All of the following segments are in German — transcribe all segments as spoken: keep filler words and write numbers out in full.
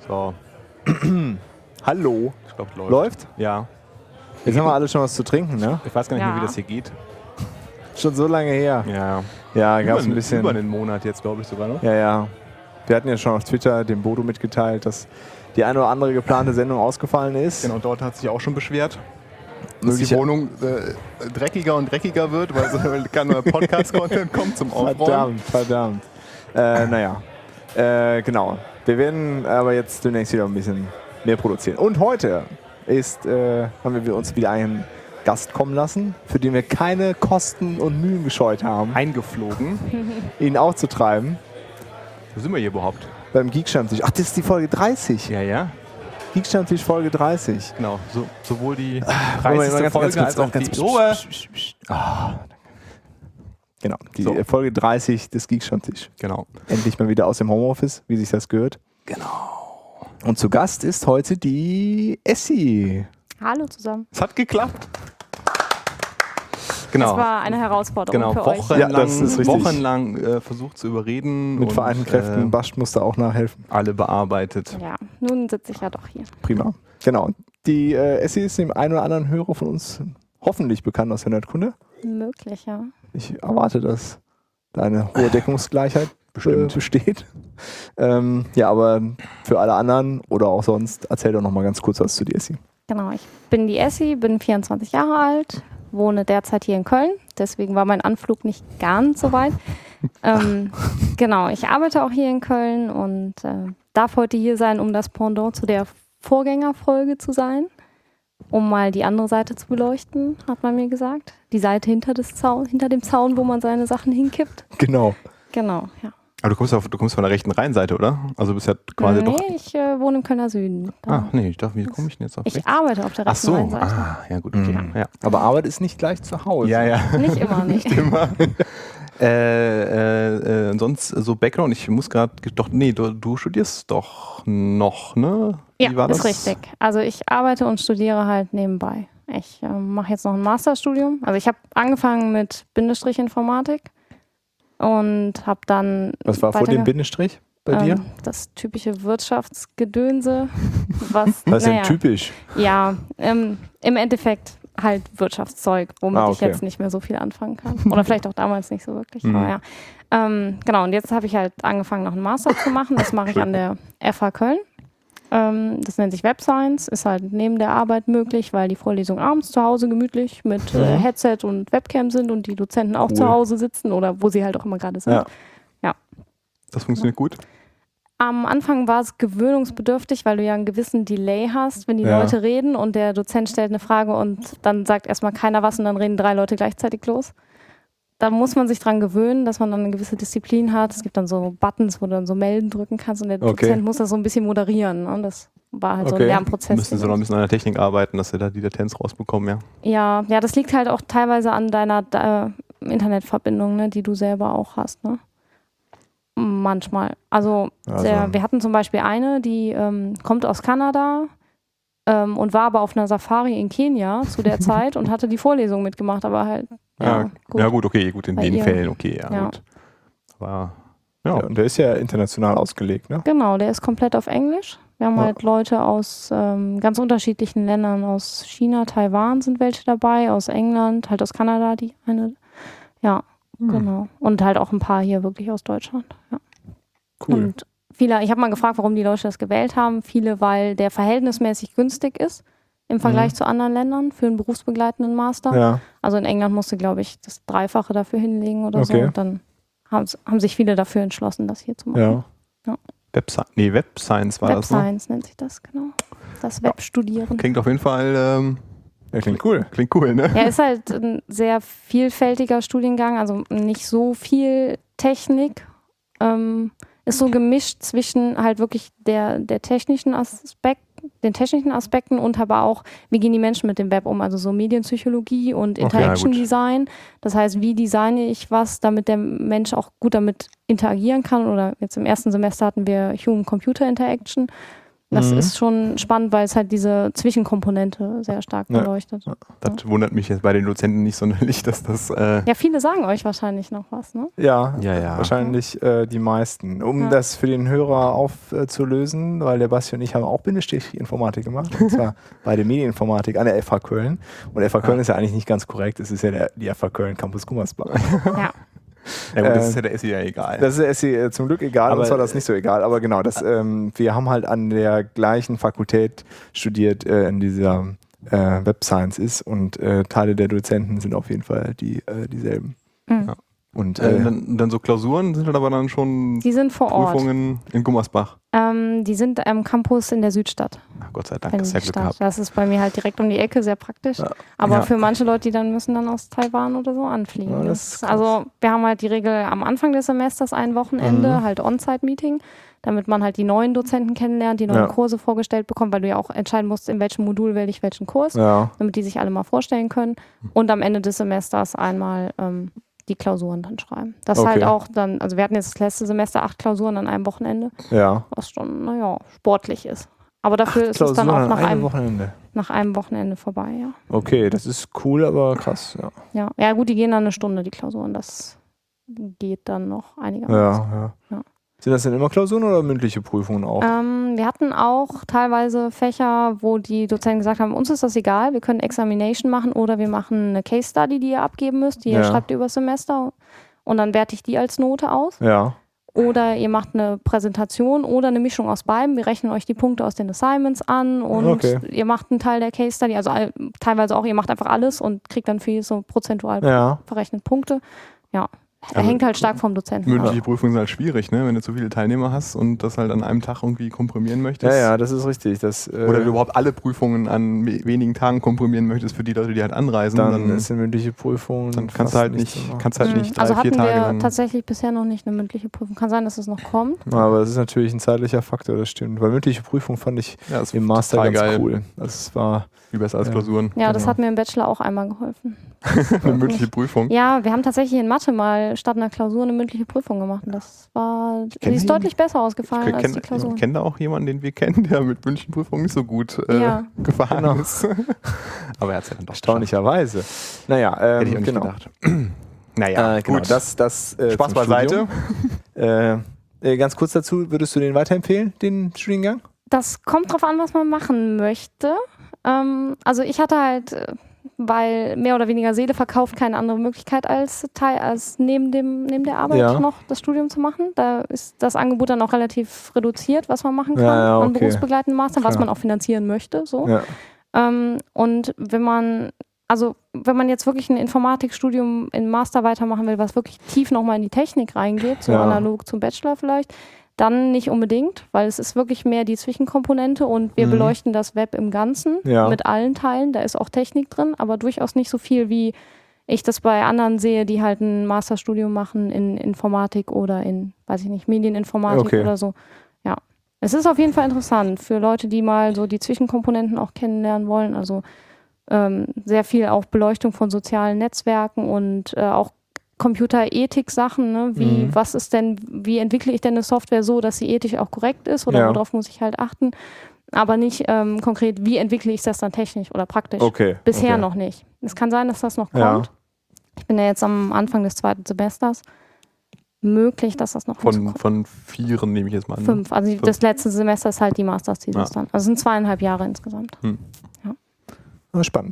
So. Hallo. Ich glaube, läuft. Läuft? Ja. Jetzt haben wir alle schon was zu trinken, ne? Ich weiß gar nicht Ja. mehr, wie das hier geht. Schon so lange her. Ja. Ja, gab es Über, ein bisschen. über einen Monat jetzt, glaube ich, sogar noch. Ja, ja. Wir hatten ja schon auf Twitter dem Bodo mitgeteilt, dass die eine oder andere geplante Sendung ausgefallen ist. Genau, dort hat sich auch schon beschwert, dass Mögliche- die Wohnung äh, dreckiger und dreckiger wird, weil so kein neuer Podcast-Content kommt zum Aufräumen. Verdammt, verdammt. Äh, naja. Äh, genau. Wir werden aber jetzt demnächst wieder ein bisschen mehr produzieren. Und heute ist, äh, haben wir uns wieder einen Gast kommen lassen, für den wir keine Kosten und Mühen gescheut haben, Eingeflogen. ihn aufzutreiben Wo sind wir hier überhaupt? beim Geek-Stammtisch. Ach, das ist die Folge dreißig. Ja, ja. Geek-Stammtisch Folge dreißig. Genau. So, sowohl die Moment, dreißigste ganz- Folge ganz kurz, als auch ganz die kurz. Ruhe. Ah, genau, die So. äh, Folge dreißig des Geek-Stammtisch. Genau. Endlich mal wieder aus dem Homeoffice, wie sich das gehört. Genau. Und zu Gast ist heute die Essi. Hallo zusammen. Es hat geklappt. Genau. Das war eine Herausforderung Genau, für euch. wochenlang, Ja, das ist richtig. wochenlang äh, versucht zu überreden. Mit und, vereinten Kräften. Äh, Bast musste auch nachhelfen. alle bearbeitet. Ja, nun sitze ich ja doch hier. Prima. Genau. Die äh, Essi ist dem einen oder anderen Hörer von uns hoffentlich bekannt aus der Nerdkunde. Möglich, ja. Ich erwarte, dass da eine hohe Deckungsgleichheit Bestimmt. Äh, besteht. Ähm, ja, aber für alle anderen oder auch sonst, erzähl doch noch mal ganz kurz was zu dir, Essi. Genau, ich bin die Essi, bin vierundzwanzig Jahre alt, wohne derzeit hier in Köln. Deswegen war mein Anflug nicht ganz so weit. ähm, genau, ich arbeite auch hier in Köln und äh, darf heute hier sein, um das Pendant zu der Vorgängerfolge zu sein. Um mal die andere Seite zu beleuchten, hat man mir gesagt. Die Seite hinter, des Zaun, hinter dem Zaun, wo man seine Sachen hinkippt. Genau. Genau, ja. Aber du kommst, auf, du kommst von der rechten Rheinseite, oder? Also bist ja quasi nee, doch. ich äh, wohne im Kölner Süden. Da. Ah, nee, ich dachte, wie komme ich denn jetzt auf Ich rechts? arbeite auf der Ach rechten so, Rheinseite. ah, ja gut, okay. Mhm. Ja. Aber Arbeit ist nicht gleich zu Hause. Ja, ja. Nicht immer, nicht. Immer. äh, äh, äh, sonst so Background, ich muss gerade, doch, nee, du, du studierst doch noch, ne? Wie Ja, war ist das? richtig. Also ich arbeite und studiere halt nebenbei. Ich äh, mache jetzt noch ein Masterstudium. Also ich habe angefangen mit Bindestrich Informatik und habe dann Was war vor weiter- dem Bindestrich bei dir? ähm, das typische Wirtschaftsgedönse. Was, Was ist denn naja, typisch? Ja, ähm, im Endeffekt halt Wirtschaftszeug, womit Ah, ich okay. jetzt nicht mehr so viel anfangen kann. Oder vielleicht auch damals nicht so wirklich. Mhm. Aber ja. Ähm, genau, und jetzt habe ich halt angefangen, noch einen Master zu machen. Das mache ich an der F H Köln. Ähm, das nennt sich Web Science, ist halt neben der Arbeit möglich, weil die Vorlesungen abends zu Hause gemütlich mit äh, Mhm. Headset und Webcam sind und die Dozenten auch Cool. zu Hause sitzen oder wo sie halt auch immer gerade sind. Ja. Das funktioniert gut. Am Anfang war es gewöhnungsbedürftig, weil du ja einen gewissen Delay hast, wenn die Ja. Leute reden und der Dozent stellt eine Frage und dann sagt erstmal keiner was und dann reden drei Leute gleichzeitig los. Da muss man sich dran gewöhnen, dass man dann eine gewisse Disziplin hat. Es gibt dann so Buttons, wo du dann so melden drücken kannst und der Okay. Dozent muss das so ein bisschen moderieren. Und das war halt so Okay. ein Lernprozess. Müssen sie noch ein bisschen an der Technik arbeiten, dass sie da die Latenz rausbekommen, ja. Ja, ja, das liegt halt auch teilweise an deiner äh, Internetverbindung, ne, die du selber auch hast. Ne? Manchmal. Also, Also- der, wir hatten zum Beispiel eine, die ähm, kommt aus Kanada ähm, und war aber auf einer Safari in Kenia zu der Zeit und hatte die Vorlesung mitgemacht, aber halt, ja, Ja, gut. ja, gut, okay, gut, in Bei den ihr. Fällen, okay, ja, Ja. gut. Aber, Ja, ja. und der ist ja international ausgelegt, ne? Genau, der ist komplett auf Englisch. Wir haben Ja. halt Leute aus ähm, ganz unterschiedlichen Ländern, aus China, Taiwan sind welche dabei, aus England, halt aus Kanada, die eine, ja, Hm. genau. Und halt auch ein paar hier wirklich aus Deutschland. Ja. Cool. Und viele, ich habe mal gefragt, warum die Leute das gewählt haben. Viele, weil der verhältnismäßig günstig ist im Vergleich Mhm. zu anderen Ländern für einen berufsbegleitenden Master. Ja. Also in England musste, glaube ich, das Dreifache dafür hinlegen oder so. Okay. Und dann haben, haben sich viele dafür entschlossen, das hier zu machen. Ja. Websci nee, Web Science war Web das, ne? Science nennt sich das, genau. Das Webstudieren. Klingt auf jeden Fall, ähm, Ja, klingt cool. klingt cool, ne? Ja, ist halt ein sehr vielfältiger Studiengang, also nicht so viel Technik. Ähm, ist so gemischt zwischen halt wirklich der, der technischen Aspekt, den technischen Aspekten und aber auch, wie gehen die Menschen mit dem Web um, also so Medienpsychologie und Okay, Interaction ja, gut. Design. Das heißt, wie designe ich was, damit der Mensch auch gut damit interagieren kann, oder jetzt im ersten Semester hatten wir Human-Computer Interaction. Das Mhm. ist schon spannend, weil es halt diese Zwischenkomponente sehr stark Ja. beleuchtet. Ja. Das wundert mich jetzt bei den Dozenten nicht sonderlich, dass das... Äh, ja, viele sagen euch wahrscheinlich noch was, ne? Ja, Ja, ja. wahrscheinlich äh, die meisten. Um Ja. das für den Hörer aufzulösen, weil der Basti und ich haben auch Bindestrich-Informatik gemacht, und zwar bei der Medieninformatik an der F H Köln. Und F H Köln Ja. ist ja eigentlich nicht ganz korrekt, es ist ja der, die F H Köln Campus Gummersbach. Ja. ja gut, das äh, ist ja der S I ja egal. Das ist der S I äh, zum Glück egal, Aber, uns war das nicht so egal. Aber genau, das, ähm, wir haben halt an der gleichen Fakultät studiert, äh, in dieser äh, Web Science ist, und äh, Teile der Dozenten sind auf jeden Fall die, äh, dieselben. Mhm. Ja. Und äh, äh, dann, dann so Klausuren sind halt aber dann schon Die sind vor Ort. Prüfungen in Gummersbach. Ähm, die sind am Campus in der Südstadt. Ach, Gott sei Dank, Wenn das ist ja die Glück Stadt. gehabt. Das ist bei mir halt direkt um die Ecke, sehr praktisch. Ja. Aber Ja. für manche Leute, die dann müssen dann aus Taiwan oder so anfliegen. Ja, das Das ist krass. also wir haben halt die Regel am Anfang des Semesters ein Wochenende, Mhm. halt On-Site-Meeting, damit man halt die neuen Dozenten kennenlernt, die neuen Ja. Kurse vorgestellt bekommt, weil du ja auch entscheiden musst, in welchem Modul wähle ich welchen Kurs, ja. damit die sich alle mal vorstellen können. Und am Ende des Semesters einmal ähm, die Klausuren dann schreiben. Das Okay. halt auch dann, also wir hatten jetzt das letzte Semester acht Klausuren an einem Wochenende, Ja. was schon, naja, sportlich ist. Aber dafür ist es dann Klausuren auch an nach einem einem, Wochenende. nach einem Wochenende vorbei, ja. Okay, das ist cool, aber krass. Ja, Ja, ja gut, die gehen dann eine Stunde, die Klausuren. Das geht dann noch ja, einigermaßen. ja. Ja. Sind das denn immer Klausuren oder mündliche Prüfungen auch? Ähm, wir hatten auch teilweise Fächer, wo die Dozenten gesagt haben, uns ist das egal, wir können Examination machen oder wir machen eine Case Study, die ihr abgeben müsst, die Ja. ihr schreibt ihr über das Semester und dann werte ich die als Note aus. Ja. Oder ihr macht eine Präsentation oder eine Mischung aus beiden. Wir rechnen euch die Punkte aus den Assignments an und Okay. ihr macht einen Teil der Case Study, also all, teilweise auch, ihr macht einfach alles und kriegt dann viel so prozentual Ja. verrechnet Punkte. Ja, Also hängt halt stark vom Dozenten ab. Mündliche Prüfungen sind halt schwierig, ne? Wenn du zu viele Teilnehmer hast und das halt an einem Tag irgendwie komprimieren möchtest. Ja, ja, das ist richtig. Das, äh, Oder du überhaupt alle Prüfungen an we- wenigen Tagen komprimieren möchtest für die Leute, die halt anreisen. dann, Dann, ist eine mündliche Prüfung. dann kannst fast du halt nichts nicht, zu machen. kannst halt Mhm. nicht drei, also vier hatten Tage wir dann. tatsächlich bisher noch nicht eine mündliche Prüfung. Kann sein, dass es noch kommt. Aber es ist natürlich ein zeitlicher Faktor, das stimmt. Weil mündliche Prüfung fand ich Ja, das ist im Master total ganz geil. cool. Das war, Viel besser als Ja. Klausuren. Ja, das Genau. hat mir im Bachelor auch einmal geholfen. Eine mündliche Prüfung. Ja, wir haben tatsächlich in Mathe mal statt einer Klausur eine mündliche Prüfung gemacht. Und das war, die kenn ist ihn. deutlich besser Ich ausgefallen als die kenne Klausur. kenn da auch jemanden, den wir kennen, der mit mündlichen Prüfungen nicht so gut äh, Ja. gefahren Genau. ist. Aber er hat es ja dann doch erstaunlicherweise. Naja, ähm, geschafft. Hätte ich auch nicht genau. gedacht. Naja, Äh, genau, gut. das, das äh, Spaß zum beiseite. Studium. Äh, äh, ganz kurz dazu, würdest du den weiterempfehlen, den Studiengang? Das kommt drauf an, was man machen möchte. Ähm, also ich hatte halt, äh, weil mehr oder weniger Seele verkauft, keine andere Möglichkeit als Teil, als neben dem neben der Arbeit Ja. noch das Studium zu machen. Da ist das Angebot dann auch relativ reduziert, was man machen kann Ja, ja, an okay. berufsbegleitenden Master, was Klar. man auch finanzieren möchte. So. Ja. Ähm, und wenn man, also wenn man jetzt wirklich ein Informatikstudium in Master weitermachen will, was wirklich tief nochmal in die Technik reingeht, so Ja. analog zum Bachelor vielleicht, dann nicht unbedingt, weil es ist wirklich mehr die Zwischenkomponente und wir Mhm. beleuchten das Web im Ganzen Ja. mit allen Teilen. Da ist auch Technik drin, aber durchaus nicht so viel, wie ich das bei anderen sehe, die halt ein Masterstudium machen in Informatik oder in, weiß ich nicht, Medieninformatik Okay. oder so. Ja. Es ist auf jeden Fall interessant für Leute, die mal so die Zwischenkomponenten auch kennenlernen wollen. Also ähm, sehr viel auch Beleuchtung von sozialen Netzwerken und äh, auch Computerethik-Sachen, ne? Wie, Mhm. was ist denn, wie entwickle ich denn eine Software so, dass sie ethisch auch korrekt ist oder Ja. worauf muss ich halt achten? Aber nicht ähm, konkret, wie entwickle ich das dann technisch oder praktisch. Okay. Bisher okay. noch nicht. Es kann sein, dass das noch Ja. kommt. Ich bin ja jetzt am Anfang des zweiten Semesters. Möglich, dass das noch Von, hinzukommt. von vieren nehme ich jetzt mal an. Fünf. Also Fünf. das letzte Semester ist halt die Masters-Thesis Ja. dann. Also es sind zweieinhalb Jahre insgesamt. Ah, spannend.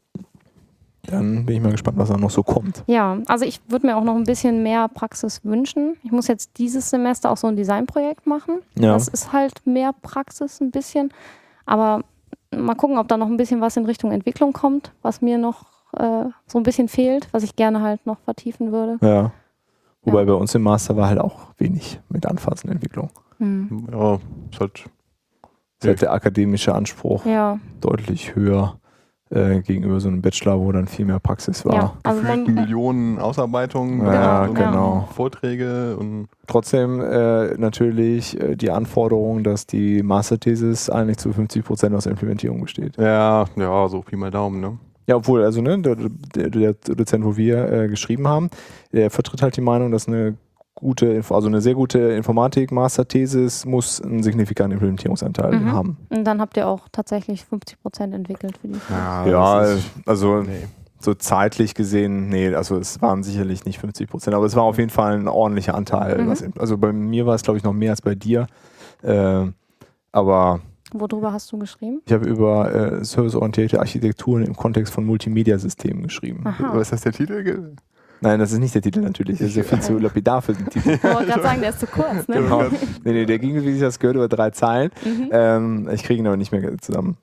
Dann bin ich mal gespannt, was da noch so kommt. Ja, also ich würde mir auch noch ein bisschen mehr Praxis wünschen. Ich muss jetzt dieses Semester auch so ein Designprojekt machen. Ja. Das ist halt mehr Praxis ein bisschen. Aber mal gucken, ob da noch ein bisschen was in Richtung Entwicklung kommt, was mir noch äh, so ein bisschen fehlt, was ich gerne halt noch vertiefen würde. Ja. Wobei Ja. bei uns im Master war halt auch wenig mit Anfahrtsentwicklung. Hm. Ja, ist halt Ist halt der akademische Anspruch Ja, deutlich höher äh, gegenüber so einem Bachelor, wo dann viel mehr Praxis war. ja. Also gefühlt man, Millionen Ausarbeitungen, Ja, und genau. Vorträge und Trotzdem äh, natürlich äh, die Anforderung, dass die Masterthesis eigentlich zu fünfzig Prozent aus der Implementierung besteht. ja, ja, so Pi mal Daumen, ne? Ja, obwohl, also ne, der, der, der Dozent, wo wir äh, geschrieben haben, der vertritt halt die Meinung, dass eine gute, Info- also eine sehr gute Informatik-Masterthesis muss einen signifikanten Implementierungsanteil Mhm. haben. Und dann habt ihr auch tatsächlich fünfzig Prozent entwickelt für die. Ja, Ja, das ist- also nee. so zeitlich gesehen, nee, also es waren sicherlich nicht fünfzig Prozent, aber es war auf jeden Fall ein ordentlicher Anteil. Mhm. Was, also bei mir war es, glaube ich, noch mehr als bei dir. Äh, aber Worüber hast du geschrieben? ich habe über äh, serviceorientierte Architekturen im Kontext von Multimedia-Systemen geschrieben. Aha. Was ist das der Titel? Ge- Nein, das ist nicht der Titel natürlich. Das ist ja viel zu lapidar für den Titel. Ich wollte gerade sagen, der ist zu kurz, ne? Genau. Nee, nee, der ging, wie sich das gehört, über drei Zeilen. Mhm. Ähm, ich kriege ihn aber nicht mehr zusammen.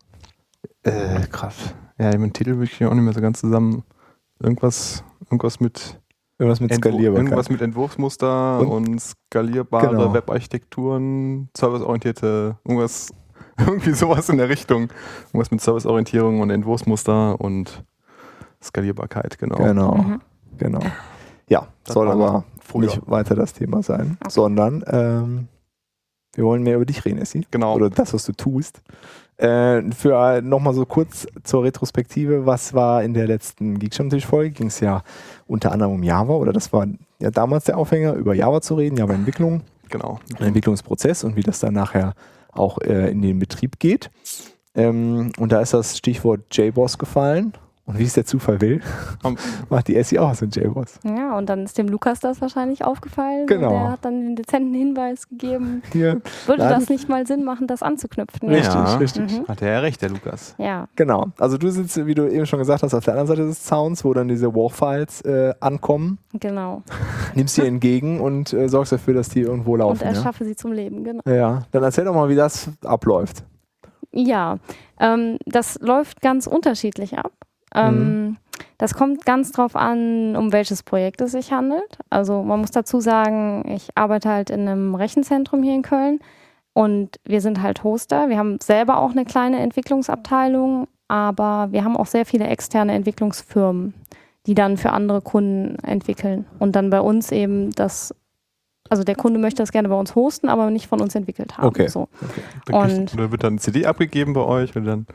Äh, krass. Ja, mit dem Titel würde ich auch nicht mehr so ganz zusammen. Irgendwas, irgendwas mit Irgendwas mit Entwur- Skalierbarkeit. Irgendwas mit Entwurfsmuster Und- und, skalierbare Genau. Webarchitekturen, serviceorientierte, irgendwas, irgendwie sowas in der Richtung. Irgendwas mit Serviceorientierung und Entwurfsmuster und Skalierbarkeit, genau. Genau, Mhm. genau. Ja, Das soll war aber noch früher. nicht weiter das Thema sein, Ach so. sondern ähm, wir wollen mehr über dich reden, Essi. Genau. Oder das, was du tust. Äh, für nochmal so kurz zur Retrospektive, was war in der letzten Geekstammtisch-Folge? Ging es ja unter anderem um Java, oder das war ja damals der Aufhänger, über Java zu reden, Java-Entwicklung, Genau. den Entwicklungsprozess und wie das dann nachher auch äh, in den Betrieb geht. Ähm, und da ist das Stichwort J B O S gefallen. Und wie es der Zufall will, Um, macht die Essi auch so ein J B O S. Ja, und dann ist dem Lukas das wahrscheinlich aufgefallen. Genau. Und der hat dann den dezenten Hinweis gegeben. Hier, Würde Nein. das nicht mal Sinn machen, das anzuknüpfen? Richtig, ja, richtig. Mhm. hat er ja recht, der Lukas. Ja, genau. Also du sitzt, wie du eben schon gesagt hast, auf der anderen Seite des Zauns, wo dann diese War-Files äh, ankommen, genau. nimmst sie entgegen und äh, sorgst dafür, dass die irgendwo Und laufen. Ja? erschaffe sie zum Leben, genau. ja, dann erzähl doch mal, wie das abläuft. Ja, ähm, das läuft ganz unterschiedlich ab. Ähm, Das kommt ganz drauf an, um welches Projekt es sich handelt. Also man muss dazu sagen, ich arbeite halt in einem Rechenzentrum hier in Köln und wir sind halt Hoster. Wir haben selber auch eine kleine Entwicklungsabteilung, aber wir haben auch sehr viele externe Entwicklungsfirmen, die dann für andere Kunden entwickeln und dann bei uns eben das, also der Kunde möchte das gerne bei uns hosten, aber nicht von uns entwickelt haben. Okay. So. Da kriegt- Und- Oder wird dann eine C D abgegeben bei euch und dann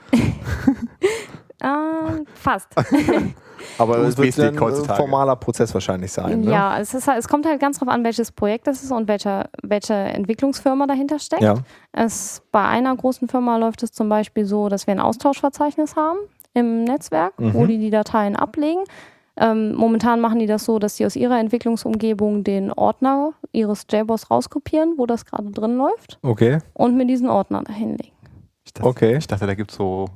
Ah, fast. Aber es wird U S B-Stick dann ein heutzutage. formaler Prozess wahrscheinlich sein. Ne? Ja, es, ist, halt- es kommt halt ganz drauf an, welches Projekt es ist und welche, welche Entwicklungsfirma dahinter steckt. Ja. Es, bei einer großen Firma läuft es zum Beispiel so, dass wir ein Austauschverzeichnis haben im Netzwerk, wo Mhm. die die Dateien ablegen. Ähm, momentan machen die das so, dass sie aus ihrer Entwicklungsumgebung den Ordner ihres J B O S rauskopieren, wo das gerade drin läuft, Okay. und mir diesen Ordner dahin legen. ich dachte, Okay. ich dachte, da gibt es so,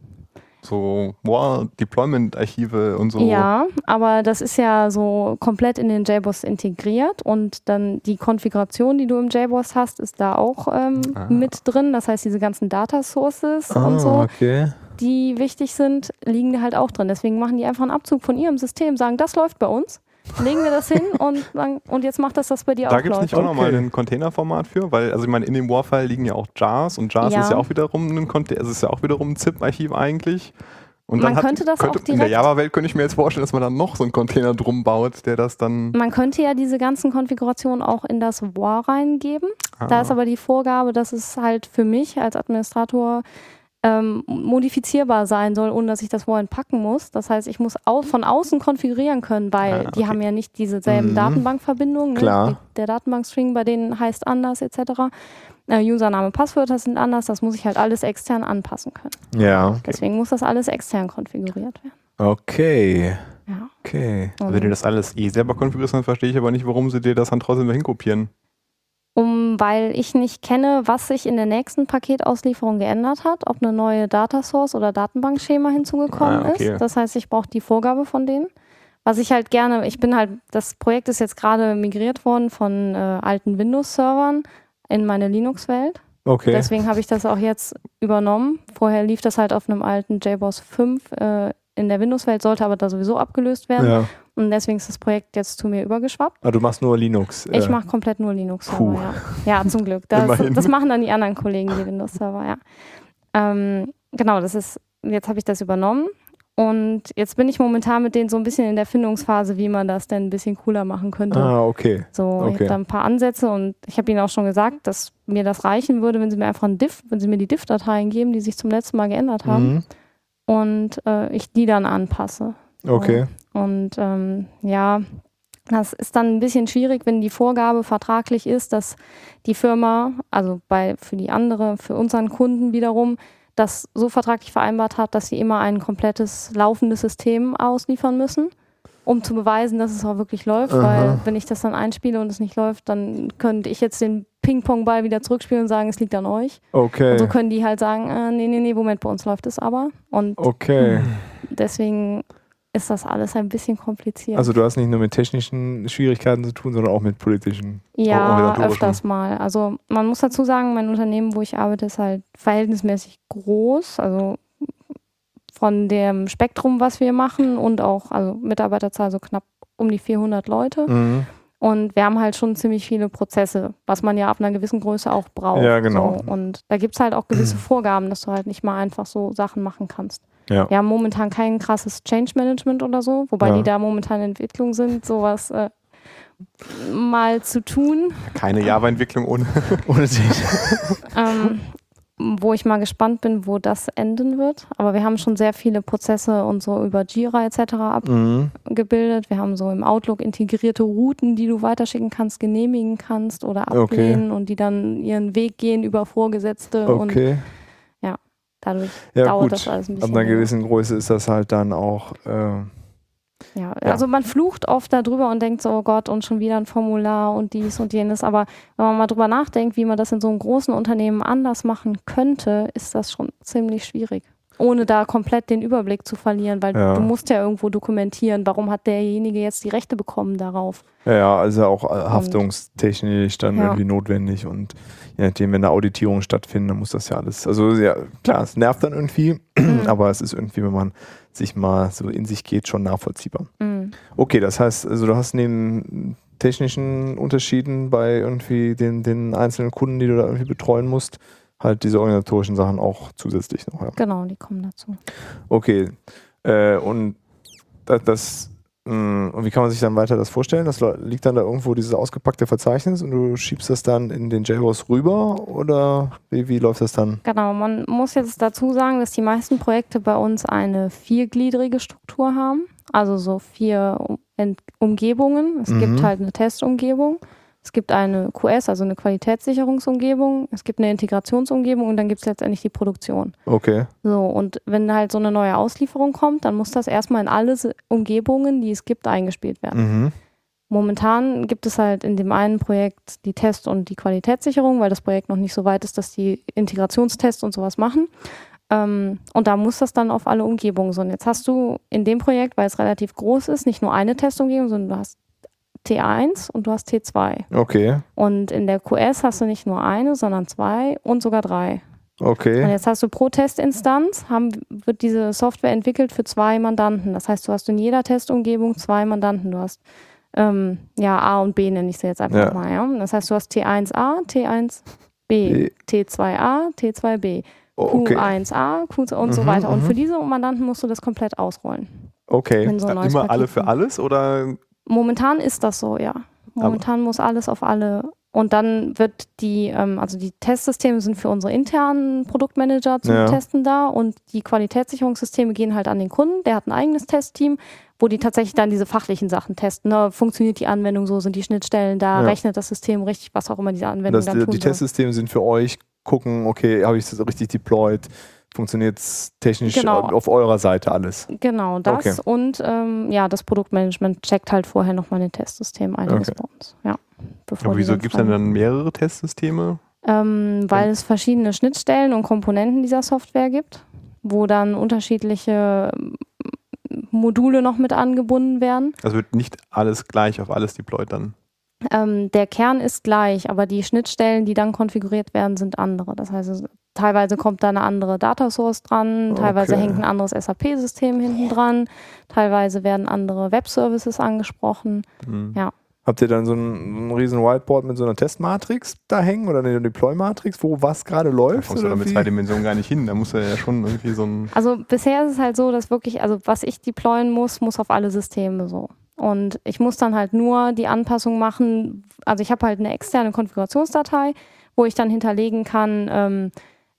so wow, Deployment-Archive und so. Ja, aber das ist ja so komplett in den J B O S integriert und dann die Konfiguration, die du im J B O S hast, ist da auch ähm, Ah. mit drin. Das heißt, diese ganzen Data Sources Ah, und so, okay. die wichtig sind, liegen da halt auch drin. Deswegen machen die einfach einen Abzug von ihrem System, sagen, das läuft bei uns, legen wir das hin und sagen, und jetzt macht das, das bei dir Da auch gibt es läuft. nicht auch nochmal Okay. ein Containerformat für, weil, also ich meine, in dem War-File liegen ja auch Jars und Jars Ja. ist ja auch wiederum ein Container, also ist ja auch wiederum ein ZIP-Archiv eigentlich. Und Man könnte das auch In der direkt- Java-Welt könnte ich mir jetzt vorstellen, dass man dann noch so einen Container drum baut, der das dann. Man könnte ja diese ganzen Konfigurationen auch in das War reingeben. Da Ah. ist aber die Vorgabe, dass es halt für mich als Administrator ähm, modifizierbar sein soll, ohne dass ich das War entpacken muss. Das heißt, ich muss au von außen konfigurieren können, weil Ah, okay. die haben ja nicht dieselben Mhm. Datenbankverbindungen. Ne? Klar. Die, der Datenbankstring bei denen heißt anders et cetera. Äh, Username, Passwörter sind anders. Das muss ich halt alles extern anpassen können. Ja. Deswegen muss das alles extern konfiguriert werden. Okay. Ja. Okay. Und Wenn du das alles eh selber konfigurierst, dann verstehe ich aber nicht, warum sie dir das dann trotzdem dahin kopieren. Um, weil ich nicht kenne, was sich in der nächsten Paketauslieferung geändert hat, ob eine neue Data Source oder Datenbankschema hinzugekommen Ah, okay. ist. Das heißt, ich brauche die Vorgabe von denen. Was ich halt gerne, ich bin halt, das Projekt ist jetzt gerade migriert worden von äh, alten Windows-Servern in meine Linux-Welt. Okay. Deswegen habe ich das auch jetzt übernommen. Vorher lief das halt auf einem alten J B O S fünf äh, in der Windows-Welt, sollte aber da sowieso abgelöst werden. Ja. Und deswegen ist das Projekt jetzt zu mir übergeschwappt. Ah, du machst nur Linux. Ich äh, mache komplett nur Linux-Server, Puh. ja. Ja, zum Glück. Das, Immerhin. das machen dann die anderen Kollegen, die Windows-Server, ja. Ähm, genau, das ist, jetzt habe ich das übernommen. Und jetzt bin ich momentan mit denen so ein bisschen in der Findungsphase, wie man das denn ein bisschen cooler machen könnte. Ah, okay. So, ich okay. habe da ein paar Ansätze und ich habe ihnen auch schon gesagt, dass mir das reichen würde, wenn sie mir einfach ein Diff, wenn sie mir die Diff-Dateien geben, die sich zum letzten Mal geändert haben Mhm. und äh, ich die dann anpasse. Okay. Und ähm, ja, Das ist dann ein bisschen schwierig, wenn die Vorgabe vertraglich ist, dass die Firma, also bei für die andere, für unseren Kunden wiederum, das so vertraglich vereinbart hat, dass sie immer ein komplettes laufendes System ausliefern müssen, um zu beweisen, dass es auch wirklich läuft. Aha. Weil wenn ich das dann einspiele und es nicht läuft, dann könnte ich jetzt den Ping-Pong-Ball wieder zurückspielen und sagen, es liegt an euch. Okay. Und so können die halt sagen, äh, nee, nee, nee, Moment, bei uns läuft es aber. Und Okay. deswegen ist das alles ein bisschen kompliziert. Also du hast nicht nur mit technischen Schwierigkeiten zu tun, sondern auch mit politischen. Ja, organisatorischen. öfters mal. Also man muss dazu sagen, mein Unternehmen, wo ich arbeite, ist halt verhältnismäßig groß. Also von dem Spektrum, was wir machen und auch, also Mitarbeiterzahl so knapp um die vierhundert Leute. Mhm. Und wir haben halt schon ziemlich viele Prozesse, was man ja ab einer gewissen Größe auch braucht. Ja, genau. So. Und da gibt es halt auch gewisse Vorgaben, dass du halt nicht mal einfach so Sachen machen kannst. Ja. Wir haben momentan kein krasses Change Management oder so, wobei Ja. die da momentan in Entwicklung sind, sowas äh, mal zu tun. Keine Java-Entwicklung ohne. Ohne dich. ähm, wo ich mal gespannt bin, wo das enden wird. Aber wir haben schon sehr viele Prozesse und so über Jira et cetera Mhm. abgebildet. Wir haben so im Outlook integrierte Routen, die du weiterschicken kannst, genehmigen kannst oder ablehnen und die dann ihren Weg gehen über Vorgesetzte und Okay. dadurch Ja, dauert gut. das alles ein Ab bisschen. einer länger. gewissen Größe ist das halt dann auch. Äh, Ja, Ja. also man flucht oft darüber und denkt so, oh Gott, und schon wieder ein Formular und dies und jenes. Aber wenn man mal drüber nachdenkt, wie man das in so einem großen Unternehmen anders machen könnte, ist das schon ziemlich schwierig. Ohne da komplett den Überblick zu verlieren, weil Ja. du musst ja irgendwo dokumentieren, warum hat derjenige jetzt die Rechte bekommen darauf. ja, also auch äh, haftungstechnisch dann Ja. irgendwie notwendig und je nachdem, wenn da Auditierungen stattfinden, dann muss das ja alles. Also ja, klar, es nervt dann irgendwie, aber es ist irgendwie, wenn man sich mal so in sich geht, schon nachvollziehbar. Mhm. Okay, das heißt, also du hast neben technischen Unterschieden bei irgendwie den, den einzelnen Kunden, die du da irgendwie betreuen musst, halt diese organisatorischen Sachen auch zusätzlich noch. Ja. Genau, die kommen dazu. Okay, äh, und das, das mh, und wie kann man sich dann weiter das vorstellen? Das lo- liegt dann da irgendwo dieses ausgepackte Verzeichnis und du schiebst das dann in den J B O S rüber oder wie, wie läuft das dann? Genau, man muss jetzt dazu sagen, dass die meisten Projekte bei uns eine viergliedrige Struktur haben. Also so vier Um- Ent- Umgebungen. Es Mhm. gibt halt eine Testumgebung. Es gibt eine Q S, also eine Qualitätssicherungsumgebung. Es gibt eine Integrationsumgebung und dann gibt es letztendlich die Produktion. Okay. So, und wenn halt so eine neue Auslieferung kommt, dann muss das erstmal in alle S- Umgebungen, die es gibt, eingespielt werden. Mhm. Momentan gibt es halt in dem einen Projekt die Test- und die Qualitätssicherung, weil das Projekt noch nicht so weit ist, dass die Integrationstests und sowas machen. Ähm, und da muss das dann auf alle Umgebungen so. Und jetzt hast du in dem Projekt, weil es relativ groß ist, nicht nur eine Testumgebung, sondern du hast T eins und du hast T zwei. Okay. Und in der Q S hast du nicht nur eine, sondern zwei und sogar drei. Und Okay. jetzt hast du pro Testinstanz, haben, wird diese Software entwickelt für zwei Mandanten. Das heißt, du hast in jeder Testumgebung zwei Mandanten. Du hast ähm, ja A und B, nenne ich sie jetzt einfach Ja. mal. Ja? Das heißt, du hast T eins A, T eins B, B. T zwei A, T zwei B, Oh, Q okay. eins A, Q zwei und so Mhm, weiter. Und mhm. für diese Mandanten musst du das komplett ausrollen. Okay. Wenn so ein neues Immer Paket alle für kommt. alles oder? Momentan ist das so, ja. Momentan muss alles auf alle. Und dann wird die, ähm, also die Testsysteme sind für unsere internen Produktmanager zum Ja. Testen da und die Qualitätssicherungssysteme gehen halt an den Kunden. Der hat ein eigenes Testteam, wo die tatsächlich dann diese fachlichen Sachen testen. Ne? Funktioniert die Anwendung so, sind die Schnittstellen da, Ja. rechnet das System richtig, was auch immer diese Anwendung Das, dann die tun die soll. Testsysteme sind für euch, gucken, okay, habe ich das richtig deployed? Funktioniert es technisch Genau. auf eurer Seite alles? Genau, das Okay. und ähm, ja, das Produktmanagement checkt halt vorher nochmal ein Testsystem einiges Okay. bei uns. Ja, bevor Aber die wieso dann gibt es denn fragen. dann mehrere Testsysteme? Ähm, weil es verschiedene Schnittstellen und Komponenten dieser Software gibt, wo dann unterschiedliche ähm, Module noch mit angebunden werden. Also wird nicht alles gleich auf alles deployed dann. Ähm, der Kern ist gleich, aber die Schnittstellen, die dann konfiguriert werden, sind andere. Das heißt, es, teilweise kommt da eine andere Data Source dran, teilweise Okay. hängt ein anderes S A P-System hinten dran, teilweise werden andere Web-Services angesprochen. Hm. Ja. Habt ihr dann so ein, so ein riesen Whiteboard mit so einer Testmatrix da hängen oder eine Deploy-Matrix, wo was gerade Da läuft? kommst du oder da mit wie? zwei Dimensionen gar nicht hin. Da muss er ja schon irgendwie so ein. Also bisher ist es halt so, dass wirklich, also was ich deployen muss, muss auf alle Systeme so. Und ich muss dann halt nur die Anpassung machen. Also ich habe halt eine externe Konfigurationsdatei, wo ich dann hinterlegen kann, ähm,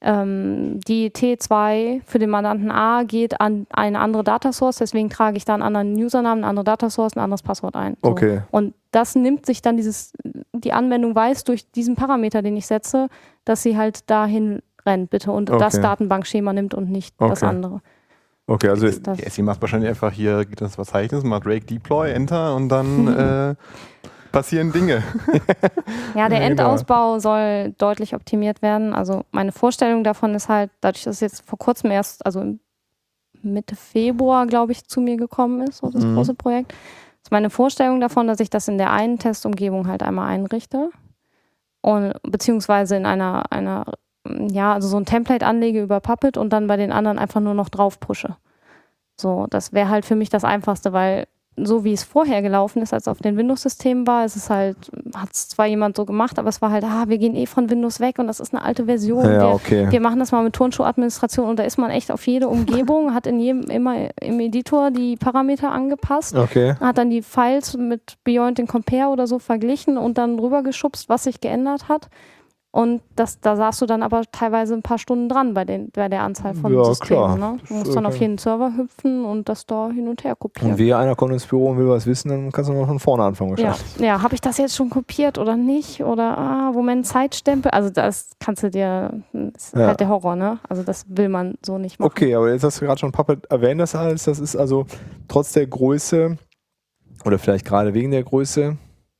ähm, die T zwei für den Mandanten A geht an eine andere Datasource, deswegen trage ich da einen anderen Usernamen, eine andere Datasource, ein anderes Passwort ein. So. Okay. Und das nimmt sich dann dieses, die Anwendung weiß durch diesen Parameter, den ich setze, dass sie halt dahin rennt, bitte, und Okay. das Datenbankschema nimmt und nicht das Okay. andere. Okay, also Das ist das. Die Essie macht wahrscheinlich einfach hier, geht das Verzeichnis, macht Rake Deploy, Enter und dann äh, passieren Dinge. Ja, der Ja, genau. Endausbau soll deutlich optimiert werden. Also meine Vorstellung davon ist halt, dadurch, dass es jetzt vor kurzem erst, also Mitte Februar, glaube ich, zu mir gekommen ist, so das Mhm. große Projekt, ist meine Vorstellung davon, dass ich das in der einen Testumgebung halt einmal einrichte und beziehungsweise in einer, einer, ja, also so ein Template anlege über Puppet und dann bei den anderen einfach nur noch drauf pushe. So, das wäre halt für mich das Einfachste, weil so wie es vorher gelaufen ist, als es auf den Windows-Systemen war, ist es halt, hat es zwar jemand so gemacht, aber es war halt, ah, wir gehen eh von Windows weg und das ist eine alte Version. Ja, wir, okay. wir machen das mal mit Turnschuh-Administration und da ist man echt auf jede Umgebung, hat in jedem immer im Editor die Parameter angepasst, Okay. hat dann die Files mit Beyond and Compare oder so verglichen und dann rübergeschubst, was sich geändert hat. Und das, da saßt du dann aber teilweise ein paar Stunden dran bei, den, bei der Anzahl von Ja, Systemen. klar. Ne? Du Das musst ist dann auf okay. jeden Server hüpfen und das da hin und her kopieren. Und wehe, einer kommt ins Büro und will was wissen, dann kannst du mal von vorne anfangen Ja, wahrscheinlich. ja. Habe ich das jetzt schon kopiert oder nicht? Oder, ah, Moment, Zeitstempel? Also das kannst du dir, das ist Ja. halt der Horror, ne? Also das will man so nicht machen. Okay, aber jetzt hast du gerade schon Puppet erwähnt, das alles. Das ist also trotz der Größe oder vielleicht gerade wegen der Größe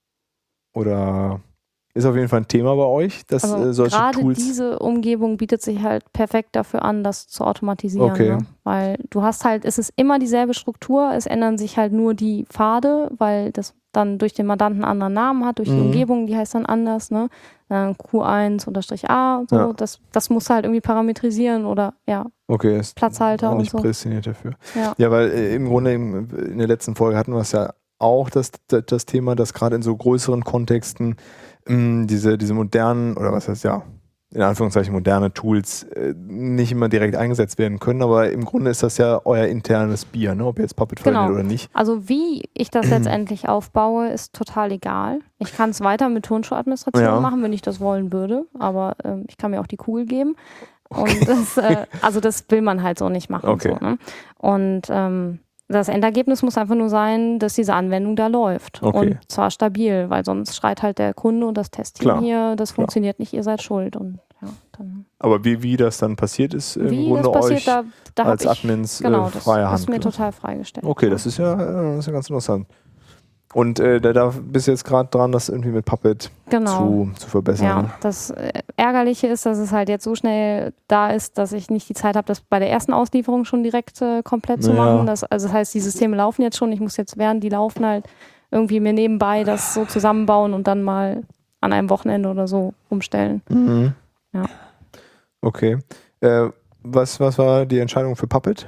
oder ist auf jeden Fall ein Thema bei euch, dass Also äh, solche gerade Tools. diese Umgebung bietet sich halt perfekt dafür an, das zu automatisieren. Okay. Ne? Weil du hast halt, es ist immer dieselbe Struktur, es ändern sich halt nur die Pfade, weil das dann durch den Mandanten einen anderen Namen hat, durch die Mhm. Umgebung, die heißt dann anders, ne? Dann Q eins A, so, Ja. das, das musst du halt irgendwie parametrisieren oder ja, Okay, ist Platzhalter auch und nicht so. prädestiniert dafür. Ja. Ja, weil äh, im Grunde im, in der letzten Folge hatten wir es ja auch, das, das, das Thema, dass gerade in so größeren Kontexten mh, diese, diese modernen, oder was heißt ja, in Anführungszeichen moderne Tools äh, nicht immer direkt eingesetzt werden können, aber im Grunde ist das ja euer internes Bier, ne? Ob ihr jetzt Puppet Genau. verwendet oder nicht. Also wie ich das letztendlich aufbaue, ist total egal. Ich kann es weiter mit Turnschuh-Administration Ja. machen, wenn ich das wollen würde, aber ähm, ich kann mir auch die Kugel geben. Und das, äh, also das will man halt so nicht machen. Okay. So, ne? Und ähm, das Endergebnis muss einfach nur sein, dass diese Anwendung da läuft. Okay. Und zwar stabil, weil sonst schreit halt der Kunde und das Testteam Klar. hier, das Klar. funktioniert nicht, ihr seid schuld. Und ja, dann Aber wie, wie das dann passiert ist, im wie Grunde das passiert, euch da, da als habe ich Admins genau, äh, das freie Hand. ist mir gelassen. total freigestellt. Okay, das ist ja, äh, das ist ja ganz interessant. Und äh, da, da bist du jetzt gerade dran, das irgendwie mit Puppet genau. zu, zu verbessern. Ja, ne? das äh, Ärgerliche ist, dass es halt jetzt so schnell da ist, dass ich nicht die Zeit habe, das bei der ersten Auslieferung schon direkt äh, komplett zu Ja. machen. Das, also das heißt, die Systeme laufen jetzt schon. Ich muss jetzt, während die laufen, halt irgendwie mir nebenbei das so zusammenbauen und dann mal an einem Wochenende oder so umstellen. Mhm. Ja. Okay. Äh, was, was war die Entscheidung für Puppet?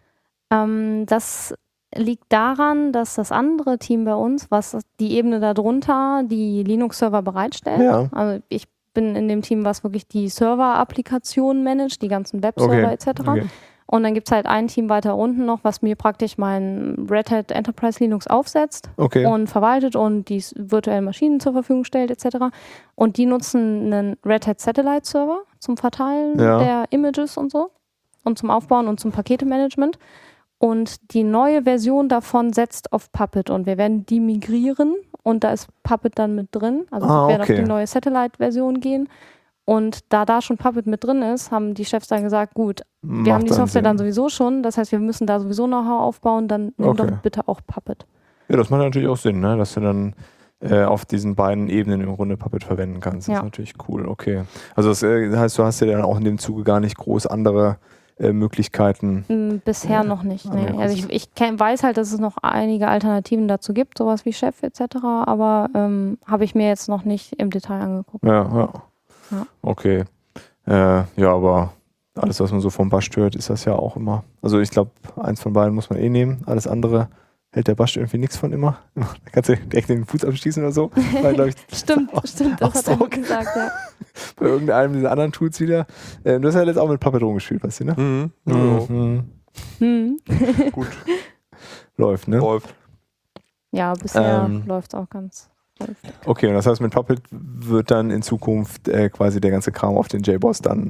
Ähm, das liegt daran, dass das andere Team bei uns, was die Ebene darunter, die Linux-Server bereitstellt. Ja. Also ich bin in dem Team, was wirklich die Server-Applikationen managt, die ganzen Webserver Okay. et cetera. Okay. Und dann gibt es halt ein Team weiter unten noch, was mir praktisch mein Red Hat Enterprise Linux aufsetzt Okay. und verwaltet und die virtuellen Maschinen zur Verfügung stellt et cetera. Und die nutzen einen Red Hat Satellite Server zum Verteilen Ja. der Images und so und zum Aufbauen und zum Paketemanagement. Und die neue Version davon setzt auf Puppet und wir werden die migrieren und da ist Puppet dann mit drin. Also Ah, wir werden okay. auf die neue Satellite-Version gehen. Und da da schon Puppet mit drin ist, haben die Chefs dann gesagt, gut, wir Macht haben die dann Software dann Sinn. sowieso schon, das heißt, wir müssen da sowieso Know-how aufbauen, dann nimm Okay. doch bitte auch Puppet. Ja, das macht natürlich auch Sinn, ne? Dass du dann äh, auf diesen beiden Ebenen im Grunde Puppet verwenden kannst. Das Ja. ist natürlich cool, okay. Also das äh, heißt, du hast ja dann auch in dem Zuge gar nicht groß andere äh, Möglichkeiten. Mm, Bisher Ja, noch nicht. andere Nee. Also ich, ich kenn, weiß halt, dass es noch einige Alternativen dazu gibt, sowas wie Chef et cetera, aber ähm, habe ich mir jetzt noch nicht im Detail angeguckt. Ja, ja. Ja. Okay. Äh, ja, aber alles, was man so vom Basch hört, ist das ja auch immer. Also ich glaube, eins von beiden muss man eh nehmen. Alles andere hält der Basch irgendwie nichts von immer. Da kannst du direkt den Fuß abschießen oder so. Weil, glaub ich, Stimmt, stimmt, das hat er Ausdruck. gesagt, ja. bei irgendeinem dieser anderen Tools wieder. Äh, du hast ja jetzt auch mit Puppet rumgespielt, weißt du, ne? Mhm. Ja, Mhm. Hm. gut, Läuft, ne? läuft. Ja, bisher Ähm. läuft es auch ganz. Okay, und das heißt, mit Puppet wird dann in Zukunft äh, quasi der ganze Kram auf den J-Boss dann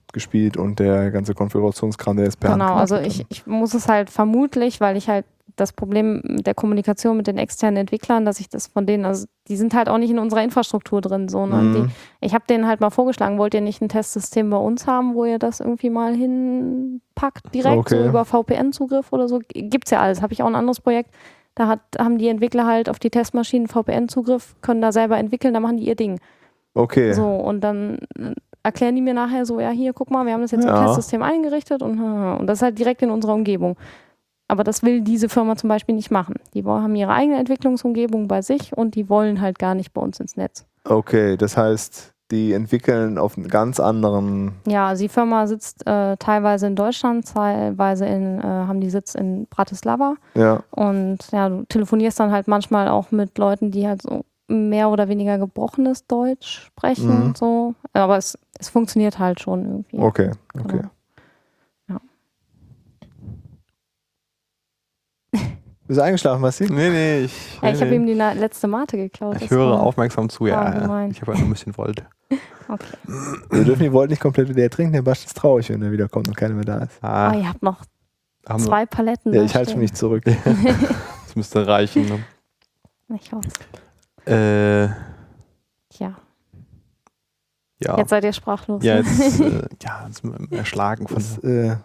gespielt und der ganze Konfigurationskram, der ist per Hand Genau, gemacht also wird ich, dann. ich muss es halt vermutlich, weil ich halt das Problem mit der Kommunikation mit den externen Entwicklern, dass ich das von denen, also die sind halt auch nicht in unserer Infrastruktur drin. So, ne? Mhm. Die, ich habe denen halt mal vorgeschlagen, wollt ihr nicht ein Testsystem bei uns haben, wo ihr das irgendwie mal hinpackt, direkt, Okay. so über V P N-Zugriff oder so. Gibt's ja alles. Habe ich auch ein anderes Projekt. Da hat, haben die Entwickler halt auf die Testmaschinen V P N-Zugriff, können da selber entwickeln, da machen die ihr Ding. Okay. So, und dann erklären die mir nachher so, ja hier, guck mal, wir haben das jetzt Ja. im Testsystem eingerichtet und, und das ist halt direkt in unserer Umgebung. Aber das will diese Firma zum Beispiel nicht machen. Die wollen- haben ihre eigene Entwicklungsumgebung bei sich und die wollen halt gar nicht bei uns ins Netz. Okay, das heißt, die entwickeln auf einen ganz anderen. Ja, also die Firma sitzt äh, teilweise in Deutschland, teilweise in, äh, haben die Sitz in Bratislava. Ja, Und ja, du telefonierst dann halt manchmal auch mit Leuten, die halt so mehr oder weniger gebrochenes Deutsch sprechen Mhm. und so. Aber es, es funktioniert halt schon irgendwie. okay, okay. Genau. Ja. Bist du eingeschlafen, Basti? Nee, nee, ich, Ja, ich habe nee, ihm die na- letzte Mate geklaut. ich das höre war- aufmerksam zu, ja. Ah, ja. gemein. Ich habe halt nur ein bisschen Volt. Okay. Wir dürfen die Volt nicht komplett leer trinken, der Basti ist traurig, wenn er wiederkommt und keiner mehr da ist. Ah, Oh, ihr habt noch haben wir- zwei Paletten. Ja, da ich halte stehen. mich zurück. das müsste reichen. Ne? Ich hoffe. Äh, Ja, ja. jetzt seid ihr sprachlos. ja, jetzt, äh, ja, jetzt sind wir erschlagen von. Das, äh,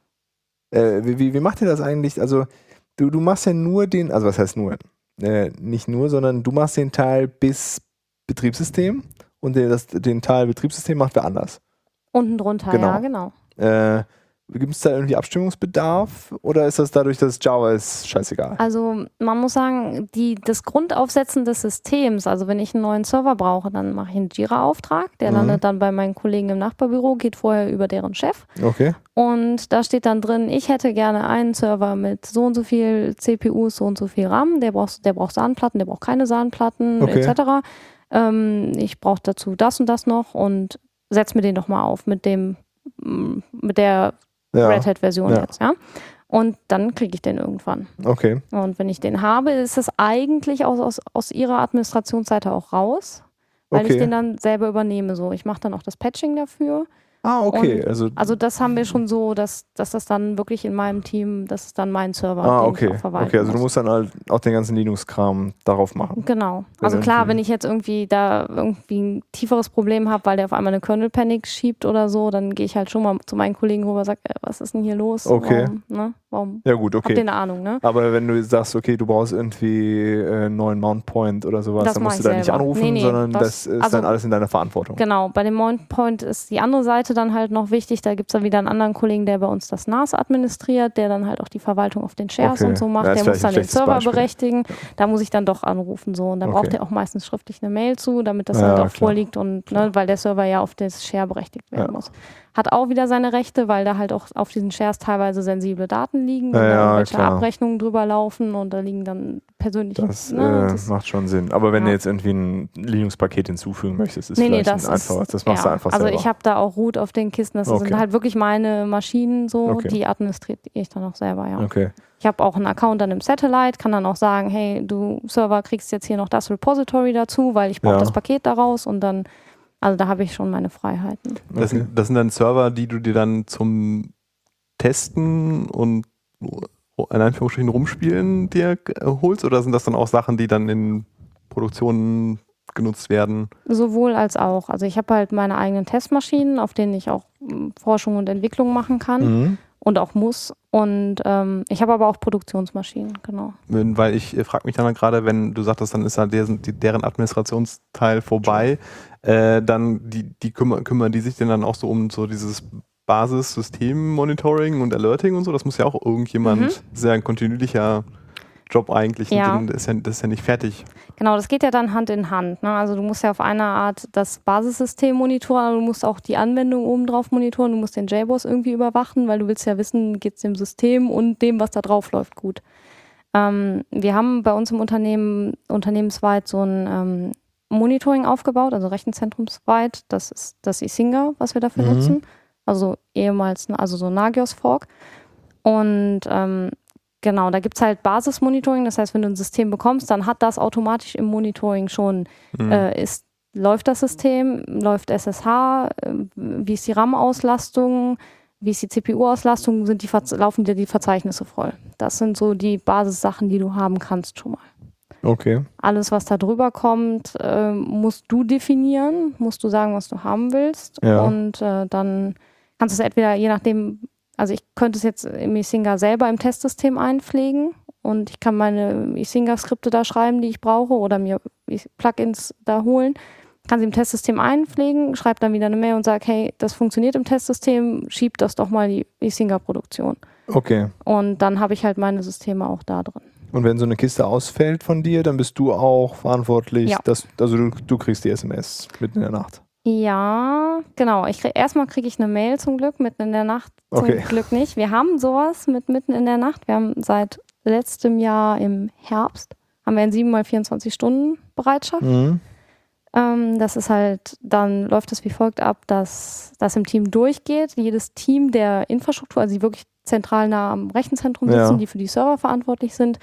äh, wie, wie, wie macht ihr das eigentlich? Also, du, du machst ja nur den, also was heißt nur? Äh, nicht nur, sondern du machst den Teil bis Betriebssystem und den, das, den Teil Betriebssystem macht wer anders. Unten drunter, Genau. ja, genau. Äh, Gibt es da irgendwie Abstimmungsbedarf oder ist das dadurch, dass Java ist, scheißegal? Also man muss sagen, die, das Grundaufsetzen des Systems, also wenn ich einen neuen Server brauche, dann mache ich einen Jira-Auftrag, der Mhm. landet dann bei meinen Kollegen im Nachbarbüro, geht vorher über deren Chef Okay. und da steht dann drin, ich hätte gerne einen Server mit so und so viel C P Us, so und so viel RAM, der braucht, der braucht SAN-Platten, der braucht keine SAN-Platten Okay. et cetera. Ähm, ich brauche dazu das und das noch und setz mir den doch mal auf mit dem, mm, mit der Ja, Red Hat-Version Ja. jetzt, ja. Und dann kriege ich den irgendwann. okay. Und wenn ich den habe, ist das eigentlich aus, aus, aus ihrer Administrationsseite auch raus, weil Okay. ich den dann selber übernehme. So, ich mache dann auch das Patching dafür. Ah, okay. Und- Also, Also das haben wir schon so, dass, dass das dann wirklich in meinem Team, das ist dann mein Server, ah, den okay. ich auch verwalten Okay, also du muss. musst dann halt auch den ganzen Linux-Kram darauf machen. Genau. Wenn Also klar, irgendwie- wenn ich jetzt irgendwie da irgendwie ein tieferes Problem habe, weil der auf einmal eine Kernel-Panic schiebt oder so, dann gehe ich halt schon mal zu meinen Kollegen rüber und sage, äh, was ist denn hier los? Okay. Warum, ne? Warum? Ja gut, Habt ihr okay. eine Ahnung, ne? Aber wenn du sagst, okay, du brauchst irgendwie äh, einen neuen Mount Point oder sowas, Das dann mach musst ich du da nicht selber. anrufen, Nee, nee, sondern das, das- ist also- dann alles in deiner Verantwortung. Genau, bei dem Mount Point ist die andere Seite dann halt noch wichtig. Da gibt es dann wieder einen anderen Kollegen, der bei uns das N A S administriert, der dann halt auch die Verwaltung auf den Shares Okay. und so macht. Ja, ist Der muss vielleicht dann ein den schlechtes Server Beispiel. berechtigen. Da muss ich dann doch anrufen. So. Und da braucht Okay. er auch meistens schriftlich eine Mail zu, damit das Ja, halt auch klar. vorliegt und ne, weil der Server ja auf das Share berechtigt werden Ja. muss. Hat auch wieder seine Rechte, weil da halt auch auf diesen Shares teilweise sensible Daten liegen und Ja, da ja, irgendwelche klar. Abrechnungen drüber laufen und da liegen dann persönliche. Das, ne, äh, das- macht schon Sinn. Aber wenn Ja. du jetzt irgendwie ein Linux-Paket hinzufügen möchtest, ist Nee, nee, vielleicht das ein ist, einfaches. Das machst ja. du einfach Also selber. ich habe da auch Root auf den Kisten. Das Okay. sind halt wirklich meine Maschinen so, Okay. die administriere ich dann auch selber, ja. Okay. Ich habe auch einen Account dann im Satellite, kann dann auch sagen, hey, du Server kriegst jetzt hier noch das Repository dazu, weil ich brauche Ja. das Paket daraus und dann, also da habe ich schon meine Freiheiten. Das, Okay. sind, das sind dann Server, die du dir dann zum Testen und in Anführungsstrichen rumspielen dir äh, holst, oder sind das dann auch Sachen, die dann in Produktionen genutzt werden? Sowohl als auch. Also ich habe halt meine eigenen Testmaschinen, auf denen ich auch m, Forschung und Entwicklung machen kann Mhm. und auch muss. Und ähm, ich habe aber auch Produktionsmaschinen, genau. Wenn, weil ich äh, frage mich dann halt gerade, wenn du sagtest, dann ist halt deren, die, deren Administrationsteil vorbei, äh, dann die, die kümmern, kümmern die sich denn dann auch so um so dieses Basis-System-Monitoring und Alerting und so? Das muss ja auch irgendjemand, Mhm. das ist ja ein kontinuierlicher Job eigentlich, Ja. und das ist ja, das ist ja nicht fertig. Genau, das geht ja dann Hand in Hand. Ne? Also du musst ja auf einer Art das Basissystem monitoren, aber du musst auch die Anwendung oben drauf monitoren, du musst den J B O S irgendwie überwachen, weil du willst ja wissen, geht es dem System und dem, was da drauf läuft, gut. Ähm, wir haben bei uns im Unternehmen unternehmensweit so ein ähm, Monitoring aufgebaut, also rechenzentrumsweit. Das ist das Isinga, was wir dafür Mhm. nutzen. Also ehemals, also so Nagios Fork. Und ähm, genau, da gibt es halt Basismonitoring. Das heißt, wenn du ein System bekommst, dann hat das automatisch im Monitoring schon, Mhm. äh, ist läuft das System, läuft S S H, äh, wie ist die RAM-Auslastung, wie ist die C P U-Auslastung, sind die, Ver- laufen dir die Verzeichnisse voll. Das sind so die Basissachen, die du haben kannst schon mal. Okay. Alles, was da drüber kommt, äh, musst du definieren, musst du sagen, was du haben willst. Ja. Und äh, dann kannst du es entweder, je nachdem, also ich könnte es jetzt im Isinga selber im Testsystem einpflegen und ich kann meine Isinga-Skripte da schreiben, die ich brauche oder mir Plugins da holen. Kann sie im Testsystem einpflegen, schreibe dann wieder eine Mail und sage, hey, das funktioniert im Testsystem, schieb das doch mal in die Isinga-Produktion. Okay. Und dann habe ich halt meine Systeme auch da drin. Und wenn so eine Kiste ausfällt von dir, dann bist du auch verantwortlich, Ja. dass, also du, du kriegst die S M S mitten in der Nacht. Ja, genau. Ich krieg, erstmal kriege ich eine Mail zum Glück, mitten in der Nacht zum Okay. Glück nicht. Wir haben sowas mit mitten in der Nacht. Wir haben seit letztem Jahr im Herbst, haben wir eine sieben mal vierundzwanzig Stunden Bereitschaft. Mhm. Ähm, das ist halt, dann läuft es wie folgt ab, dass das im Team durchgeht. Jedes Team der Infrastruktur, also die wirklich zentral nah am Rechenzentrum sitzen, Ja. die für die Server verantwortlich sind,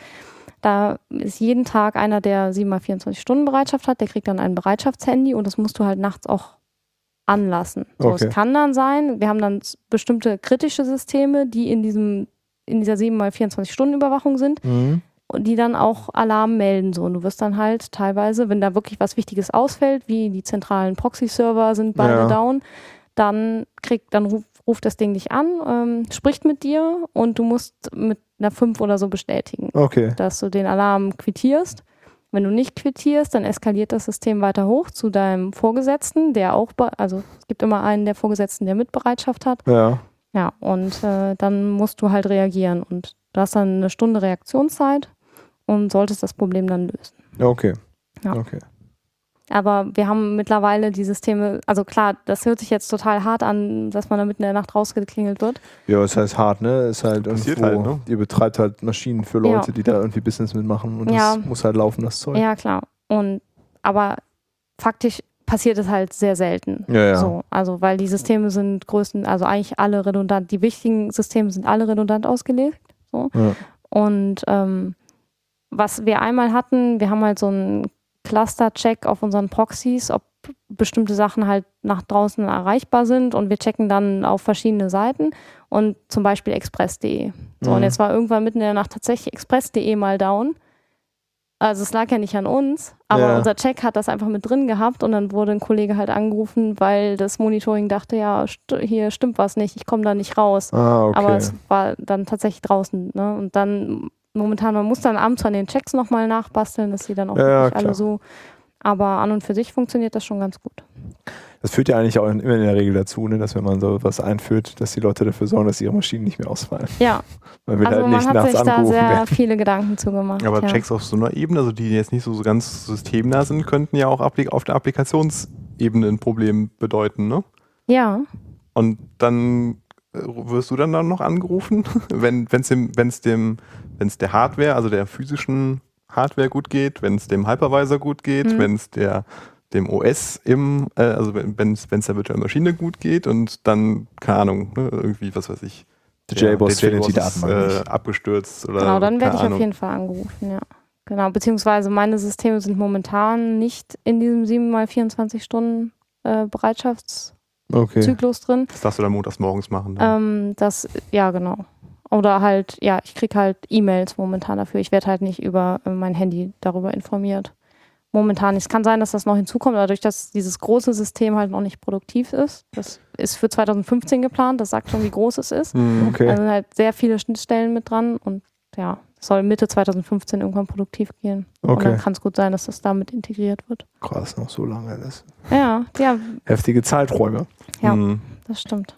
da ist jeden Tag einer, der sieben mal vierundzwanzig Stunden Bereitschaft hat, der kriegt dann ein Bereitschaftshandy und das musst du halt nachts auch anlassen. So, Okay. es kann dann sein, wir haben dann s- bestimmte kritische Systeme, die in diesem in dieser sieben mal vierundzwanzig Stunden Überwachung sind Mhm. und die dann auch Alarm melden. So. Und du wirst dann halt teilweise, wenn da wirklich was Wichtiges ausfällt, wie die zentralen Proxy-Server sind beide Ja. down, dann kriegt, dann ruf, ruft das Ding dich an, ähm, spricht mit dir und du musst mit einer fünf oder so bestätigen, Okay. dass du den Alarm quittierst. Wenn du nicht quittierst, dann eskaliert das System weiter hoch zu deinem Vorgesetzten, der auch, be- also es gibt immer einen der Vorgesetzten, der Mitbereitschaft hat. Ja. Ja, und äh, dann musst du halt reagieren und du hast dann eine Stunde Reaktionszeit und solltest das Problem dann lösen. Okay. Ja. Okay. Aber wir haben mittlerweile die Systeme, also klar, das hört sich jetzt total hart an, dass man da mitten in der Nacht rausgeklingelt wird. Ja, es heißt hart, ne? Es ist halt Passiert irgendwo, halt, ne? ihr betreibt halt Maschinen für Leute, Ja. die da irgendwie Business mitmachen und Ja. das muss halt laufen, das Zeug. Ja, klar. Und aber faktisch passiert es halt sehr selten. Ja, ja. So, also weil die Systeme sind größten, also eigentlich alle redundant, die wichtigen Systeme sind alle redundant ausgelegt. So. Ja. Und ähm, was wir einmal hatten, wir haben halt so einen Cluster-Check auf unseren Proxys, ob bestimmte Sachen halt nach draußen erreichbar sind und wir checken dann auf verschiedene Seiten und zum Beispiel express punkt de. So, Mhm. und jetzt war irgendwann mitten in der Nacht tatsächlich express punkt de mal down. Also es lag ja nicht an uns, aber Ja. unser Check hat das einfach mit drin gehabt und dann wurde ein Kollege halt angerufen, weil das Monitoring dachte, ja, st- hier stimmt was nicht, ich komme da nicht raus. Ah, okay. Aber es war dann tatsächlich draußen. Ne? Und dann momentan, man muss dann abends an den Checks nochmal nachbasteln, dass die dann auch Ja, ja, wirklich alle klar. so. Aber an und für sich funktioniert das schon ganz gut. Das führt ja eigentlich auch immer in der Regel dazu, ne, dass wenn man so was einführt, dass die Leute dafür sorgen, dass ihre Maschinen nicht mehr ausfallen. Ja, Weil wir also halt man nicht hat nachts sich da angerufen sehr werden. viele Gedanken zugemacht. Aber ja. Checks auf so einer Ebene, also die jetzt nicht so, so ganz systemnah sind, könnten ja auch appli- auf der Applikationsebene ein Problem bedeuten, ne? Ja, Und dann äh, wirst du dann, dann noch angerufen, wenn es dem, wenn's dem, wenn's der Hardware, also der physischen Hardware gut geht, wenn es dem Hypervisor gut geht, Mhm. wenn es der dem O S im, äh, also wenn es der virtuellen Maschine gut geht und dann, keine Ahnung, ne, irgendwie, was weiß ich, Die der- JBoss der findet die JBoss ist, Datenbank äh, nicht. abgestürzt oder genau, dann werde keine ich auf Ahnung. jeden Fall angerufen, ja. Genau, beziehungsweise meine Systeme sind momentan nicht in diesem sieben mal vierundzwanzig Stunden äh, Bereitschaftszyklus Okay. drin. Das darfst du dann montags morgens machen. Dann. Ähm, das, ja, genau. Oder halt, ja, ich kriege halt E-Mails momentan dafür. Ich werde halt nicht über äh, mein Handy darüber informiert. Momentan. Es kann sein, dass das noch hinzukommt, dadurch, dass dieses große System halt noch nicht produktiv ist. Das ist für zwanzig fünfzehn geplant, das sagt schon, wie groß es ist. Hm. Okay. Also sind halt sehr viele Schnittstellen mit dran und ja, es soll Mitte zwanzig fünfzehn irgendwann produktiv gehen. Und Okay. dann kann es gut sein, dass das damit integriert wird. Krass, noch so lange. Das Ja, ja, heftige Zeiträume. ja. Hm. das stimmt.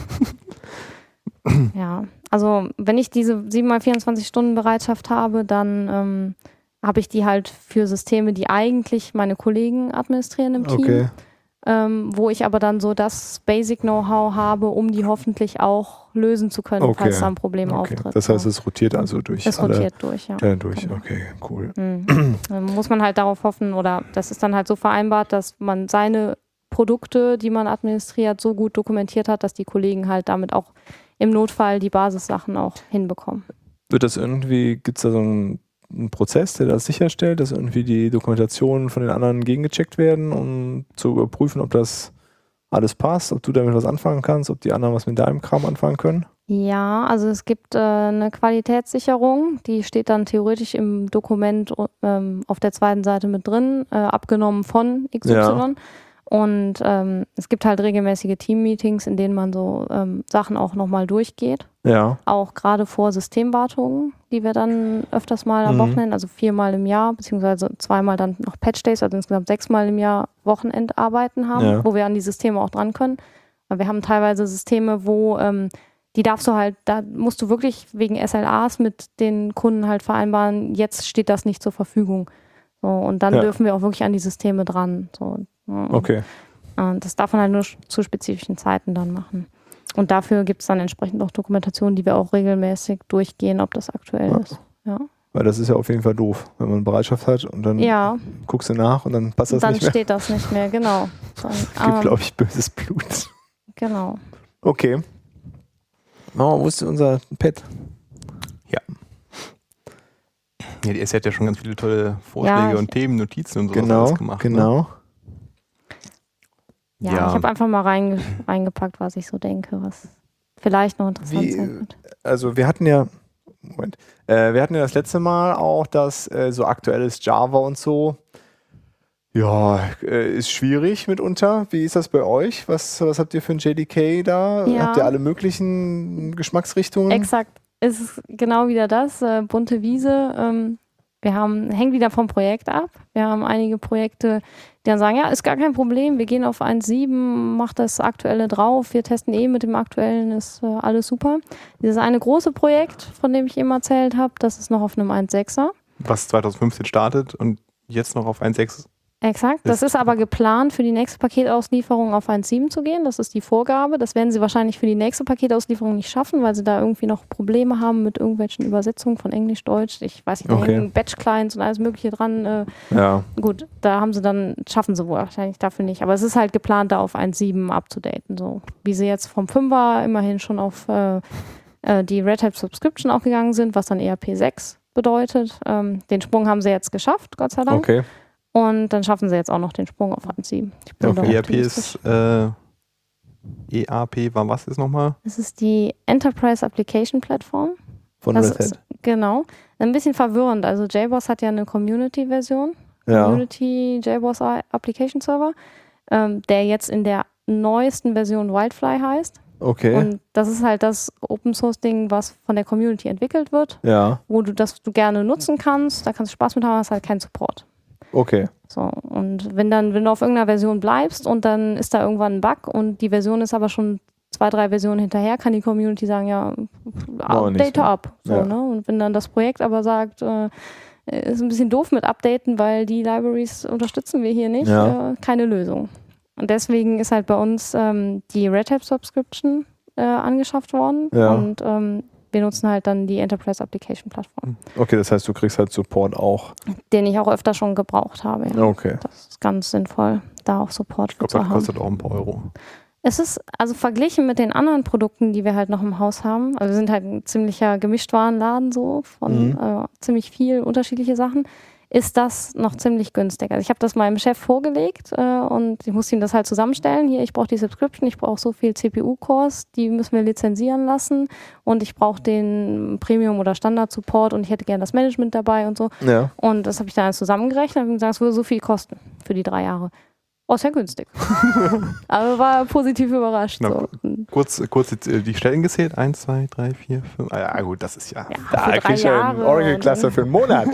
Ja, also wenn ich diese sieben mal vierundzwanzig Stunden Bereitschaft habe, dann ähm, habe ich die halt für Systeme, die eigentlich meine Kollegen administrieren im Team, Okay. ähm, wo ich aber dann so das Basic-Know-how habe, um die hoffentlich auch lösen zu können, Okay. falls da ein Problem okay. auftritt. Das heißt, ja. es rotiert also durch es alle rotiert durch, ja. Stellen durch. Genau. Okay, cool. Mhm. Dann muss man halt darauf hoffen, oder das ist dann halt so vereinbart, dass man seine Produkte, die man administriert, so gut dokumentiert hat, dass die Kollegen halt damit auch im Notfall die Basissachen auch hinbekommen. Wird das irgendwie, gibt es da so ein einen Prozess, der das sicherstellt, dass irgendwie die Dokumentationen von den anderen gegengecheckt werden, um zu überprüfen, ob das alles passt, ob du damit was anfangen kannst, ob die anderen was mit deinem Kram anfangen können? Ja, also es gibt äh, eine Qualitätssicherung, die steht dann theoretisch im Dokument ähm, auf der zweiten Seite mit drin, äh, abgenommen von X Y. Ja. Und ähm, es gibt halt regelmäßige Team-Meetings, in denen man so ähm, Sachen auch nochmal durchgeht. Ja. Auch gerade vor Systemwartungen, die wir dann öfters mal am mhm. Wochenende, also viermal im Jahr, beziehungsweise zweimal dann noch Patch-Days, also insgesamt sechsmal im Jahr Wochenendarbeiten haben, ja. wo wir an die Systeme auch dran können. Weil wir haben teilweise Systeme, wo ähm, die darfst du halt, da musst du wirklich wegen S L As mit den Kunden halt vereinbaren, jetzt steht das nicht zur Verfügung. So, und dann ja. dürfen wir auch wirklich an die Systeme dran. So. Okay. Und das darf man halt nur zu spezifischen Zeiten dann machen. Und dafür gibt es dann entsprechend auch Dokumentationen, die wir auch regelmäßig durchgehen, ob das aktuell ja. ist. Ja. Weil das ist ja auf jeden Fall doof, wenn man Bereitschaft hat und dann ja. guckst du nach und dann passt das dann nicht mehr. Dann steht das nicht mehr, genau. Dann, es gibt, ähm, glaube ich, böses Blut. Genau. Okay. Oh, wo ist unser Pad? Ja. Ja, die S C hat ja schon ganz viele tolle Vorschläge ja, und Themen, Notizen und sowas genau, alles gemacht. Genau, ne? Ja, ja, ich habe einfach mal reinge reingepackt, was ich so denke, was vielleicht noch interessant Wie, sein wird. Also wir hatten ja, Moment, äh, wir hatten ja das letzte Mal auch, dass äh, so aktuelles Java und so, ja, äh, ist schwierig mitunter. Wie ist das bei euch? Was, was habt ihr für ein J D K da? Ja. Habt ihr alle möglichen Geschmacksrichtungen? Exakt, es ist genau wieder das, äh, bunte Wiese. Ähm, wir haben, hängt wieder vom Projekt ab. Wir haben einige Projekte, die dann sagen, ja, ist gar kein Problem, wir gehen auf eins Punkt sieben, macht das Aktuelle drauf, wir testen eh mit dem Aktuellen, ist äh, alles super. Dieses eine große Projekt, von dem ich eben erzählt habe, das ist noch auf einem eins Punkt sechser. Was zwanzig fünfzehn startet und jetzt noch auf eins Punkt sechs. Exakt, das ist aber geplant, für die nächste Paketauslieferung auf eins Punkt sieben zu gehen. Das ist die Vorgabe. Das werden sie wahrscheinlich für die nächste Paketauslieferung nicht schaffen, weil sie da irgendwie noch Probleme haben mit irgendwelchen Übersetzungen von Englisch, Deutsch. Ich weiß nicht, da okay. hängen Batch-Clients und alles Mögliche dran. Äh, ja. Gut, da haben sie dann, schaffen sie wohl wahrscheinlich dafür nicht. Aber es ist halt geplant, da auf eins Punkt sieben abzudaten. So wie sie jetzt vom Fünfer immerhin schon auf äh, äh, die Red Hat Subscription auch gegangen sind, was dann E R P sechs bedeutet. Ähm, den Sprung haben sie jetzt geschafft, Gott sei Dank. Okay. Und dann schaffen sie jetzt auch noch den Sprung auf eins Punkt sieben. Okay. E R P ist, äh, E A P war was ist nochmal? Es ist die Enterprise Application Platform. Von das Red Hat. Ist, genau. Ein bisschen verwirrend. Also J BOSS hat ja eine Community-Version. Ja. Community J BOSS Application Server, ähm, der jetzt in der neuesten Version Wildfly heißt. Okay. Und das ist halt das Open-Source-Ding, was von der Community entwickelt wird, ja. wo du das du gerne nutzen kannst. Da kannst du Spaß mit haben, hast halt keinen Support. Okay. So, und wenn dann, wenn du auf irgendeiner Version bleibst und dann ist da irgendwann ein Bug und die Version ist aber schon zwei, drei Versionen hinterher, kann die Community sagen, ja, update up. So, ja. ne? Und wenn dann das Projekt aber sagt, äh, ist ein bisschen doof mit Updaten, weil die Libraries unterstützen wir hier nicht, ja. äh, keine Lösung. Und deswegen ist halt bei uns ähm, die Red Hat Subscription äh, angeschafft worden ja. und ähm, wir nutzen halt dann die Enterprise Application Plattform. Okay, das heißt, du kriegst halt Support auch. Den ich auch öfter schon gebraucht habe. Ja. Okay. Das ist ganz sinnvoll, da auch Support ich glaub, zu haben. Ich glaube, das kostet auch ein paar Euro. Es ist, also verglichen mit den anderen Produkten, die wir halt noch im Haus haben, also wir sind halt ein ziemlicher Gemischtwarenladen so, von mhm. äh, ziemlich viel unterschiedliche Sachen, ist das noch ziemlich günstig. Also ich habe das meinem Chef vorgelegt äh, und ich musste ihm das halt zusammenstellen. Hier, ich brauche die Subscription, ich brauche so viel C P U-Cores, die müssen wir lizenzieren lassen und ich brauche den Premium- oder Standard-Support und ich hätte gerne das Management dabei und so. Ja. Und das habe ich dann alles zusammengerechnet und gesagt, es würde so viel kosten für die drei Jahre. Oh, ist ja günstig. Aber war positiv überrascht. Genau. So. Kurz, kurz die, die Stellen gezählt. Eins, zwei, drei, vier, fünf. Ah ja, gut, das ist ja. Ja, da kriegst du einen Oracle-Cluster für einen Monat.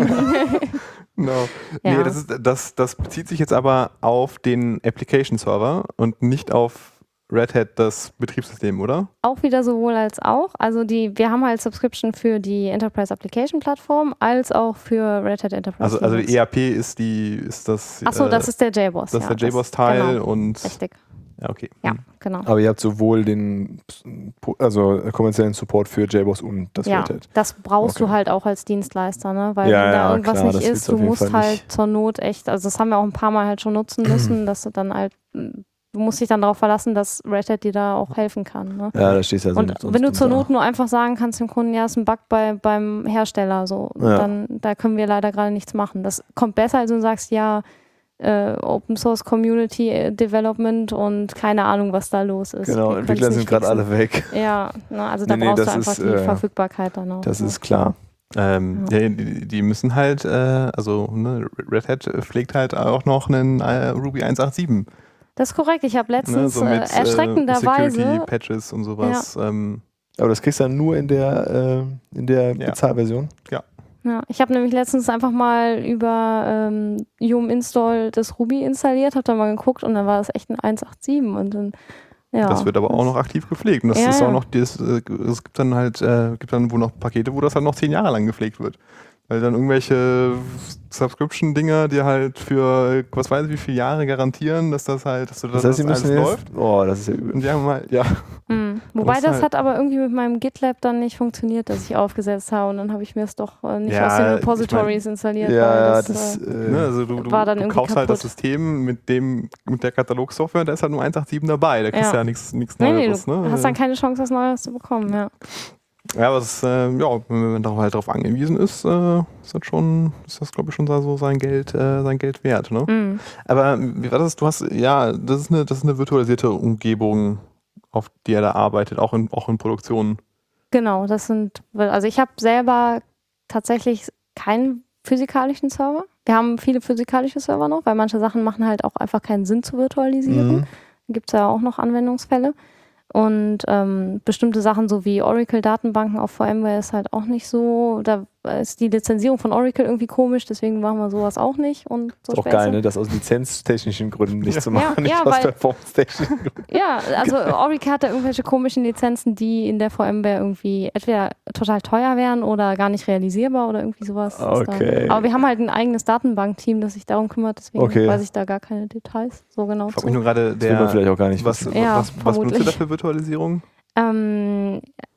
No. Ja. Nee, das, ist, das, das bezieht sich jetzt aber auf den Application-Server und nicht auf Red Hat, das Betriebssystem, oder? Auch wieder sowohl als auch. Also die, wir haben halt Subscription für die Enterprise Application Plattform als auch für Red Hat Enterprise. Also, also die E R P ist die, ist das. Achso, äh, das ist der J BOSS. Das ja, ist der J BOSS-Teil genau, und. Richtig. Ja, okay. Ja, Hm. genau. Aber ihr habt sowohl den also kommerziellen Support für J BOSS und das Ja, Red Hat. das brauchst Okay. du halt auch als Dienstleister, ne? Weil Ja, wenn da ja, irgendwas klar, das nicht willst ist, du du auf jeden musst Fall halt nicht. zur Not echt, also das haben wir auch ein paar Mal halt schon nutzen müssen, dass du dann halt du musst dich dann darauf verlassen, dass Red Hat dir da auch helfen kann. Ne? Ja, da stehst du ja Und sonst wenn du zur da. Not nur einfach sagen kannst dem Kunden, ja, ist ein Bug bei, beim Hersteller, so, Ja. dann da können wir leider gerade nichts machen. Das kommt besser, als wenn du sagst, ja, äh, Open Source Community äh, Development und keine Ahnung, was da los ist. Genau, Wir Entwickler können's sind nicht gerade fixen. alle weg. Ja, na, also da Nee, nee, brauchst du das einfach ist, die äh, Verfügbarkeit dann auch. Das ja. ist klar. Ähm, ja. die, die müssen halt, äh, also ne, Red Hat pflegt halt auch noch einen äh, Ruby eins Punkt acht Punkt sieben. Das ist korrekt. Ich habe Ne, letztens so mit äh, erschreckenderweise. äh, Security-Patches und sowas. Ja. Ähm, Aber das kriegst du dann nur in der, äh, in der Ja. Bezahlversion? ja. Ja, ich habe nämlich letztens einfach mal über ähm, yum install das Ruby installiert, habe da mal geguckt und dann war das echt ein eins Punkt acht Punkt sieben und dann ja. Das wird aber auch noch aktiv gepflegt. Und das Ja, ist ja. auch noch, das, äh, es gibt dann halt, äh, gibt dann wohl noch Pakete, wo das halt noch zehn Jahre lang gepflegt wird. Weil dann irgendwelche Subscription-Dinger dir halt für, was weiß ich, wie viele Jahre garantieren, dass das halt, dass du Das das, heißt, sie alles müssen jetzt, läuft. oh, das ist ja übel. Und die haben mal, ja. Mhm. Wobei Das das, halt- hat aber irgendwie mit meinem GitLab dann nicht funktioniert, das ich aufgesetzt habe und dann habe ich mir es doch äh, nicht Ja, aus den ich Repositories installiert. Ja, weil ja, das, das, äh, äh, Ne, also du, du, war dann du irgendwie kaufst halt das kaputt. System mit dem, mit der Katalogsoftware, da ist halt nur eins Punkt acht Punkt sieben dabei, da kriegst du Ja. ja nichts nichts nee, nee, Neues. du Ne? hast dann keine Chance, was Neues zu bekommen. Ja. Ja, aber es ist, äh, ja, wenn man darauf halt darauf angewiesen ist, äh, ist das schon, ist das glaube ich schon so sein Geld, äh, sein Geld wert. Ne? Mhm. Aber wie war das? Du hast, ja, das ist eine, das ist eine virtualisierte Umgebung, auf die er da arbeitet, auch in, auch in Produktionen. Genau, das sind, also ich habe selber tatsächlich keinen physikalischen Server. Wir haben viele physikalische Server noch, weil manche Sachen machen halt auch einfach keinen Sinn zu virtualisieren. Mhm. Da gibt es ja auch noch Anwendungsfälle. Und ähm, bestimmte Sachen, so wie Oracle-Datenbanken auf VMware, ist halt auch nicht so. Da ist die Lizenzierung von Oracle irgendwie komisch, deswegen machen wir sowas auch nicht. Und so ist auch Späße. geil, ne? Das aus lizenztechnischen Gründen nicht Ja. zu machen, Ja, nicht ja, aus weil- performance-technischen Gründen. Ja, also Oracle hat da irgendwelche komischen Lizenzen, die in der VMware irgendwie entweder total teuer wären oder gar nicht realisierbar oder irgendwie sowas. ist Okay. Da. Aber wir haben halt ein eigenes Datenbankteam, das sich darum kümmert, deswegen Okay. weiß ich da gar keine Details so genau Ich frage zu. mich nur gerade, Das will man der, vielleicht auch gar nicht was, wissen. Ja, was, was benutzt ihr vermutlich. da für Virtualisierung? Ähm,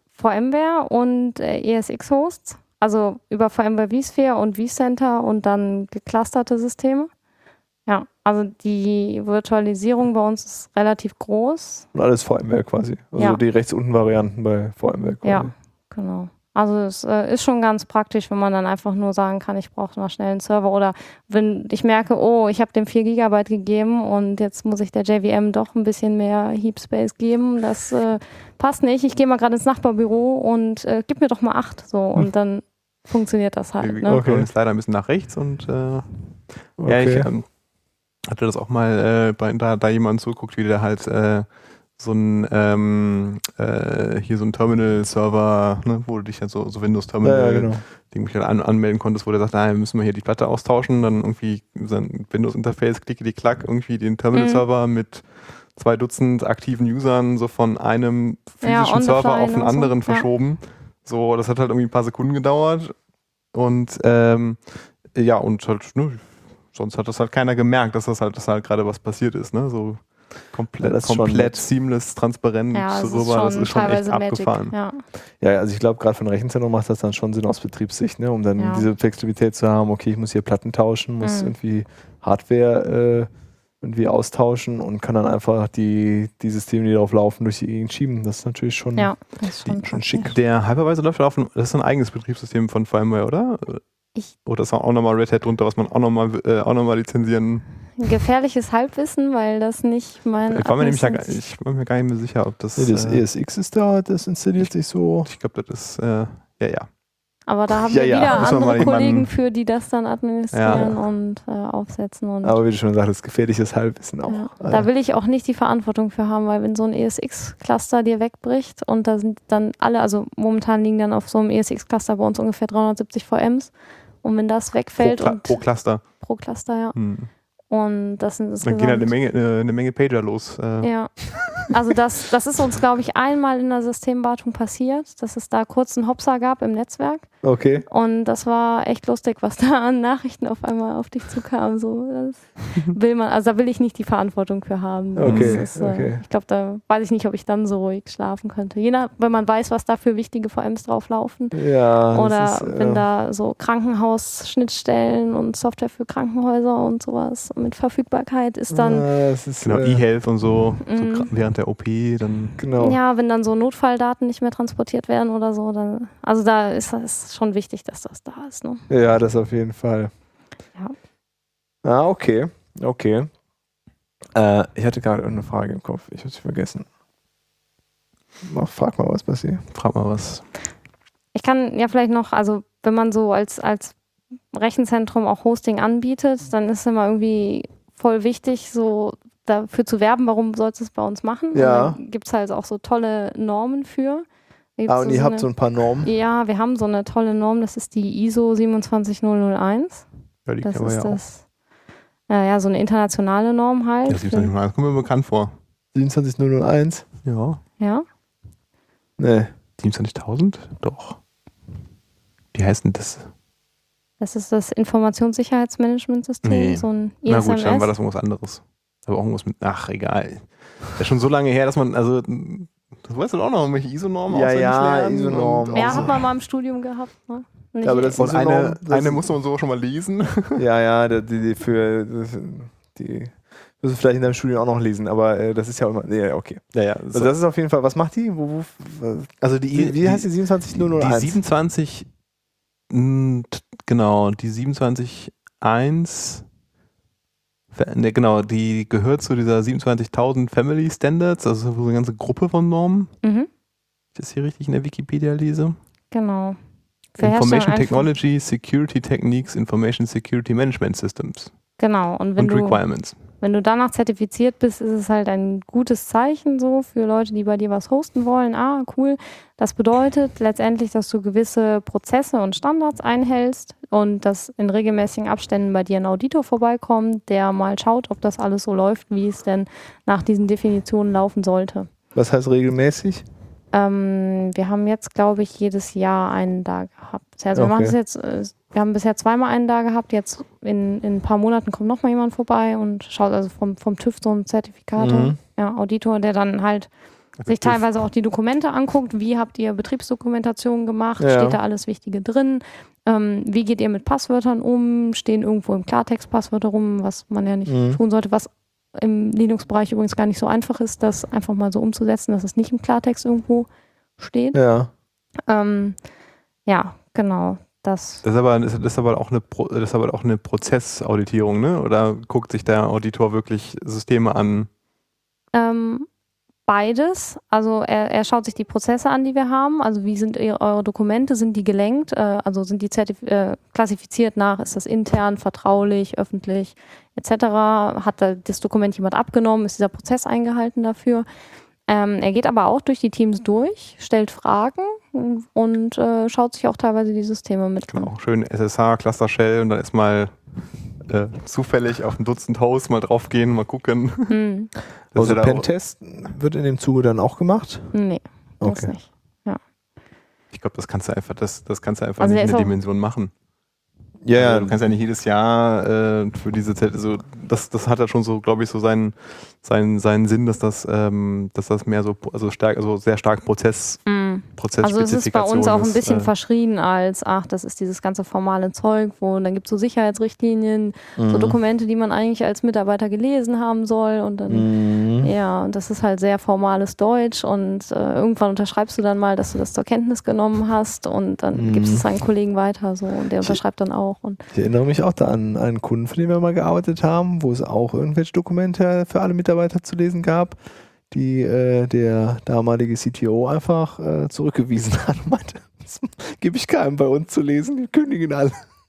VMware und äh, E S X-Hosts, also über VMware vSphere und vCenter und dann geclusterte Systeme. Ja, also die Virtualisierung bei uns ist relativ groß. Und alles VMware quasi. Also Ja. die rechts unten Varianten bei VMware quasi. Ja, genau. Also es äh, ist schon ganz praktisch, wenn man dann einfach nur sagen kann, ich brauche mal schnell einen Server oder wenn ich merke, oh, ich habe dem vier Gigabyte gegeben und jetzt muss ich der J V M doch ein bisschen mehr Heap Space geben, das äh, passt nicht, ich gehe mal gerade ins Nachbarbüro und äh, gib mir doch mal acht, so und dann funktioniert das halt. Ne? Okay. Okay. Ist leider ein bisschen nach rechts und äh, ja, Okay. ich ähm, hatte das auch mal, äh, bei, da, da jemand zuguckt, wie der halt äh, so ein ähm, äh, hier so ein Terminal-Server, ne, wo du dich halt so, so Windows-Terminal, Ja, ja, genau. den du dich halt an, anmelden konntest, wo der sagt, na, müssen wir hier die Platte austauschen, dann irgendwie sein Windows-Interface, klicke die Klack, irgendwie den Terminal-Server mit zwei Dutzend aktiven Usern so von einem Ja, physischen on the Server fly auf einen und so. anderen Ja. verschoben. So, das hat halt irgendwie ein paar Sekunden gedauert und ähm, ja, und halt, ne, sonst hat das halt keiner gemerkt, dass das halt, dass halt gerade was passiert ist, ne, so komplett, Ja, das ist schon komplett nett. seamless, transparent Ja, das ist rüber, das schon ist schon echt teilweise abgefahren. Magic. Ja. Ja, also ich glaube, gerade von Rechenzentrum macht das dann schon Sinn aus Betriebssicht, ne? Um dann Ja. diese Flexibilität zu haben, okay, ich muss hier Platten tauschen, muss Mhm. irgendwie Hardware äh, irgendwie austauschen und kann dann einfach die, die Systeme, die darauf laufen, durch die Gegend schieben. Das ist natürlich schon, Ja, das ist schon, schon praktisch. schick. Der Hypervisor läuft auf ein, das ist ein eigenes Betriebssystem von VMware, oder? Ich- Oder ist auch nochmal Red Hat drunter, was man auch nochmal äh, auch noch mal lizenzieren. Gefährliches Halbwissen, weil das nicht mein Ich war, mir nämlich ja, gar- Admin- ich war mir gar nicht mehr sicher, ob das. Nee, das äh, E S X ist da, das installiert sich so. ich glaube, das ist. Äh, ja, ja. Aber da haben Ja, wir ja, wieder müssen wir mal andere jemanden- Kollegen für, die das dann administrieren Ja. und äh, aufsetzen. Und Aber wie du schon sagst, gefährliches Halbwissen auch. ja. Äh, Da will ich auch nicht die Verantwortung für haben, weil wenn so ein E S X-Cluster dir wegbricht und da sind dann alle, also momentan liegen dann auf so einem E S X-Cluster bei uns ungefähr dreihundertsiebzig V Ms und wenn das Pro, wegfällt Cla und pro Cluster. pro Cluster, ja. Hm. Und das sind Dann insgesamt... gehen halt eine Menge, äh, eine Menge Pager los. Äh, Ja, also das, das ist uns, glaube ich, einmal in der Systemwartung passiert, dass es da kurz einen Hopser gab im Netzwerk. Okay. Und das war echt lustig, was da an Nachrichten auf einmal auf dich zukam. So, das will man, also da will ich nicht die Verantwortung für haben. Okay, Das ist, äh, okay. Ich glaube, da weiß ich nicht, ob ich dann so ruhig schlafen könnte. Je nach, wenn man weiß, was da für wichtige V Ms drauflaufen. Ja. Oder das ist, wenn äh, da so Krankenhausschnittstellen und Software für Krankenhäuser und sowas mit Verfügbarkeit ist dann. Ja, das ist, Genau, äh, E-Health und so, so Mhm. gra- während der O P, dann Genau. Ja, wenn dann so Notfalldaten nicht mehr transportiert werden oder so, dann, also da ist es schon wichtig, dass das da ist. Ne? Ja, das auf jeden Fall. Ja. Ah, okay. Okay. Äh, ich hatte gerade eine Frage im Kopf. Ich habe sie vergessen. Mach, frag mal was, Basti. frag mal was. Ich kann ja vielleicht noch, also wenn man so als, als Rechenzentrum auch Hosting anbietet, dann ist immer irgendwie voll wichtig, so dafür zu werben, warum sollst du es bei uns machen. Ja. Und da gibt es halt auch so tolle Normen für. Da gibt's Ah, und so ihr habt eine, so ein paar Normen. Ja, wir haben so eine tolle Norm, das ist die I S O siebenundzwanzig null null eins. Ja, die Das kennen wir ist ja auch. das, äh, ja, so eine internationale Norm halt. Ja, siebenundzwanzig Mal. Das kommt mir bekannt vor. siebenundzwanzig null null eins? Ja. Ja. Nee. siebenundzwanzigtausend? Doch. Wie heißt denn das? Das ist das Informationssicherheitsmanagementsystem, Nee. so ein I Na S M S. gut, dann war das irgendwas anderes. Aber auch irgendwas mit, ach, egal. Das ist schon so lange her, dass man, also, das weißt du auch noch, irgendwelche I S O-Normen Ja, auswendig ja, lernen I S O-Normen. und Ja, auch so. hat man mal im Studium gehabt. Ne? Nicht Ja, aber das Und ist so eine, Norm, das- eine musste man so schon mal lesen. Ja, ja, die, die, die für die wirst du vielleicht in deinem Studium auch noch lesen, aber äh, das ist ja immer. Ja, okay. Ja, ja. Also das ist auf jeden Fall. Was macht die? Wo, wo, Also die, wie, wie die, heißt die siebenundzwanzig null null die eins? siebenundzwanzig, mh, t- genau, die siebenundzwanzig eins, ne, genau, die gehört zu dieser siebenundzwanzigtausend Family Standards, also so eine ganze Gruppe von Normen. Mhm, Ich das hier richtig in der Wikipedia lese. genau. Für Information Hersteller Technology, Security Techniques, Information Security Management Systems Genau. Und wenn und du, Requirements. wenn du danach zertifiziert bist, ist es halt ein gutes Zeichen so für Leute, die bei dir was hosten wollen. Ah, cool. Das bedeutet letztendlich, dass du gewisse Prozesse und Standards einhältst und dass in regelmäßigen Abständen bei dir ein Auditor vorbeikommt, der mal schaut, ob das alles so läuft, wie es denn nach diesen Definitionen laufen sollte. Was heißt regelmäßig? Ähm, wir haben jetzt, glaube ich, jedes Jahr einen da gehabt. Also wir Okay. machen es jetzt, äh, wir haben bisher zweimal einen da gehabt, jetzt in, in ein paar Monaten kommt nochmal jemand vorbei und schaut also vom, vom TÜV so ein Zertifikat, Mhm. ja, Auditor, der dann halt sich teilweise auch die Dokumente anguckt. Wie habt ihr Betriebsdokumentation gemacht? Ja. Steht da alles Wichtige drin? Ähm, wie geht ihr mit Passwörtern um? Stehen irgendwo im Klartext Passwörter rum, was man ja nicht Mhm. tun sollte, was im Linux-Bereich übrigens gar nicht so einfach ist, das einfach mal so umzusetzen, dass es nicht im Klartext irgendwo steht. Ja. Ähm, ja, genau. Das, Das ist aber, das ist aber auch eine, Pro, das ist aber auch eine Prozessauditierung, ne? Oder guckt sich der Auditor wirklich Systeme an? ähm, beides. Also er, er schaut sich die Prozesse an, die wir haben. Also wie sind ihr, eure Dokumente? Sind die gelenkt? Äh, also sind die zertif- äh, klassifiziert nach, ist das intern, vertraulich, öffentlich et cetera? Hat da das Dokument jemand abgenommen? Ist dieser Prozess eingehalten dafür? Ähm, er geht aber auch durch die Teams durch, stellt Fragen und äh, schaut sich auch teilweise die Systeme mit an. Genau, schön S S H, Cluster Shell und dann erstmal äh, zufällig auf ein Dutzend Hosts mal draufgehen, mal gucken. Hm. Das Also ist ja da auch- Pentest wird in dem Zuge dann auch gemacht? Nee, das Okay. nicht. Ich glaube, das kannst du einfach, das, das kannst du einfach Also nicht der in ist der auch- Dimension machen. Ja, Also ja. du kannst ja nicht jedes Jahr äh, für diese Zeit, also das, das hat ja schon so, glaube ich, so seinen, seinen, seinen Sinn, dass das, ähm, dass das mehr so, also stark, also sehr stark Prozess, Mm. Also Prozessspezifikation es ist bei uns auch ein bisschen ist, äh, verschrien als, ach, das ist dieses ganze formale Zeug, wo dann gibt es so Sicherheitsrichtlinien, so Mhm. Dokumente, die man eigentlich als Mitarbeiter gelesen haben soll und dann, Mhm. ja, und das ist halt sehr formales Deutsch und äh, irgendwann unterschreibst du dann mal, dass du das zur Kenntnis genommen hast und dann Mhm. gibst du es einen Kollegen weiter so und der unterschreibt dann auch. Und Ich erinnere mich auch da an einen Kunden, für den wir mal gearbeitet haben, wo es auch irgendwelche Dokumente für alle Mitarbeiter zu lesen gab, die äh, der damalige C T O einfach äh, zurückgewiesen hat und meinte, das gebe ich keinem bei uns zu lesen, die kündigen alle.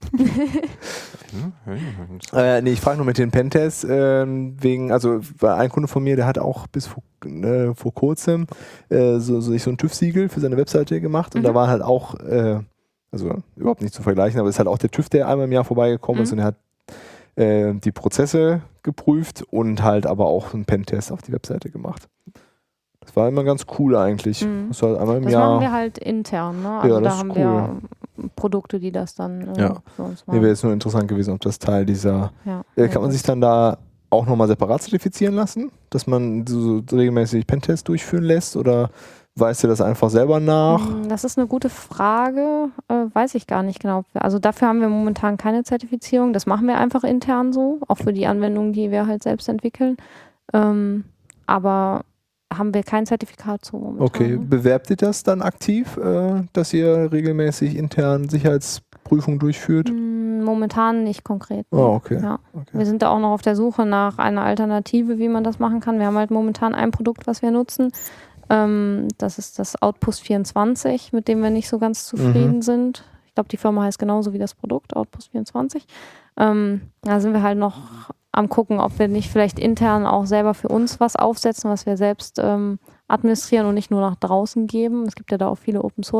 Äh, nee, ich frage nur mit den Pentests, ähm, wegen, also war ein Kunde von mir, der hat auch bis vor, äh, vor kurzem äh, so, so, sich so ein TÜV-Siegel für seine Webseite gemacht und Mhm. da war halt auch, äh, also überhaupt nicht zu vergleichen, aber es ist halt auch der TÜV, der einmal im Jahr vorbeigekommen Mhm. ist und er hat äh, die Prozesse geprüft und halt aber auch einen Pentest auf die Webseite gemacht. Das war immer ganz cool eigentlich. Mhm. Das war halt einmal im das Jahr. machen wir halt intern, ne? Also Ja, das da ist haben cool. wir Produkte, die das dann äh, Ja. für uns Mir machen. wäre jetzt nur interessant gewesen, ob das Teil dieser... Ja. Äh, kann man sich dann da auch nochmal separat zertifizieren lassen? Dass man so, so regelmäßig Pentests durchführen lässt? Oder weißt du das einfach selber nach? Hm, Das ist eine gute Frage, äh, weiß ich gar nicht genau. Also dafür haben wir momentan keine Zertifizierung. Das machen wir einfach intern so, auch für die Anwendungen, die wir halt selbst entwickeln. Ähm, aber haben wir kein Zertifikat zu momentan. Okay, Ne? bewerbt ihr das dann aktiv, äh, dass ihr regelmäßig intern Sicherheitsprüfungen durchführt? Hm, Momentan nicht konkret. ne? Oh, okay. Ja. okay. Wir sind da auch noch auf der Suche nach einer Alternative, wie man das machen kann. Wir haben halt momentan ein Produkt, was wir nutzen. Ähm, das ist das Outpost vierundzwanzig, mit dem wir nicht so ganz zufrieden Mhm. sind. Ich glaube, die Firma heißt genauso wie das Produkt, Outpost vierundzwanzig. Ähm, da sind wir halt noch am gucken, ob wir nicht vielleicht intern auch selber für uns was aufsetzen, was wir selbst ähm, administrieren und nicht nur nach draußen geben. Es gibt ja da auch viele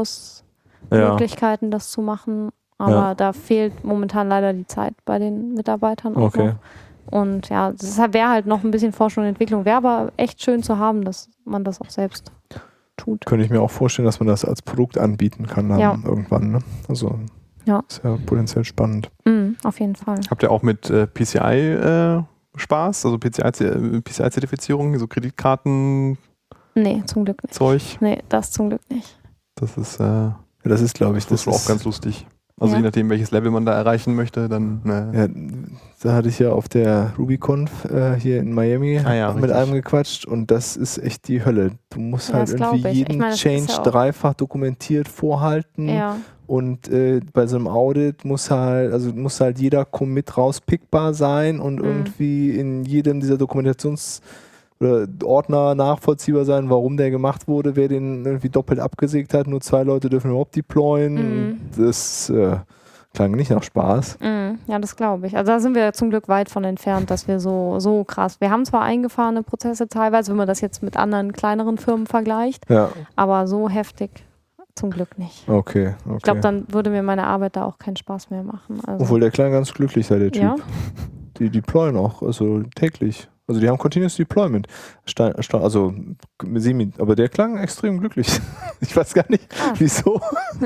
Open-Source-Möglichkeiten, Ja. das zu machen. Aber Ja. da fehlt momentan leider die Zeit bei den Mitarbeitern auch Okay. noch. Und ja, das wäre halt noch ein bisschen Forschung und Entwicklung. Wäre aber echt schön zu haben, dass man das auch selbst tut. Könnte ich mir auch vorstellen, dass man das als Produkt anbieten kann dann Ja. irgendwann. Ne? Also Ja. ist ja potenziell spannend. Mhm, auf jeden Fall. Habt ihr auch mit äh, P C I äh, Spaß? Also P C I-Zertifizierung, so Kreditkartenzeug? Nee, zum Glück nicht. Nee, das zum Glück nicht. Das ist, äh, Ja, das ist, glaube ich, das das ist auch ist, ganz lustig. Also Ja. je nachdem, welches Level man da erreichen möchte, dann äh, ja, da hatte ich ja auf der RubyConf äh, hier in Miami Ah ja, mit richtig. einem gequatscht und das ist echt die Hölle. Du musst Ja, halt das glaub irgendwie ich. jeden Ich meine, das ist Change ja auch- dreifach dokumentiert vorhalten. Ja, Und äh, bei so einem Audit muss halt, also muss halt jeder Commit rauspickbar sein und Mhm. irgendwie in jedem dieser Dokumentations- oder Ordner nachvollziehbar sein, warum der gemacht wurde, wer den irgendwie doppelt abgesägt hat. Nur zwei Leute dürfen überhaupt deployen. Mhm. Das äh, klang nicht nach Spaß. mhm. ja, das glaube ich. Also da sind wir zum Glück weit von entfernt, dass wir so, so krass. Wir haben zwar eingefahrene Prozesse teilweise, wenn man das jetzt mit anderen kleineren Firmen vergleicht, Ja, aber so heftig zum Glück nicht. okay. okay. Ich glaube, dann würde mir meine Arbeit da auch keinen Spaß mehr machen. Also, Obwohl der klang ganz glücklich sei, der Typ. ja, Die deployen auch, also täglich. Also die haben Continuous Deployment. Stein, Stein, also semi, aber der klang extrem glücklich. Ich weiß gar nicht, Ah. wieso.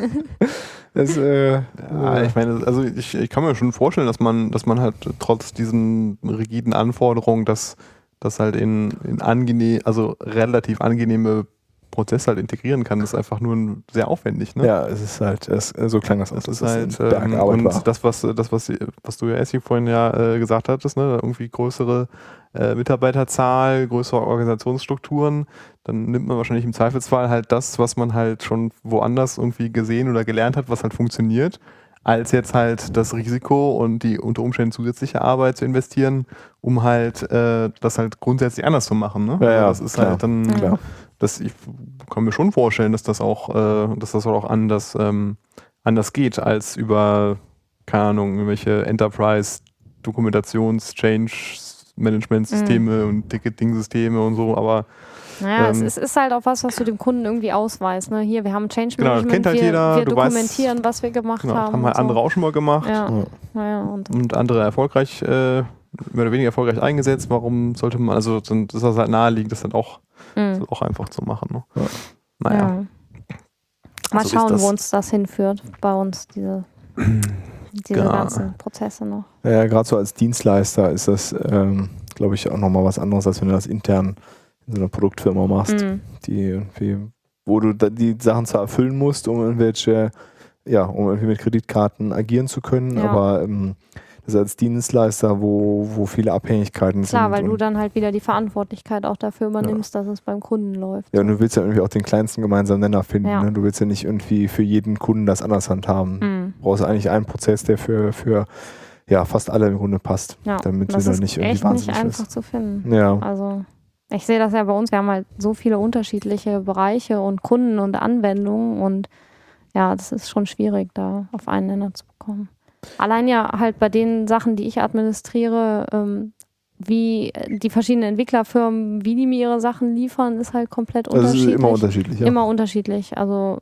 das, äh, ja, ich meine, also ich, ich kann mir schon vorstellen, dass man, dass man halt trotz diesen rigiden Anforderungen, dass das halt in, in angenehm, also relativ angenehme Prozesse halt integrieren kann, das ist einfach nur ein, sehr aufwendig, ne? ja, es ist halt, es, so klang das auch, Das dass ist halt, ein Berg ähm, Arbeit und war. das, was, das, was, was du ja Essi vorhin ja äh, gesagt hattest, ne, irgendwie größere äh, Mitarbeiterzahl, größere Organisationsstrukturen, dann nimmt man wahrscheinlich im Zweifelsfall halt das, was man halt schon woanders irgendwie gesehen oder gelernt hat, was halt funktioniert, als jetzt halt das Risiko und die unter Umständen zusätzliche Arbeit zu investieren, um halt äh, das halt grundsätzlich anders zu machen. Ne? Ja, ja, Also das ist klar. halt dann, Klar. das, ich kann mir schon vorstellen, dass das auch, äh, dass das auch anders, ähm, anders geht als über, keine Ahnung, irgendwelche Enterprise-Dokumentations-, Change-Management-Systeme und Ticketing-Systeme und so, aber naja, Ähm, es, es ist halt auch was, was du dem Kunden irgendwie ausweist. Ne? Hier, wir haben Change Genau, das Management, kennt halt wir, jeder, wir du weißt- dokumentieren, was wir gemacht genau, haben. haben halt und so. andere auch schon mal gemacht Ja, Ja. naja, und und andere erfolgreich, äh, mehr oder weniger erfolgreich eingesetzt. Warum sollte man, also dann ist das halt naheliegend, das dann auch, mhm. auch einfach zu machen. Ne? Ja. Naja. Ja. Mal So ist schauen, das. wo uns das hinführt, bei uns, diese, diese Ja. ganzen Prozesse noch. Ja, gerade so als Dienstleister ist das, ähm, glaube ich, auch nochmal was anderes, als wenn du das intern in so einer Produktfirma machst, Mhm. die irgendwie, wo du da die Sachen zwar erfüllen musst, um irgendwelche, ja, um irgendwie mit Kreditkarten agieren zu können, Ja. aber ähm, das ist als Dienstleister, wo, wo viele Abhängigkeiten Klar, sind. weil du und, dann halt wieder die Verantwortlichkeit auch dafür übernimmst, dass es beim Kunden läuft. ja, und du willst ja irgendwie auch den kleinsten gemeinsamen Nenner finden. Ja. Ne? Du willst ja nicht irgendwie für jeden Kunden das anders handhaben. Mhm. Du brauchst eigentlich einen Prozess, der für, für ja, fast alle im Grunde passt, Ja, damit das du da ist nicht irgendwie echt nicht wahnsinnig einfach wirst. zu finden. Ja. Also ich sehe das ja bei uns, wir haben halt so viele unterschiedliche Bereiche und Kunden und Anwendungen und ja, das ist schon schwierig, da auf einen Nenner zu bekommen. Allein ja halt bei den Sachen, die ich administriere, ähm, wie die verschiedenen Entwicklerfirmen, wie die mir ihre Sachen liefern, ist halt komplett Das ist unterschiedlich. immer unterschiedlich, ja. Immer unterschiedlich. Also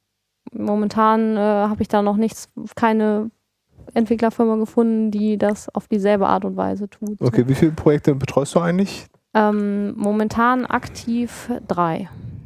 momentan äh, habe ich da noch nichts, keine Entwicklerfirma gefunden, die das auf dieselbe Art und Weise tut. Okay, wie viele Projekte betreust du eigentlich? Ähm, momentan aktiv drei.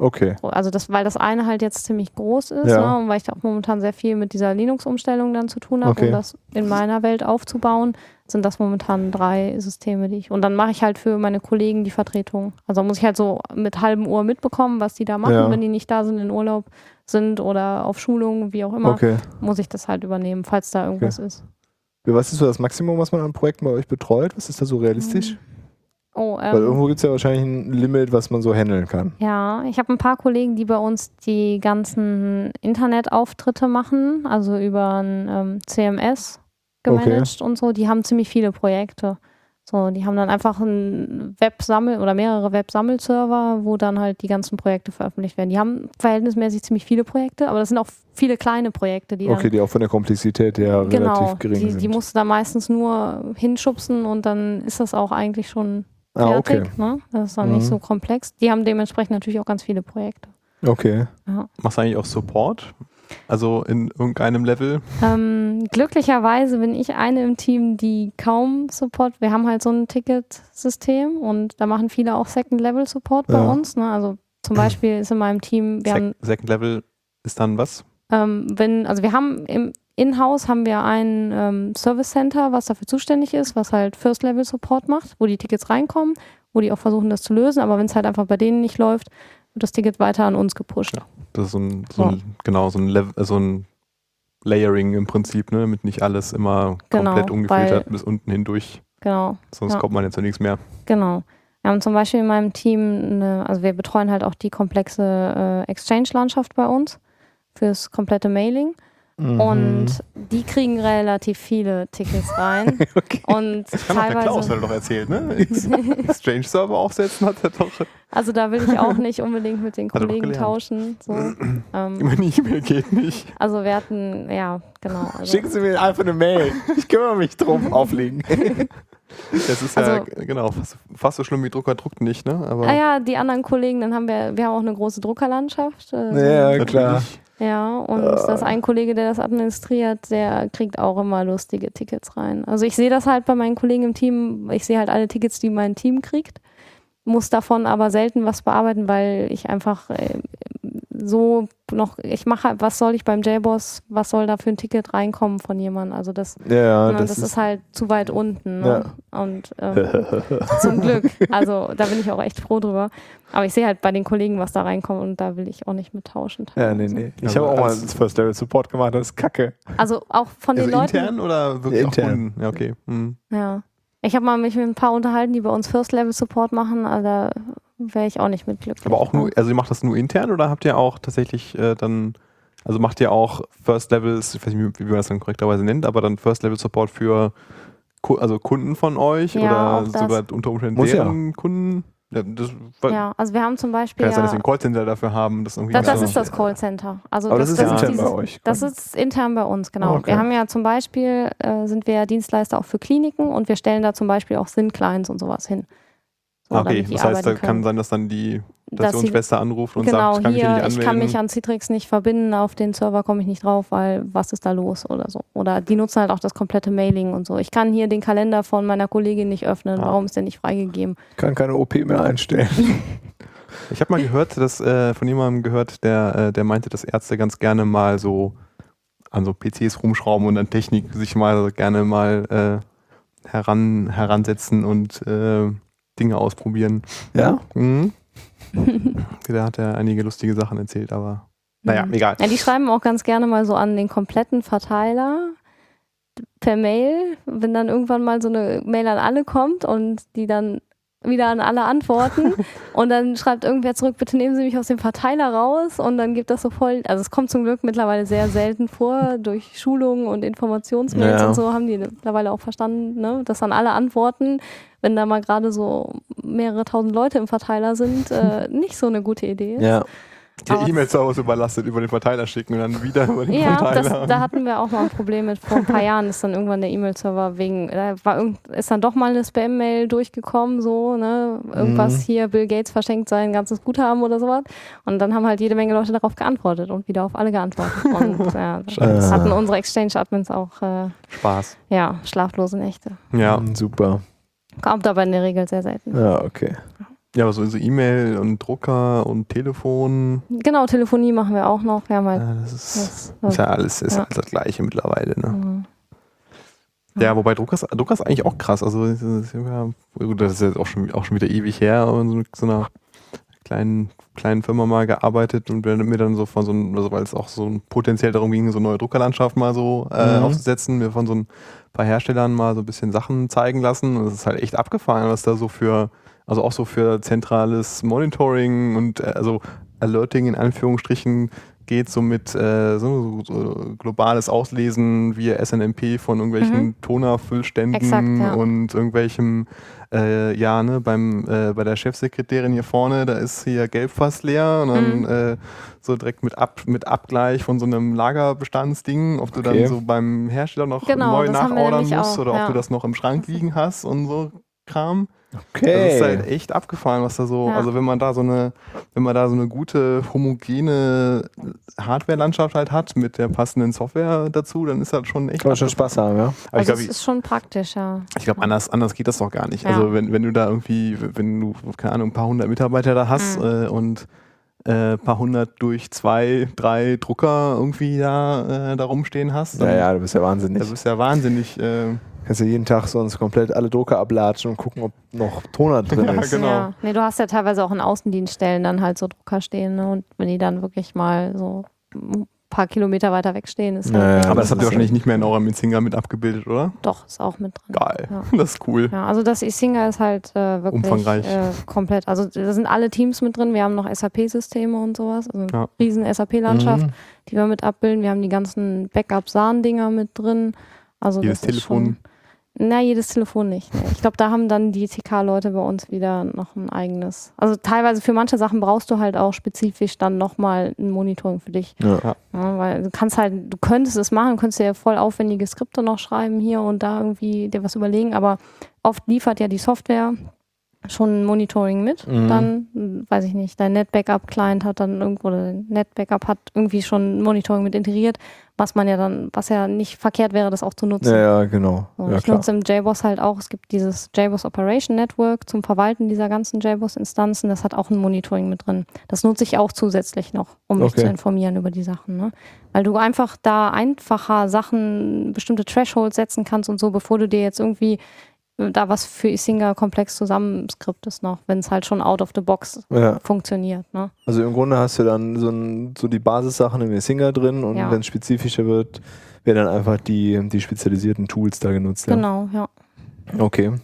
Okay. Also das, weil das eine halt jetzt ziemlich groß ist, Ja. ne, und weil ich auch momentan sehr viel mit dieser Linux-Umstellung dann zu tun habe, Okay. um das in meiner Welt aufzubauen, sind das momentan drei Systeme, die ich. Und dann mache ich halt für meine Kollegen die Vertretung. Also muss ich halt so mit halbem Ohr mitbekommen, was die da machen, Ja. wenn die nicht da sind, in Urlaub sind oder auf Schulungen, wie auch immer, Okay. muss ich das halt übernehmen, falls da irgendwas ist. Was ist so das Maximum, was man an Projekten bei euch betreut? Was ist da so realistisch? Oh, Weil ähm, irgendwo gibt es ja wahrscheinlich ein Limit, was man so handeln kann. ja, ich habe ein paar Kollegen, die bei uns die ganzen Internetauftritte machen, also über ein ähm, C M S gemanagt und so. Die haben ziemlich viele Projekte. So, die haben dann einfach ein Websammel oder mehrere Websammelserver, wo dann halt die ganzen Projekte veröffentlicht werden. Die haben verhältnismäßig ziemlich viele Projekte, aber das sind auch viele kleine Projekte, die Okay, dann die auch von der Komplexität her genau, relativ gering die, sind. die musst du da meistens nur hinschubsen und dann ist das auch eigentlich schon ah, okay. fertig. Ne? Das ist dann Mhm. nicht so komplex. Die haben dementsprechend natürlich auch ganz viele Projekte. Okay. Ja. Machst du eigentlich auch Support? Also in irgendeinem Level? Ähm, glücklicherweise bin ich eine im Team, die kaum Support, wir haben halt so ein Ticketsystem und da machen viele auch Second-Level-Support bei Ja. uns. Ne? Also zum Beispiel ist in meinem Team, wir Sec haben, Second Level ist dann was? ähm, wenn, also wir haben im In-House haben wir ein ähm, Service Center, was dafür zuständig ist, was halt First-Level-Support macht, wo die Tickets reinkommen, wo die auch versuchen, das zu lösen, aber wenn es halt einfach bei denen nicht läuft, wird das Ticket weiter an uns gepusht. Ja. Das ist so ein, so ein genau, so ein, Level, so ein Layering im Prinzip, ne? Damit nicht alles immer Genau, komplett ungefiltert weil- bis unten hindurch. Genau. Sonst Ja. kommt man ja zu nichts mehr. Genau. Wir haben zum Beispiel in meinem Team, eine, also wir betreuen halt auch die komplexe äh, Exchange-Landschaft bei uns fürs komplette Mailing. Mhm. Und die kriegen relativ viele Tickets rein. okay. Und Kann auch der Klaus, teilweise, hat er doch erzählt, ne? Exchange-Server aufsetzen hat er doch. also da will ich auch nicht unbedingt mit den Hat er doch Kollegen gelernt. tauschen. So. Ähm, Meine E-Mail geht nicht. also wir hatten, ja, genau. Also, Schicken Sie mir einfach eine Mail. Ich kümmere mich drum. Auflegen. Das ist ja Also- g- genau fast, fast so schlimm wie Drucker druckt nicht, ne? Aber ah ja, die anderen Kollegen, dann haben wir, wir haben auch eine große Druckerlandschaft. Äh, Ja, natürlich. klar. Ja, und das ist ein Kollege, der das administriert, der kriegt auch immer lustige Tickets rein. Also ich sehe das halt bei meinen Kollegen im Team, ich sehe halt alle Tickets, die mein Team kriegt, muss davon aber selten was bearbeiten, weil ich einfach äh, so noch, ich mache halt, was soll ich beim J-Boss, was soll da für ein Ticket reinkommen von jemandem? Also das, Ja, ja, ne, das, das, ist, ist halt zu weit unten. Ne? Und ähm, zum Glück, also da bin ich auch echt froh drüber. Aber ich sehe halt bei den Kollegen, was da reinkommt und da will ich auch nicht mit tauschen. Ja, nee, nee. Ich Also habe auch mal als- das First Level Support gemacht, das ist kacke. Also auch von den also Leuten. intern oder wirklich Ja, auch intern. Kunden? Ja, okay. Hm. Ja. Ich habe mal mich mit ein paar unterhalten, die bei uns First-Level-Support machen, also da wäre ich auch nicht mit glücklich. Aber auch nur, also ihr macht das nur intern oder habt ihr auch tatsächlich äh, dann, also macht ihr auch First Levels, ich weiß nicht, wie man das dann korrekterweise nennt, aber dann First Level Support für Ku- also Kunden von euch Ja, oder auch das. sogar unter Umständen Muss ja. deren Kunden? Ja, das weil- Ja, also wir haben zum Beispiel kann ja sein, ja, dass wir ein Callcenter dafür haben. Das, irgendwie das, das nicht- ist das Callcenter. Also Aber das, ist ja intern dieses- bei euch. Das ist intern bei uns, genau. Oh, okay. Wir haben ja zum Beispiel, äh, sind wir ja Dienstleister auch für Kliniken und wir stellen da zum Beispiel auch Syn-Clients und sowas hin. So, Ah, okay, damit die das heißt, da arbeiten kann können. sein, dass dann die Dass sie- Stationsschwester anruft und Genau, sagt, kann hier, ich hier ich nicht kann anmelden. mich an Citrix nicht verbinden, auf den Server komme ich nicht drauf, weil was ist da los oder so. Oder die nutzen halt auch das komplette Mailing und so. Ich kann hier den Kalender von meiner Kollegin nicht öffnen, Ah. warum ist der nicht freigegeben? Ich kann keine O P mehr einstellen. Ich habe mal gehört, dass äh, von jemandem gehört, der, äh, der meinte, dass Ärzte ganz gerne mal so an so P Cs rumschrauben und an Technik sich mal gerne mal äh, heran, heransetzen und äh, Dinge ausprobieren. Ja? Mhm. Da hat er einige lustige Sachen erzählt, aber naja, Mhm. egal. Ja, die schreiben auch ganz gerne mal so an den kompletten Verteiler per Mail, wenn dann irgendwann mal so eine Mail an alle kommt und die dann wieder an alle antworten und dann schreibt irgendwer zurück, bitte nehmen Sie mich aus dem Verteiler raus und dann gibt das so voll, also es kommt zum Glück mittlerweile sehr selten vor, durch Schulungen und Informationsmails Ja. und so haben die mittlerweile auch verstanden, ne, dass dann alle antworten, wenn da mal gerade so mehrere tausend Leute im Verteiler sind, äh, nicht so eine gute Idee ist. Ja. Der Aber- E-Mail-Server überlastet, über den Verteiler schicken und dann wieder über den Ja, Verteiler. das, da hatten wir auch mal ein Problem mit. Vor ein paar Jahren ist dann irgendwann der E-Mail-Server wegen, da war irgend, ist dann doch mal eine Spam-Mail durchgekommen, so, ne, irgendwas Mhm. hier, Bill Gates verschenkt sein ganzes Guthaben oder sowas. Und dann haben halt jede Menge Leute darauf geantwortet und wieder auf alle geantwortet. Und ja, Scheiße. hatten unsere Exchange-Admins auch, äh, Spaß. ja, schlaflose Nächte. Ja. Mhm, super. Kommt aber in der Regel sehr selten. Ja, okay. Ja, aber so, so E-Mail und Drucker und Telefon. Genau, Telefonie machen wir auch noch. Wir haben halt Ja, das ist, das, ist ja alles, ist ja. alles das Gleiche mittlerweile. Ne? Mhm. Ja, wobei Drucker ist, Drucker ist eigentlich auch krass. Also das ist, ja, gut, das ist jetzt auch schon, auch schon wieder ewig her, aber so mit so einer kleinen, kleinen Firma mal gearbeitet und mir dann so von so einem, also weil es auch so potenziell darum ging, so eine neue Druckerlandschaft mal so äh, Mhm. aufzusetzen, mir von so ein paar Herstellern mal so ein bisschen Sachen zeigen lassen. Und es ist halt echt abgefahren, was da so für, also auch so für zentrales Monitoring und äh, also Alerting in Anführungsstrichen geht, so mit äh, so, so globales Auslesen via S N M P von irgendwelchen Mhm. Tonerfüllständen Exakt, ja. und irgendwelchem, äh, ja, ne, beim, äh, bei der Chefsekretärin hier vorne, da ist hier gelb fast leer und dann Mhm. äh, so direkt mit, Ab, mit Abgleich von so einem Lagerbestandsding, ob du Okay. dann so beim Hersteller noch Genau, neu das haben wir nachordern nämlich musst auch, oder ob ja. du das noch im Schrank liegen hast und so Kram. Okay. Das ist halt echt abgefahren, was da so, Ja. also wenn man da so eine, wenn man da so eine gute, homogene Hardware-Landschaft halt hat mit der passenden Software dazu, dann ist das schon echt Kann man schon abgefahren. Spaß haben, ja. Aber ich Also glaube, es ist schon praktisch, ja. ich glaube, anders, anders geht das doch gar nicht. Ja. Also wenn, wenn du da irgendwie, wenn du, keine Ahnung, ein paar hundert Mitarbeiter da hast Mhm. äh, und ein äh, paar hundert durch zwei, drei Drucker irgendwie da, äh, da rumstehen hast, dann Ja, ja, du bist ja wahnsinnig. das ist ja wahnsinnig. Äh, Kannst du jeden Tag sonst komplett alle Drucker ablatschen und gucken, ob noch Toner drin Ja, ist. genau. Ja. Nee, du hast ja teilweise auch in Außendienststellen dann halt so Drucker stehen, ne? Und wenn die dann wirklich mal so ein paar Kilometer weiter wegstehen, ist Ja, halt ja, echt- aber das habt ihr ist wahrscheinlich nicht mehr in eurem Isinger mit abgebildet, oder? Doch, ist auch mit drin. Geil. Ja. Das ist cool. Ja, also das Isinger ist halt äh, wirklich Umfangreich. Äh, komplett. Also da sind alle Teams mit drin. Wir haben noch S A P-Systeme und sowas. Also Ja. eine riesen S A P-Landschaft, Mhm. die wir mit abbilden. Wir haben die ganzen Backup-S A N-Dinger mit drin. Also Jedes das ist Telefon. Schon, na, jedes Telefon nicht. Nee. Ich glaube, da haben dann die T K-Leute bei uns wieder noch ein eigenes. Also teilweise für manche Sachen brauchst du halt auch spezifisch dann nochmal ein Monitoring für dich. Ja. Ja, weil du kannst halt, du könntest es machen, könntest dir ja voll aufwendige Skripte noch schreiben hier und da irgendwie dir was überlegen, aber oft liefert ja die Software schon ein Monitoring mit. Mhm. Dann, hm, weiß ich nicht, dein NetBackup-Client hat dann irgendwo, oder dein NetBackup hat irgendwie schon ein Monitoring mit integriert, was man ja dann, was ja nicht verkehrt wäre, das auch zu nutzen. Ja, ja, genau. Und Ja, ich klar. nutze im J B O S halt auch, es gibt dieses J B O S Operation Network zum Verwalten dieser ganzen J B O S-Instanzen, das hat auch ein Monitoring mit drin. Das nutze ich auch zusätzlich noch, um mich Okay. zu informieren über die Sachen. Ne? Weil du einfach da einfacher Sachen, bestimmte Thresholds setzen kannst und so, bevor du dir jetzt irgendwie da was für Isinger komplex zusammenskriptest noch, wenn es halt schon out of the box Ja. funktioniert. Ne? Also im Grunde hast du dann so, ein, so die Basissachen im Isinger drin und Ja. wenn es spezifischer wird, werden dann einfach die, die spezialisierten Tools da genutzt. Ja. Genau, ja. Okay.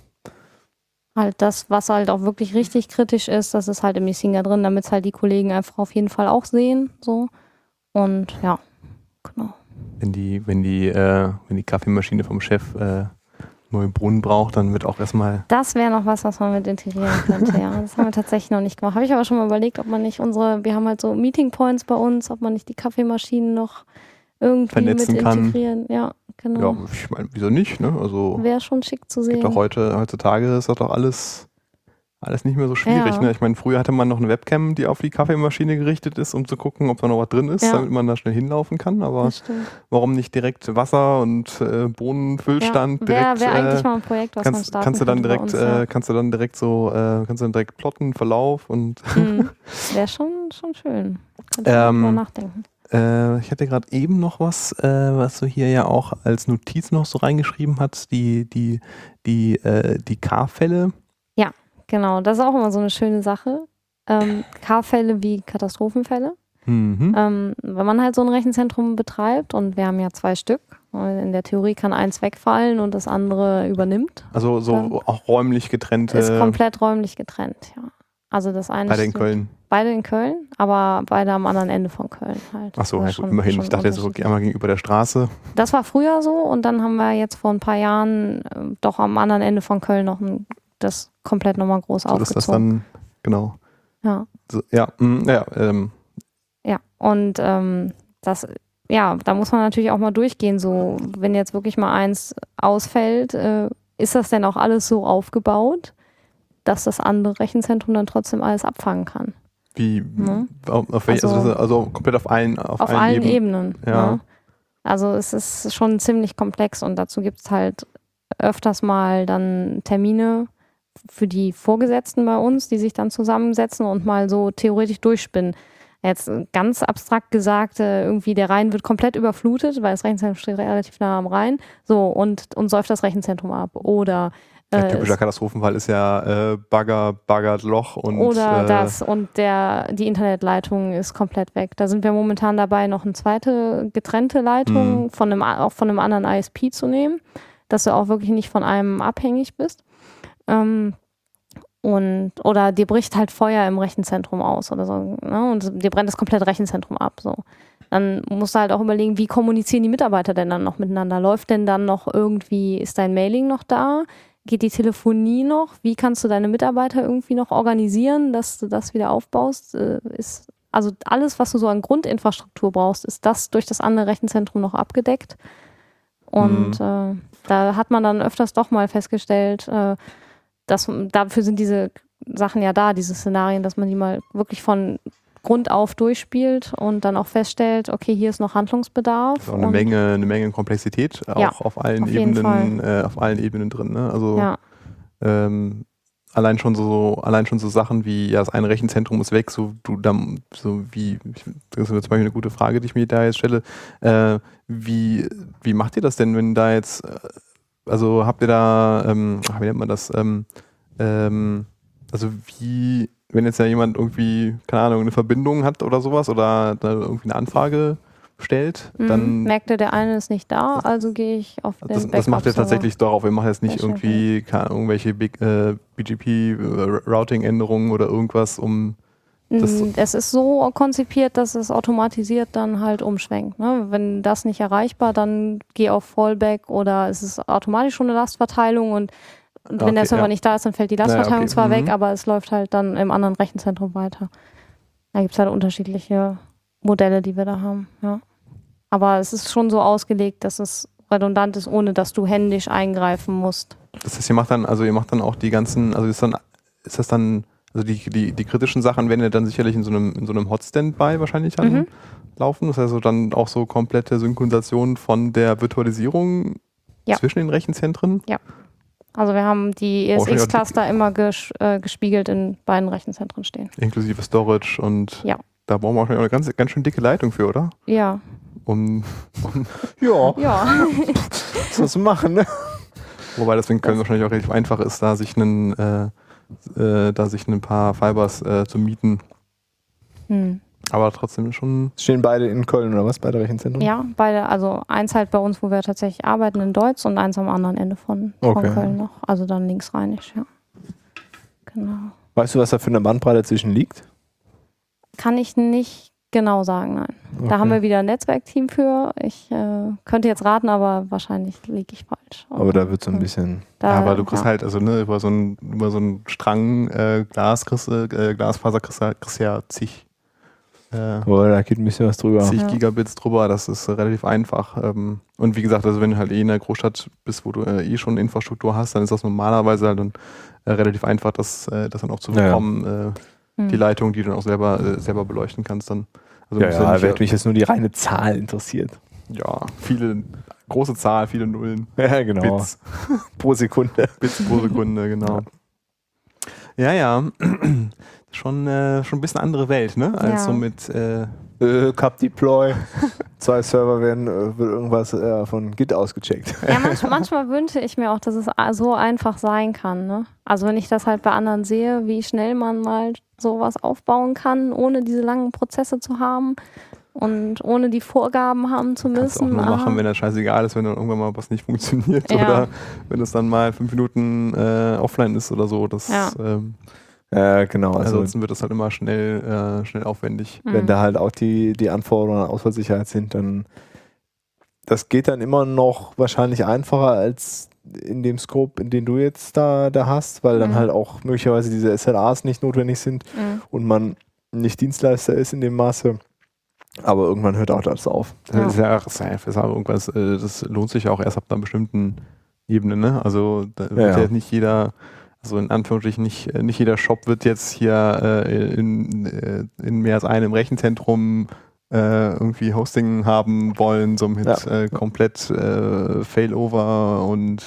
Halt das, was halt auch wirklich richtig kritisch ist, das ist halt im Isinger drin, damit es halt die Kollegen einfach auf jeden Fall auch sehen. So. Und ja, genau. Wenn die, wenn die, äh, wenn die Kaffeemaschine vom Chef äh, neue Brunnen braucht, dann wird auch erstmal. Das wäre noch was, was man mit integrieren könnte, ja. Das haben wir tatsächlich noch nicht gemacht. Habe ich aber schon mal überlegt, ob man nicht unsere, wir haben halt so Meeting Points bei uns, ob man nicht die Kaffeemaschinen noch irgendwie Vernetzen mit kann. integrieren. Ja, genau. Ja, ich meine, wieso nicht, ne? Also Wäre schon schick zu gibt sehen. doch heute, heutzutage ist das doch alles, alles nicht mehr so schwierig, Ja. ne? Ich meine, früher hatte man noch eine Webcam, die auf die Kaffeemaschine gerichtet ist, um zu gucken, ob da noch was drin ist, Ja. damit man da schnell hinlaufen kann. Aber Das stimmt. warum nicht direkt Wasser und äh, Bohnenfüllstand Ja, wäre direkt? wär äh, eigentlich mal ein Projekt, was man kannst, starten kannst du dann könnte bei direkt, uns, ja. äh, kannst du dann direkt so, äh, kannst du dann direkt plotten, Verlauf und Mhm. Wäre schon, schon schön. Könnte Ähm, man mal nachdenken. Äh, ich hatte gerade eben noch was, äh, was du hier ja auch als Notiz noch so reingeschrieben hast, die, die, die, äh, die K-Fälle. Genau, das ist auch immer so eine schöne Sache. Ähm, K-Fälle wie Katastrophenfälle. Mhm. Ähm, wenn man halt so ein Rechenzentrum betreibt und wir haben ja zwei Stück, in der Theorie kann eins wegfallen und das andere übernimmt. Also so dann auch räumlich getrennte. Ist komplett räumlich getrennt, ja. Also das eine beide in steht- Köln. Beide in Köln, aber beide am anderen Ende von Köln halt. Achso, Das ja, ist gut, schon- immerhin. schon Ich dachte jetzt so unterschiedlich. einmal gegenüber der Straße. Das war früher so und dann haben wir jetzt vor ein paar Jahren äh, doch am anderen Ende von Köln noch ein, das komplett nochmal groß So dass aufgezogen. das dann, genau. ja. So, ja, mm, ja, ähm, Ja, und ähm, das, ja, da muss man natürlich auch mal durchgehen, so, wenn jetzt wirklich mal eins ausfällt, äh, ist das denn auch alles so aufgebaut, dass das andere Rechenzentrum dann trotzdem alles abfangen kann? wie, Ne? auf, auf welch, also, Also- das- also komplett auf allen, auf, Auf allen, allen Ebenen. Ebenen. Ja. Ne? Also es ist schon ziemlich komplex und dazu gibt es halt öfters mal dann Termine für die Vorgesetzten bei uns, die sich dann zusammensetzen und mal so theoretisch durchspinnen. Jetzt ganz abstrakt gesagt, äh, irgendwie der Rhein wird komplett überflutet, weil das Rechenzentrum steht relativ nah am Rhein, so, und, und säuft das Rechenzentrum ab. Oder Ein äh, typischer Katastrophenfall ist ja äh, Bagger, baggert Loch und Oder äh, das und der, die Internetleitung ist komplett weg. Da sind wir momentan dabei, noch eine zweite getrennte Leitung Mhm. von einem, auch von einem anderen I S P zu nehmen, dass du auch wirklich nicht von einem abhängig bist. Ähm, und, oder dir bricht halt Feuer im Rechenzentrum aus oder so, ne? Und dir brennt das komplette Rechenzentrum ab. So. Dann musst du halt auch überlegen, wie kommunizieren die Mitarbeiter denn dann noch miteinander? Läuft denn dann noch irgendwie, ist dein Mailing noch da? Geht die Telefonie noch? Wie kannst du deine Mitarbeiter irgendwie noch organisieren, dass du das wieder aufbaust? Äh, ist, also alles, was du so an Grundinfrastruktur brauchst, ist das durch das andere Rechenzentrum noch abgedeckt. Und äh, da hat man dann öfters doch mal festgestellt, äh, dass dafür sind diese Sachen ja da, diese Szenarien, dass man die mal wirklich von Grund auf durchspielt und dann auch feststellt, okay, hier ist noch Handlungsbedarf. ist auch eine und, Menge, eine Menge Komplexität auch Ja, auf allen auf jeden Ebenen, äh, auf allen Ebenen drin. Ne? Also Ja, ähm, allein schon so, allein schon so Sachen wie, ja, das eine Rechenzentrum ist weg, so du dann, so wie, das ist zum Beispiel eine gute Frage, die ich mir da jetzt stelle. Äh, wie, wie macht ihr das denn, wenn da jetzt, äh, also habt ihr da, ähm, ach, wie nennt man das, ähm, ähm, also wie, wenn jetzt ja jemand irgendwie, keine Ahnung, eine Verbindung hat oder sowas oder da irgendwie eine Anfrage stellt, mhm. dann merkte, der eine ist nicht da, also gehe ich auf den das, das macht ihr Backup-Server. tatsächlich darauf, ihr macht jetzt nicht Sehr schön, irgendwie keine Ahnung, irgendwelche Big, äh, B G P-Routing-Änderungen oder irgendwas, um das- Mm, Es ist so konzipiert, dass es automatisiert dann halt umschwenkt. Ne? Wenn das nicht erreichbar, dann geh auf Fallback oder es ist automatisch schon eine Lastverteilung und, und wenn Okay, der Server ja. nicht da ist, dann fällt die Lastverteilung Ja, okay. zwar Mhm. weg, aber es läuft halt dann im anderen Rechenzentrum weiter. Da gibt es halt unterschiedliche Modelle, die wir da haben. Ja. Aber es ist schon so ausgelegt, dass es redundant ist, ohne dass du händisch eingreifen musst. Das heißt, ihr macht dann, also ihr macht dann auch die ganzen, also ist dann, ist das dann, also die, die, die kritischen Sachen werden ja dann sicherlich in so einem, in so einem Hot-Standby wahrscheinlich dann Mhm. laufen. Das heißt also dann auch so komplette Synchronisation von der Virtualisierung Ja. zwischen den Rechenzentren. Also wir haben die Oh, schon ja, ESX-Cluster immer ges äh, gespiegelt in beiden Rechenzentren stehen. Inklusive Storage und Ja. da brauchen wir auch eine ganz, ganz schön dicke Leitung für, oder? Ja, Um, Ja, ja. was willst du machen, ne? wobei das in Köln wahrscheinlich auch relativ einfach ist, da sich einen, äh, äh, da sich ein paar Fibers äh, zu mieten. Hm. Aber trotzdem schon. Stehen beide in Köln oder was? Beide Rechenzentren? Ja, beide, also eins halt bei uns, wo wir tatsächlich arbeiten in Deutsch und eins am anderen Ende von, von Okay. Köln noch. Also dann linksrheinisch, ja. Genau. Weißt du, was da für eine Bandbreite zwischen liegt? Kann ich nicht genau sagen, nein. Da Okay. haben wir wieder ein Netzwerkteam für. Ich äh, könnte jetzt raten, aber wahrscheinlich liege ich falsch. Aber da wird so ein Hm. bisschen. Da, Ja, aber du kriegst ja. halt, also ne, über so einen, über so einen Strang äh, Glas kriegst, du, äh, Glasfaser kriegst, du- kriegst du ja zig, äh, Oh, da geht ein bisschen was drüber. zig Ja. Gigabits drüber, das ist äh, relativ einfach. Ähm, und wie gesagt, also wenn du halt eh in der Großstadt bist, wo du äh, eh schon Infrastruktur hast, dann ist das normalerweise halt dann äh, relativ einfach, das, äh, das dann auch zu Ja, ja. bekommen, äh, Hm. die Leitung, die du dann auch selber, äh, selber beleuchten kannst dann. Also Ja, musst ja, du da nicht, wird mich jetzt nur die reine Zahl interessiert. ja, viele, große Zahl, viele Nullen. Ja, genau. Bits. Pro Sekunde. Bits pro Sekunde, genau. Ja, ja. Schon, äh, schon ein bisschen andere Welt, ne? Als Ja. so mit. Äh, Äh, Cup Deploy. Zwei Server werden, äh, wird irgendwas äh, von Git ausgecheckt. Ja, manch, manchmal wünsche ich mir auch, dass es a- so einfach sein kann. Ne? Also wenn ich das halt bei anderen sehe, wie schnell man mal sowas aufbauen kann, ohne diese langen Prozesse zu haben und ohne die Vorgaben haben zu kannst du auch müssen. nur Ah, machen, wenn das scheißegal ist, wenn dann irgendwann mal was nicht funktioniert Ja. oder wenn es dann mal fünf Minuten äh, offline ist oder so. Das, Ja. ähm, Äh, genau, also ansonsten wird das halt immer schnell, äh, schnell aufwendig. hm. wenn da halt auch die, die Anforderungen an Ausfallsicherheit sind, dann das geht dann immer noch wahrscheinlich einfacher als in dem Scope, in den du jetzt da, da hast, weil dann Mhm. halt auch möglicherweise diese S L As nicht notwendig sind Mhm. und man nicht Dienstleister ist in dem Maße. Aber irgendwann hört auch das auf. Ja. Das ist ja, das ist ja, das ist ja irgendwas, äh, das lohnt sich ja auch erst ab einer bestimmten Ebene, ne? Also da wird Ja, ja ja. nicht jeder, also in Anführungsstrichen nicht, äh, nicht jeder Shop wird jetzt hier äh, in, äh, in mehr als einem Rechenzentrum äh, irgendwie Hosting haben wollen, so mit Ja. äh, komplett äh, Failover und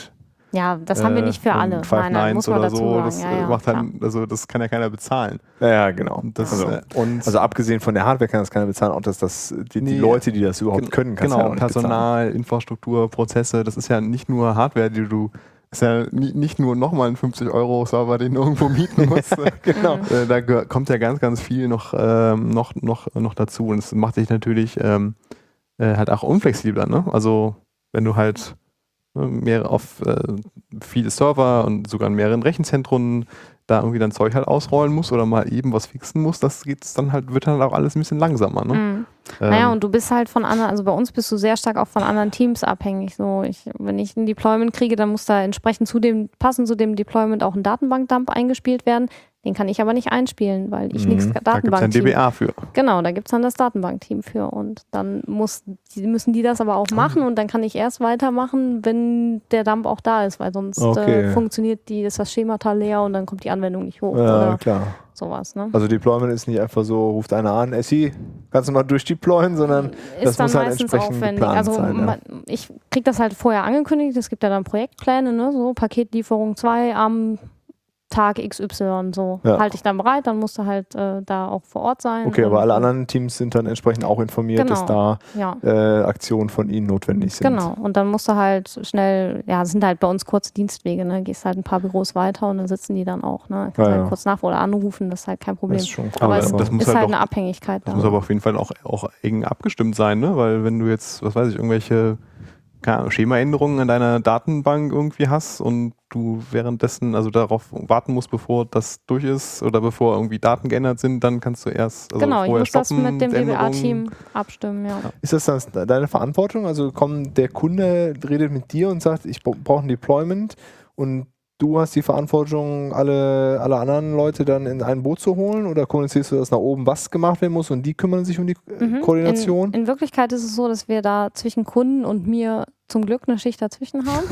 Ja, das haben wir nicht für alle. Nein, nein, muss man oder dazu so. sagen. Das Ja, ja, macht klar. dann, also das kann ja keiner bezahlen. Ja, ja, genau. Das, also, äh, und also abgesehen von der Hardware kann das keiner bezahlen, auch dass das die, die Nee, Leute, die das überhaupt gen- können, kannst du genau, ja auch nicht bezahlen. Personal, Infrastruktur, Prozesse, das ist ja nicht nur Hardware, die du, ist ja ni- nicht nur nochmal ein fünfzig Euro Server, den du irgendwo mieten musst. Genau. Äh, da gehör- kommt ja ganz, ganz viel noch, ähm, noch, noch, noch dazu und es macht dich natürlich ähm, äh, halt auch unflexibler, ne? Also wenn du halt äh, mehr auf äh, viele Server und sogar in mehreren Rechenzentren da irgendwie dein Zeug halt ausrollen musst oder mal eben was fixen musst, das geht's dann halt, wird dann auch alles ein bisschen langsamer, ne? Mhm. Ähm, Naja, und du bist halt von anderen, also bei uns bist du sehr stark auch von anderen Teams abhängig. So, ich, wenn ich ein Deployment kriege, dann muss da entsprechend zu dem, passend zu dem Deployment auch ein Datenbankdump eingespielt werden. Den kann ich aber nicht einspielen, weil ich Mhm. nichts da gibt es ein Datenbankteam. D B A für. Genau, da gibt es dann das Datenbankteam für. Und dann muss, die, müssen die das aber auch machen und dann kann ich erst weitermachen, wenn der Dump auch da ist, weil sonst Okay. äh, funktioniert die, ist das Schemata leer und dann kommt die Anwendung nicht hoch Ja, oder klar. sowas. Ne? Also Deployment ist nicht einfach so, ruft einer an, Essi, kannst du mal durchdeployen, sondern das Ist dann muss halt meistens entsprechend aufwendig. geplant Also sein. Ja. man, ich kriege das halt vorher angekündigt, es gibt ja dann Projektpläne, ne? So Paketlieferung zwei am Tag X Y, so Ja. halte ich dann bereit, dann musst du halt äh, da auch vor Ort sein. Okay, aber und, alle anderen Teams sind dann entsprechend auch informiert, Genau. dass da Ja, äh, Aktionen von ihnen notwendig sind. genau. Und dann musst du halt schnell, ja, es sind halt bei uns kurze Dienstwege, ne? Gehst halt ein paar Büros weiter und dann sitzen die dann auch, ne? Kannst Ja, halt ja. kurz nach oder anrufen, das ist halt kein Problem. Das ist schon cool. aber Aber es das muss ist halt halt doch- eine Abhängigkeit Das da. muss aber auf jeden Fall auch, auch eng abgestimmt sein, ne? Weil wenn du jetzt, was weiß ich, irgendwelche keine Ahnung, Schemaänderungen in deiner Datenbank irgendwie hast und du währenddessen also darauf warten musst, bevor das durch ist oder bevor irgendwie Daten geändert sind, dann kannst du erst also Genau, ich vorher muss das stoppen, mit dem D B Änderungen. A-Team abstimmen, ja. Ist das dann deine Verantwortung? Also kommt der Kunde, redet mit dir und sagt, ich brauche ein Deployment und du hast die Verantwortung, alle, alle anderen Leute dann in ein Boot zu holen oder kommunizierst du, dass nach oben was gemacht werden muss und die kümmern sich um die äh, Mhm. Koordination? In, in Wirklichkeit ist es so, dass wir da zwischen Kunden und mir zum Glück eine Schicht dazwischen haben.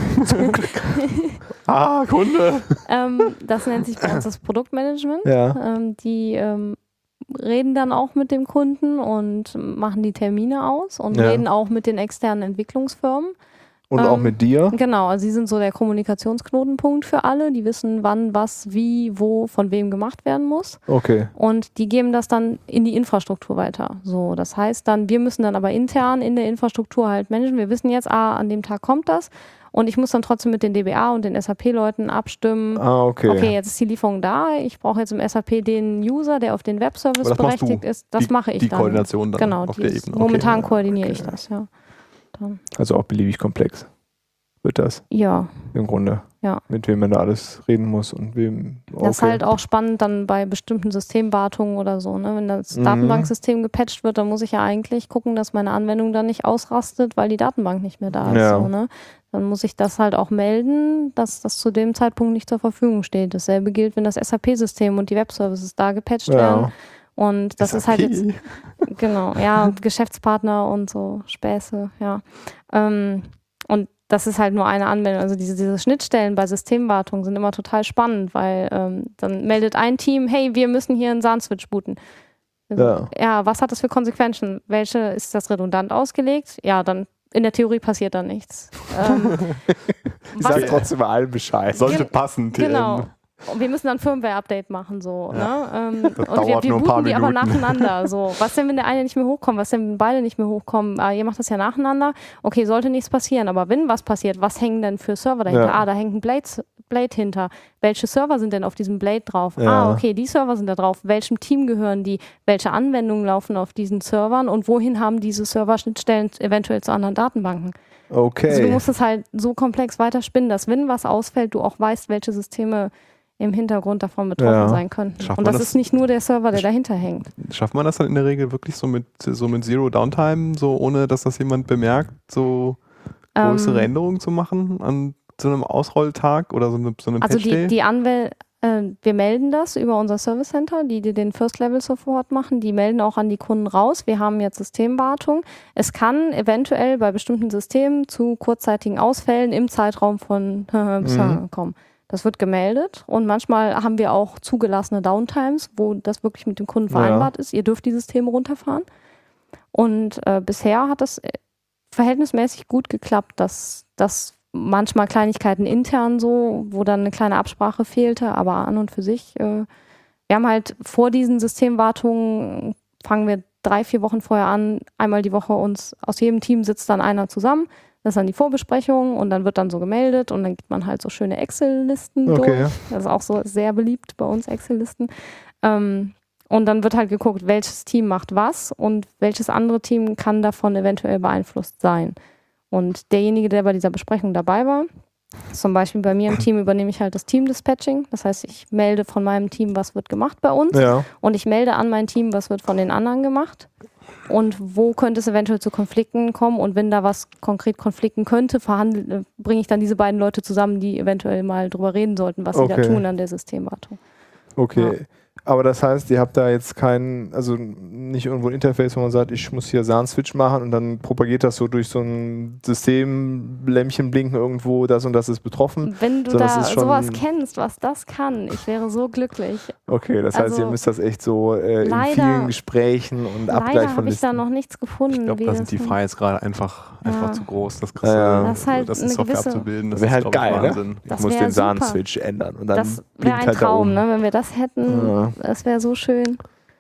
Ah, Kunde! ähm, das nennt sich bei uns das Produktmanagement. Ja. Ähm, die ähm, reden dann auch mit dem Kunden und machen die Termine aus und Ja. reden auch mit den externen Entwicklungsfirmen. Und auch Ähm, mit dir? Genau, also sie sind so der Kommunikationsknotenpunkt für alle. Die wissen, wann, was, wie, wo, von wem gemacht werden muss. Okay. Und die geben das dann in die Infrastruktur weiter. So, das heißt dann, wir müssen dann aber intern in der Infrastruktur halt managen. Wir wissen jetzt, ah, an dem Tag kommt das. Und ich muss dann trotzdem mit den D B A und den S A P-Leuten abstimmen. Ah, okay. Okay, jetzt ist die Lieferung da. Ich brauche jetzt im S A P den User, der auf den Webservice Aber das machst berechtigt du. ist. Das die, mache ich Die dann. Koordination dann Genau, auf die der ist- Ebene. Momentan Okay. koordiniere Okay. ich das, ja. Dann, Also auch beliebig komplex wird das ja. im Grunde. Ja. Mit wem man da alles reden muss und wem. Okay. Das ist halt auch spannend dann bei bestimmten Systemwartungen oder so. Ne? Wenn das Mhm. Datenbanksystem gepatcht wird, dann muss ich ja eigentlich gucken, dass meine Anwendung dann nicht ausrastet, weil die Datenbank nicht mehr da ist. Ja. So, ne? Dann muss ich das halt auch melden, dass das zu dem Zeitpunkt nicht zur Verfügung steht. Dasselbe gilt, wenn das S A P-System und die Webservices da gepatcht werden. Ja. Und das S A ist halt P. jetzt, genau, ja, und Geschäftspartner und so Späße, ja. Ähm, und das ist halt nur eine Anwendung. Also diese, diese Schnittstellen bei Systemwartung sind immer total spannend, weil ähm, dann meldet ein Team, hey, wir müssen hier einen S A N-Switch booten. Also, Ja. ja, was hat das für Konsequenzen? Welche, ist das redundant ausgelegt? Ja, dann in der Theorie passiert dann nichts. Ähm, Ich was- sag trotzdem allen Bescheid. Sollte Gen- passen. T M. Genau. Und wir müssen dann Firmware-Update machen, so. Ne? Ähm, und wir, dauert wir nur ein paar booten die aber Minuten. nacheinander. So. Was denn, wenn der eine nicht mehr hochkommt? Was denn, wenn beide nicht mehr hochkommen? Ah, ihr macht das ja nacheinander. Okay, sollte nichts passieren. Aber wenn was passiert, was hängen denn für Server dahinter? Ja. Ah, da hängt ein Blade, Blade hinter. Welche Server sind denn auf diesem Blade drauf? Ja. Ah, okay, die Server sind da drauf. Welchem Team gehören die? Welche Anwendungen laufen auf diesen Servern? Und wohin haben diese Server-Schnittstellen eventuell zu anderen Datenbanken? Okay. Also du musst es halt so komplex weiterspinnen, dass wenn was ausfällt, du auch weißt, welche Systeme im Hintergrund davon betroffen Ja. sein könnten. Schafft Und man das, das- ist nicht nur der Server, der dahinter hängt. Schafft man das dann in der Regel wirklich so mit, so mit Zero Downtime, so ohne dass das jemand bemerkt, so größere Ähm, Änderungen zu machen an so einem Ausrolltag oder so, eine, so einem Also Patch Day? die, die Anwälte, äh, wir melden das über unser Service Center, die, die den First-Level-Support machen, die melden auch an die Kunden raus. Wir haben jetzt Systemwartung. Es kann eventuell bei bestimmten Systemen zu kurzzeitigen Ausfällen im Zeitraum von bis Mhm. kommen. Das wird gemeldet und manchmal haben wir auch zugelassene Downtimes, wo das wirklich mit dem Kunden vereinbart ist. Ihr dürft die Systeme runterfahren. Und äh, bisher hat das äh, verhältnismäßig gut geklappt, dass das manchmal Kleinigkeiten intern so, wo dann eine kleine Absprache fehlte, aber an und für sich, äh, wir haben halt vor diesen Systemwartungen, fangen wir drei, vier Wochen vorher an, einmal die Woche uns, aus jedem Team sitzt dann einer zusammen, das ist dann die Vorbesprechung und dann wird dann so gemeldet und dann gibt man halt so schöne Excel-Listen Okay. durch. Das ist auch so sehr beliebt bei uns, Excel-Listen. Ähm, und dann wird halt geguckt, welches Team macht was und welches andere Team kann davon eventuell beeinflusst sein. Und derjenige, der bei dieser Besprechung dabei war, zum Beispiel bei mir im Team übernehme ich halt das Team-Dispatching. Das heißt, ich melde von meinem Team, was wird gemacht bei uns. Ja. Und ich melde an mein Team, was wird von den anderen gemacht. Und wo könnte es eventuell zu Konflikten kommen. Und wenn da was konkret konflikten könnte, verhandle, bringe ich dann diese beiden Leute zusammen, die eventuell mal drüber reden sollten, was sie Okay. da tun an der Systemwartung. Okay. Ja. Aber das heißt, ihr habt da jetzt keinen, also nicht irgendwo ein Interface, wo man sagt, ich muss hier S A N-Switch machen und dann propagiert das so durch so ein Systemlämpchen blinken irgendwo, das und das ist betroffen. Wenn du Sondern da es ist schon- sowas kennst, was das kann, ich wäre so glücklich. Okay, das heißt, Also, ihr müsst das echt so äh, in leider- vielen Gesprächen und Abgleich Leider von habe ich Listen. da noch nichts gefunden. Ich glaube, wie da das sind die denn- Files gerade einfach, Ja. einfach zu groß. Das, Ja, ja. Das ist halt das eine in Software gewisse- abzubilden, das Wäre ist, halt glaub ich, geil, ne? Wahnsinn. Ich Das muss wär den S A super. N-Switch ändern und dann Das wäre blinkt ein halt da Traum, oben. ne? Wenn wir das hätten, Ja. das wäre so schön.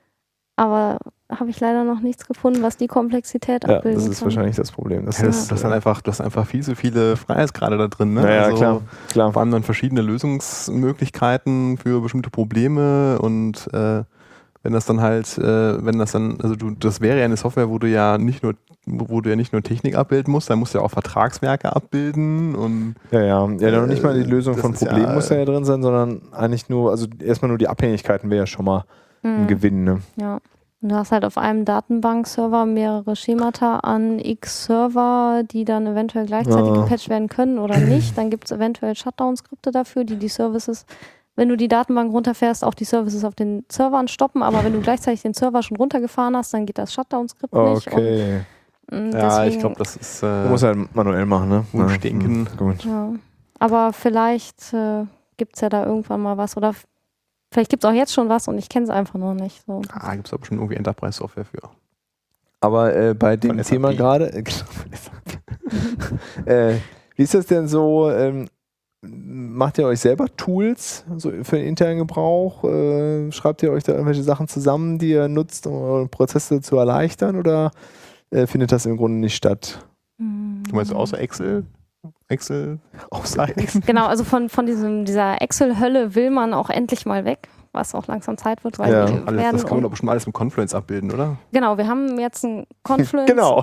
Aber habe ich leider noch nichts gefunden, was die Komplexität Ja, abbilden das ist kann. wahrscheinlich das Problem. Das Ja, das, ist, das, sind einfach, das sind einfach viel zu viele Freiheitsgrade da drin. Ne? naja, Also klar, klar. vor allem dann verschiedene Lösungsmöglichkeiten für bestimmte Probleme und äh, wenn das dann halt, äh, wenn das dann, also du, das wäre ja eine Software, wo du ja nicht nur, wo du ja nicht nur Technik abbilden musst, dann musst du ja auch Vertragswerke abbilden und Ja, ja. Ja, noch nicht mal die Äh, Lösung das von ist Problemen ja- muss da ja drin sein, sondern eigentlich nur, also erstmal nur die Abhängigkeiten wäre ja schon mal ein Mhm. Gewinn. Ne? Ja. Und du hast halt auf einem Datenbankserver mehrere Schemata an x Server, die dann eventuell gleichzeitig Ah. gepatcht werden können oder nicht. Dann gibt es eventuell Shutdown-Skripte dafür, die die Services, wenn du die Datenbank runterfährst, auch die Services auf den Servern stoppen. Aber wenn du gleichzeitig den Server schon runtergefahren hast, dann geht das Shutdown-Skript nicht. Okay. Und, mm, ja, deswegen, ich glaube, das ist Du äh, musst halt manuell machen, ne? Wunschdenken. Ja, gut. ja. Aber vielleicht äh, gibt es ja da irgendwann mal was. Oder f- vielleicht gibt es auch jetzt schon was und ich kenne es einfach noch nicht. So. ah, gibt es aber schon irgendwie Enterprise-Software für. Aber äh, bei dem Von S A P. Thema gerade, äh, genau, von S A P. äh, wie ist das denn so? Ähm, macht ihr euch selber Tools so für den internen Gebrauch? Äh, schreibt ihr euch da irgendwelche Sachen zusammen, die ihr nutzt, um eure Prozesse zu erleichtern? Oder äh, findet das im Grunde nicht statt? Du meinst außer Excel? Excel? Außer Excel? Genau, also von, von diesem, dieser Excel-Hölle will man auch endlich mal weg, was auch langsam Zeit wird, weil Ja. wir Alles, werden das kann man um, doch schon alles im Confluence abbilden, oder? genau, wir haben jetzt ein Confluence. Genau.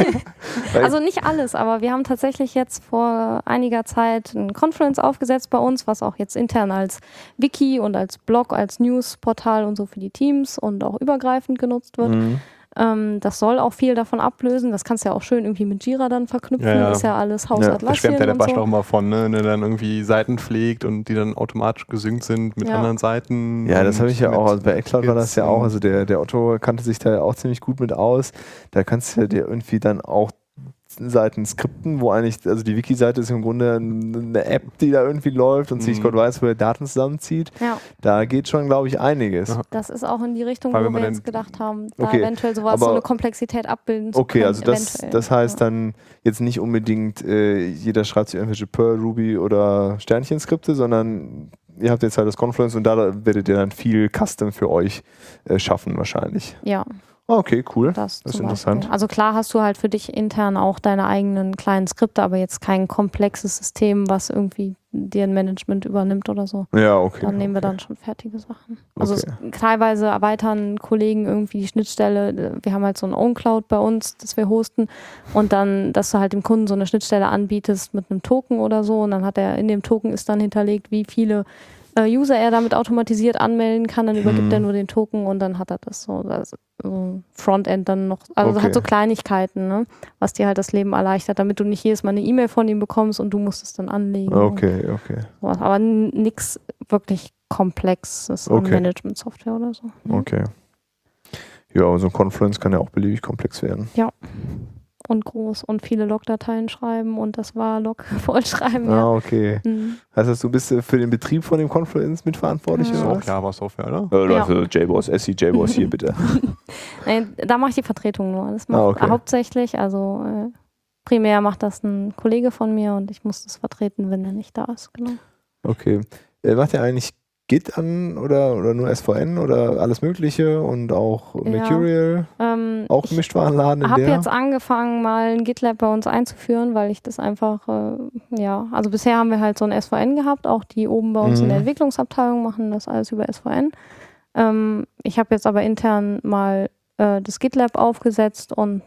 Also nicht alles, aber wir haben tatsächlich jetzt vor einiger Zeit ein Confluence aufgesetzt bei uns, was auch jetzt intern als Wiki und als Blog, als Newsportal und so für die Teams und auch übergreifend genutzt wird. Mhm. Ähm, das soll auch viel davon ablösen. Das kannst du ja auch schön irgendwie mit Jira dann verknüpfen. Ja, ja. Ist ja alles Haus Ja, da Da Atlassian schwärmt ja der und Basch so. auch mal von, ne? Wenn er dann irgendwie Seiten pflegt und die dann automatisch gesynkt sind mit Ja. anderen Seiten. Ja, das und habe ich ja mit auch. Also bei iCloud war das ja Skills auch. Also der, der Otto kannte sich da ja auch ziemlich gut mit aus. Da kannst du ja dir irgendwie dann auch Seiten skripten, wo eigentlich, also die Wiki-Seite ist im Grunde eine App, die da irgendwie läuft und Mhm. Sichtcode weiß, wo er Daten zusammenzieht. Ja, Da geht schon, glaube ich, einiges. Ja. das ist auch in die Richtung, Weil wo wenn wir man jetzt den- gedacht haben, da Okay, eventuell sowas, aber- so eine Komplexität abbilden zu Okay, können. also das, eventuell. das heißt ja. dann jetzt nicht unbedingt, äh, jeder schreibt sich irgendwelche Perl, Ruby oder Sternchen-Skripte, sondern ihr habt jetzt halt das Confluence und da werdet ihr dann viel Custom für euch äh, schaffen wahrscheinlich. Ja, Ah, okay, cool. das, Das ist zum interessant. Beispiel. Also klar hast du halt für dich intern auch deine eigenen kleinen Skripte, aber jetzt kein komplexes System, was irgendwie dir ein Management übernimmt oder so. Ja, okay. Dann nehmen wir okay. dann schon fertige Sachen. Also Okay. es, teilweise erweitern Kollegen irgendwie die Schnittstelle. Wir haben halt so ein OwnCloud bei uns, das wir hosten. Und dann, dass du halt dem Kunden so eine Schnittstelle anbietest mit einem Token oder so. Und dann hat er in dem Token ist dann hinterlegt, wie viele äh, User er damit automatisiert anmelden kann. Dann übergibt Mhm. er nur den Token und dann hat er das so. Das, so Frontend dann noch. Also Okay. halt so Kleinigkeiten, ne? Was dir halt das Leben erleichtert, damit du nicht jedes Mal eine E-Mail von ihm bekommst und du musst es dann anlegen. Okay, okay, Sowas. Aber nichts wirklich Komplexes an Okay. Management-Software oder so. okay. Ja, aber so ein Confluence kann ja auch beliebig komplex werden. Und groß und viele Logdateien schreiben und das war Log vollschreiben. Ah, Ja. okay. Mhm. Heißt das, du bist äh, für den Betrieb von dem Confluence mitverantwortlich? Ja. Das ist Oder auch was? Java-Software, oder? Äh, Ja. Leute, J-Boss, S C J-Boss hier bitte. Nee, da mache ich die Vertretung nur. Das macht Ah, okay. hauptsächlich, also äh, primär macht das ein Kollege von mir und ich muss das vertreten, wenn er nicht da ist. Genau. Okay. Äh, macht ihr eigentlich Git an oder, oder nur S V N oder alles Mögliche und auch Mercurial? Ja, ähm, auch Gemischtwarenladen in der? Ich habe der? jetzt angefangen, mal ein GitLab bei uns einzuführen, weil ich das einfach, äh, ja, also bisher haben wir halt so ein S V N gehabt, auch die oben bei uns mhm. in der Entwicklungsabteilung machen das alles über S V N. Ähm, ich habe jetzt aber intern mal äh, das GitLab aufgesetzt und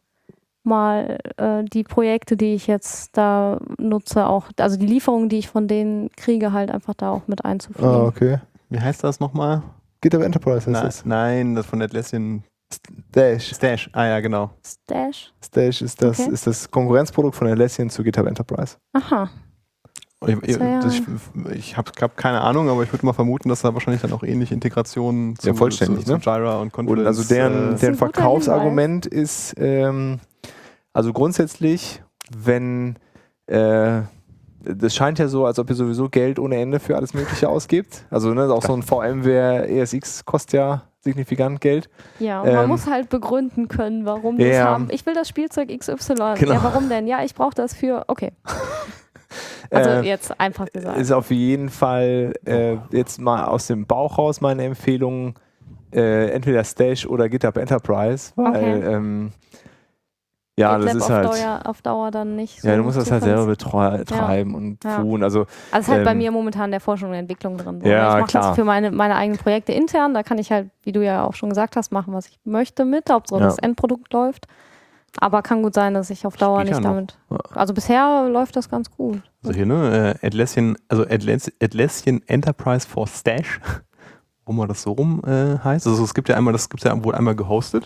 mal äh, die Projekte, die ich jetzt da nutze, auch, also die Lieferungen, die ich von denen kriege, halt einfach da auch mit einzuführen. Ah, okay. Wie heißt das nochmal? GitHub Enterprise heißt Na, das. Nein, das von Atlassian. Stash. Stash, ah ja, genau. Stash? Stash ist das, Okay. ist das Konkurrenzprodukt von Atlassian zu GitHub Enterprise. Aha. Ich, ich, ja. das- ich, ich habe hab keine Ahnung, aber ich würde mal vermuten, dass da wahrscheinlich dann auch ähnliche Integrationen zu, Ja, vollständig, zu, ne? zu Jira und Confluence. Und also deren, äh, Das ist deren ein guter Verkaufsargument ist, ähm, also grundsätzlich, wenn äh, das scheint ja so, als ob ihr sowieso Geld ohne Ende für alles Mögliche ausgibt. Also ne, auch so ein VMware E S X kostet ja signifikant Geld. Ja, und man Ähm, muss halt begründen können, warum wir es ja. haben. Ich will das Spielzeug X Y. Genau. Ja, warum denn? Ja, ich brauche das für, okay. Also Äh, jetzt einfach gesagt. Ist auf jeden Fall äh, jetzt mal aus dem Bauch raus meine Empfehlung, äh, entweder Stash oder GitHub Enterprise, weil Okay. ähm, ja, GitLab das ist auf halt. Dauer, auf Dauer dann nicht so. Ja, du musst das halt selber zuverlässig. betreiben und Ja. tun. Also, Also ist halt bei ähm, mir momentan der Forschung und Entwicklung drin. So. Ja, ich mache klar. das für meine, meine eigenen Projekte intern. Da kann ich halt, wie du ja auch schon gesagt hast, machen, was ich möchte mit. Hauptsache Ja. das Endprodukt läuft. Aber kann gut sein, dass ich auf Dauer Geht ja nicht noch. damit. Also bisher läuft das ganz gut. Also hier, ne? Äh, Atlassian, also Atlas, Atlassian Enterprise for Stash, warum man das so rum äh, heißt. Also es gibt ja einmal, das gibt ja wohl einmal gehostet.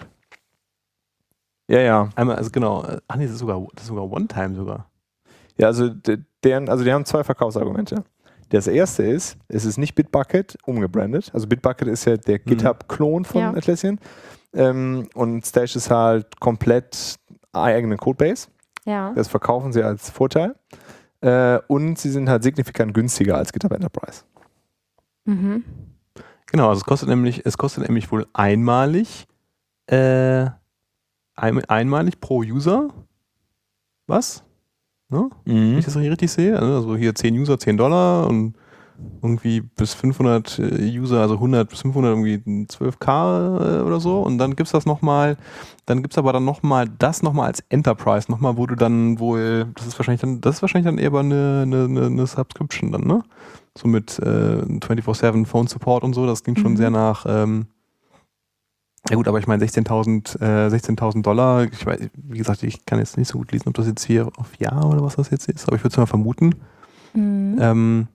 ja, ja. Einmal, also genau, äh, ach nee, das ist sogar, das ist sogar One-Time sogar. Ja, also, d- deren, also die haben zwei Verkaufsargumente. Das erste ist, es ist nicht Bitbucket umgebrandet. Also Bitbucket ist ja der Mhm. GitHub-Klon von Ja. Atlassian. Ähm, und Stash ist halt komplett eigene Codebase. Ja. Das verkaufen sie als Vorteil. Äh, und sie sind halt signifikant günstiger als GitHub Enterprise. Mhm. Genau, also es kostet nämlich, es kostet nämlich wohl einmalig, äh, ein, einmalig pro User. Was? Ne? Wenn ich das richtig sehe, also hier zehn User, zehn Dollar und irgendwie bis fünfhundert äh, User, also hundert bis fünfhundert irgendwie zwölf K äh, oder so und dann gibt's das nochmal, dann gibt's aber dann nochmal das nochmal als Enterprise, nochmal, wo du dann wohl, das ist wahrscheinlich dann, das ist wahrscheinlich dann eher aber eine, eine, eine Subscription dann, ne? So mit äh, vierundzwanzig sieben Phone Support und so, das klingt schon Mhm. sehr nach, ähm, ja gut, aber ich meine sechzehntausend äh, sechzehntausend Dollar, ich weiß, wie gesagt, ich kann jetzt nicht so gut lesen, ob das jetzt hier auf Jahr oder was das jetzt ist, aber ich würde es mal vermuten. Mhm. Ähm,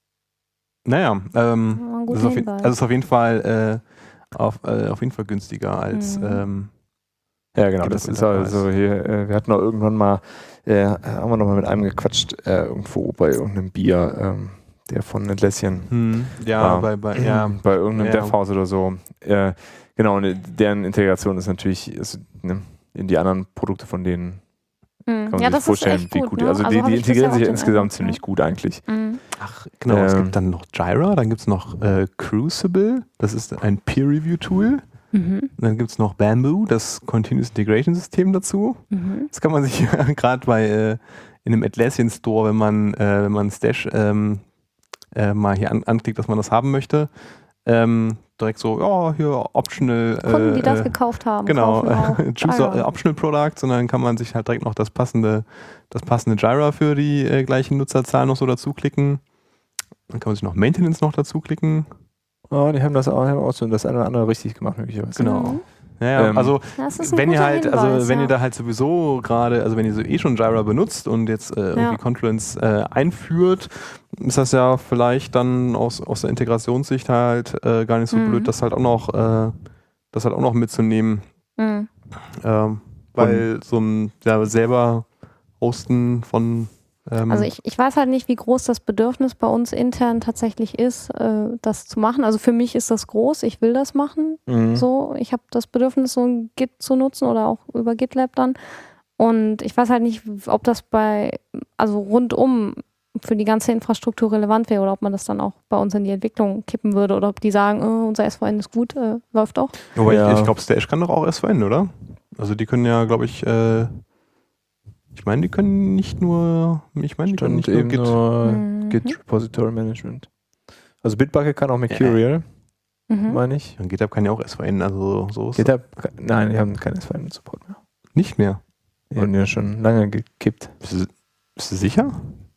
naja, ähm, Ja, ein das guter ist auf, je- Hinweis. also ist auf jeden Fall äh, auf, äh, auf jeden Fall günstiger als Mhm. ähm, Ja, genau. GitHub Das ist Enterprise. also hier, äh, wir hatten auch irgendwann mal, äh, haben wir noch mal mit einem gequatscht, äh, irgendwo bei irgendeinem Bier, ähm, der von Atlassian. hm, ja, Ja. bei, bei ja, Bei irgendeinem Ja. Devhaus oder so. Äh, genau, und deren Integration ist natürlich ist, ne, in die anderen Produkte von denen. Mhm. Kann man Ja, sich das ist vorstellen, echt wie gut. gut. Ne? Also, die, hab die ich bisher integrieren auch sich ja den insgesamt Eindruck, ziemlich ja. gut eigentlich. Mhm. ach genau, es Ähm. gibt dann noch Jira, dann gibt es noch äh, Crucible, das ist ein Peer-Review-Tool. Mhm. Und dann gibt es noch Bamboo, das Continuous Integration System dazu. Mhm. Das kann man sich gerade bei äh, in einem Atlassian Store, wenn man, äh, wenn man Stash ähm, äh, mal hier an, anklickt, dass man das haben möchte, ähm, direkt so, ja, hier optional. Kunden, die äh, das äh, gekauft haben, Genau, kaufen auch choose Jira. äh, optional Product, und dann kann man sich halt direkt noch das passende, das passende Jira für die äh, gleichen Nutzerzahlen noch so dazu klicken. Dann kann man sich noch Maintenance noch dazu klicken. Oh, die haben das auch, haben auch so das eine oder andere richtig gemacht, möglicherweise. Genau. Mhm. Ja, ja, Ähm, also Das ist ein wenn ihr guter halt, Hinweis, also wenn ja. ihr da halt sowieso gerade, also wenn ihr so eh schon Jira benutzt und jetzt äh, irgendwie Ja. Confluence äh, einführt, ist das ja vielleicht dann aus, aus der Integrationssicht halt äh, gar nicht so Mhm. blöd, das halt auch noch, äh, das halt auch noch mitzunehmen. Mhm. Ähm, weil so ein ja, selber Hosten von ähm, Also ich, ich weiß halt nicht, wie groß das Bedürfnis bei uns intern tatsächlich ist, äh, das zu machen. Also für mich ist das groß, ich will das machen. Mhm. So, ich habe das Bedürfnis, so ein Git zu nutzen oder auch über GitLab dann. Und ich weiß halt nicht, ob das bei, also rundum für die ganze Infrastruktur relevant wäre oder ob man das dann auch bei uns in die Entwicklung kippen würde oder ob die sagen, äh, unser S V N ist gut, äh, läuft doch. Wobei Ja. ich, ich glaube, Stash kann doch auch S V N, oder? Also die können ja, glaube ich, äh, Ich meine, die können nicht nur, ich meine, die können nicht nur eben Git. nur Mhm. Git Repository Management. Also Bitbucket kann auch Mercurial, Mhm. meine ich. Und GitHub kann ja auch S V N, also so ist GitHub, nein, die haben keinen S V N-Support mehr. nicht mehr. Die haben ja schon lange gekippt. Bist du, bist du sicher?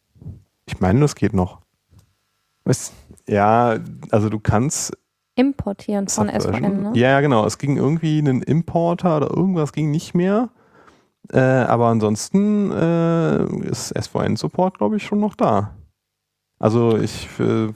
Ich meine, das geht noch. Was? Ja, also du kannst Importieren von S V N, ne? Ja, ja, genau. Es ging irgendwie einen Importer oder irgendwas ging nicht mehr. Äh, aber ansonsten äh, ist S V N-Support, glaube ich, schon noch da. Also ich äh,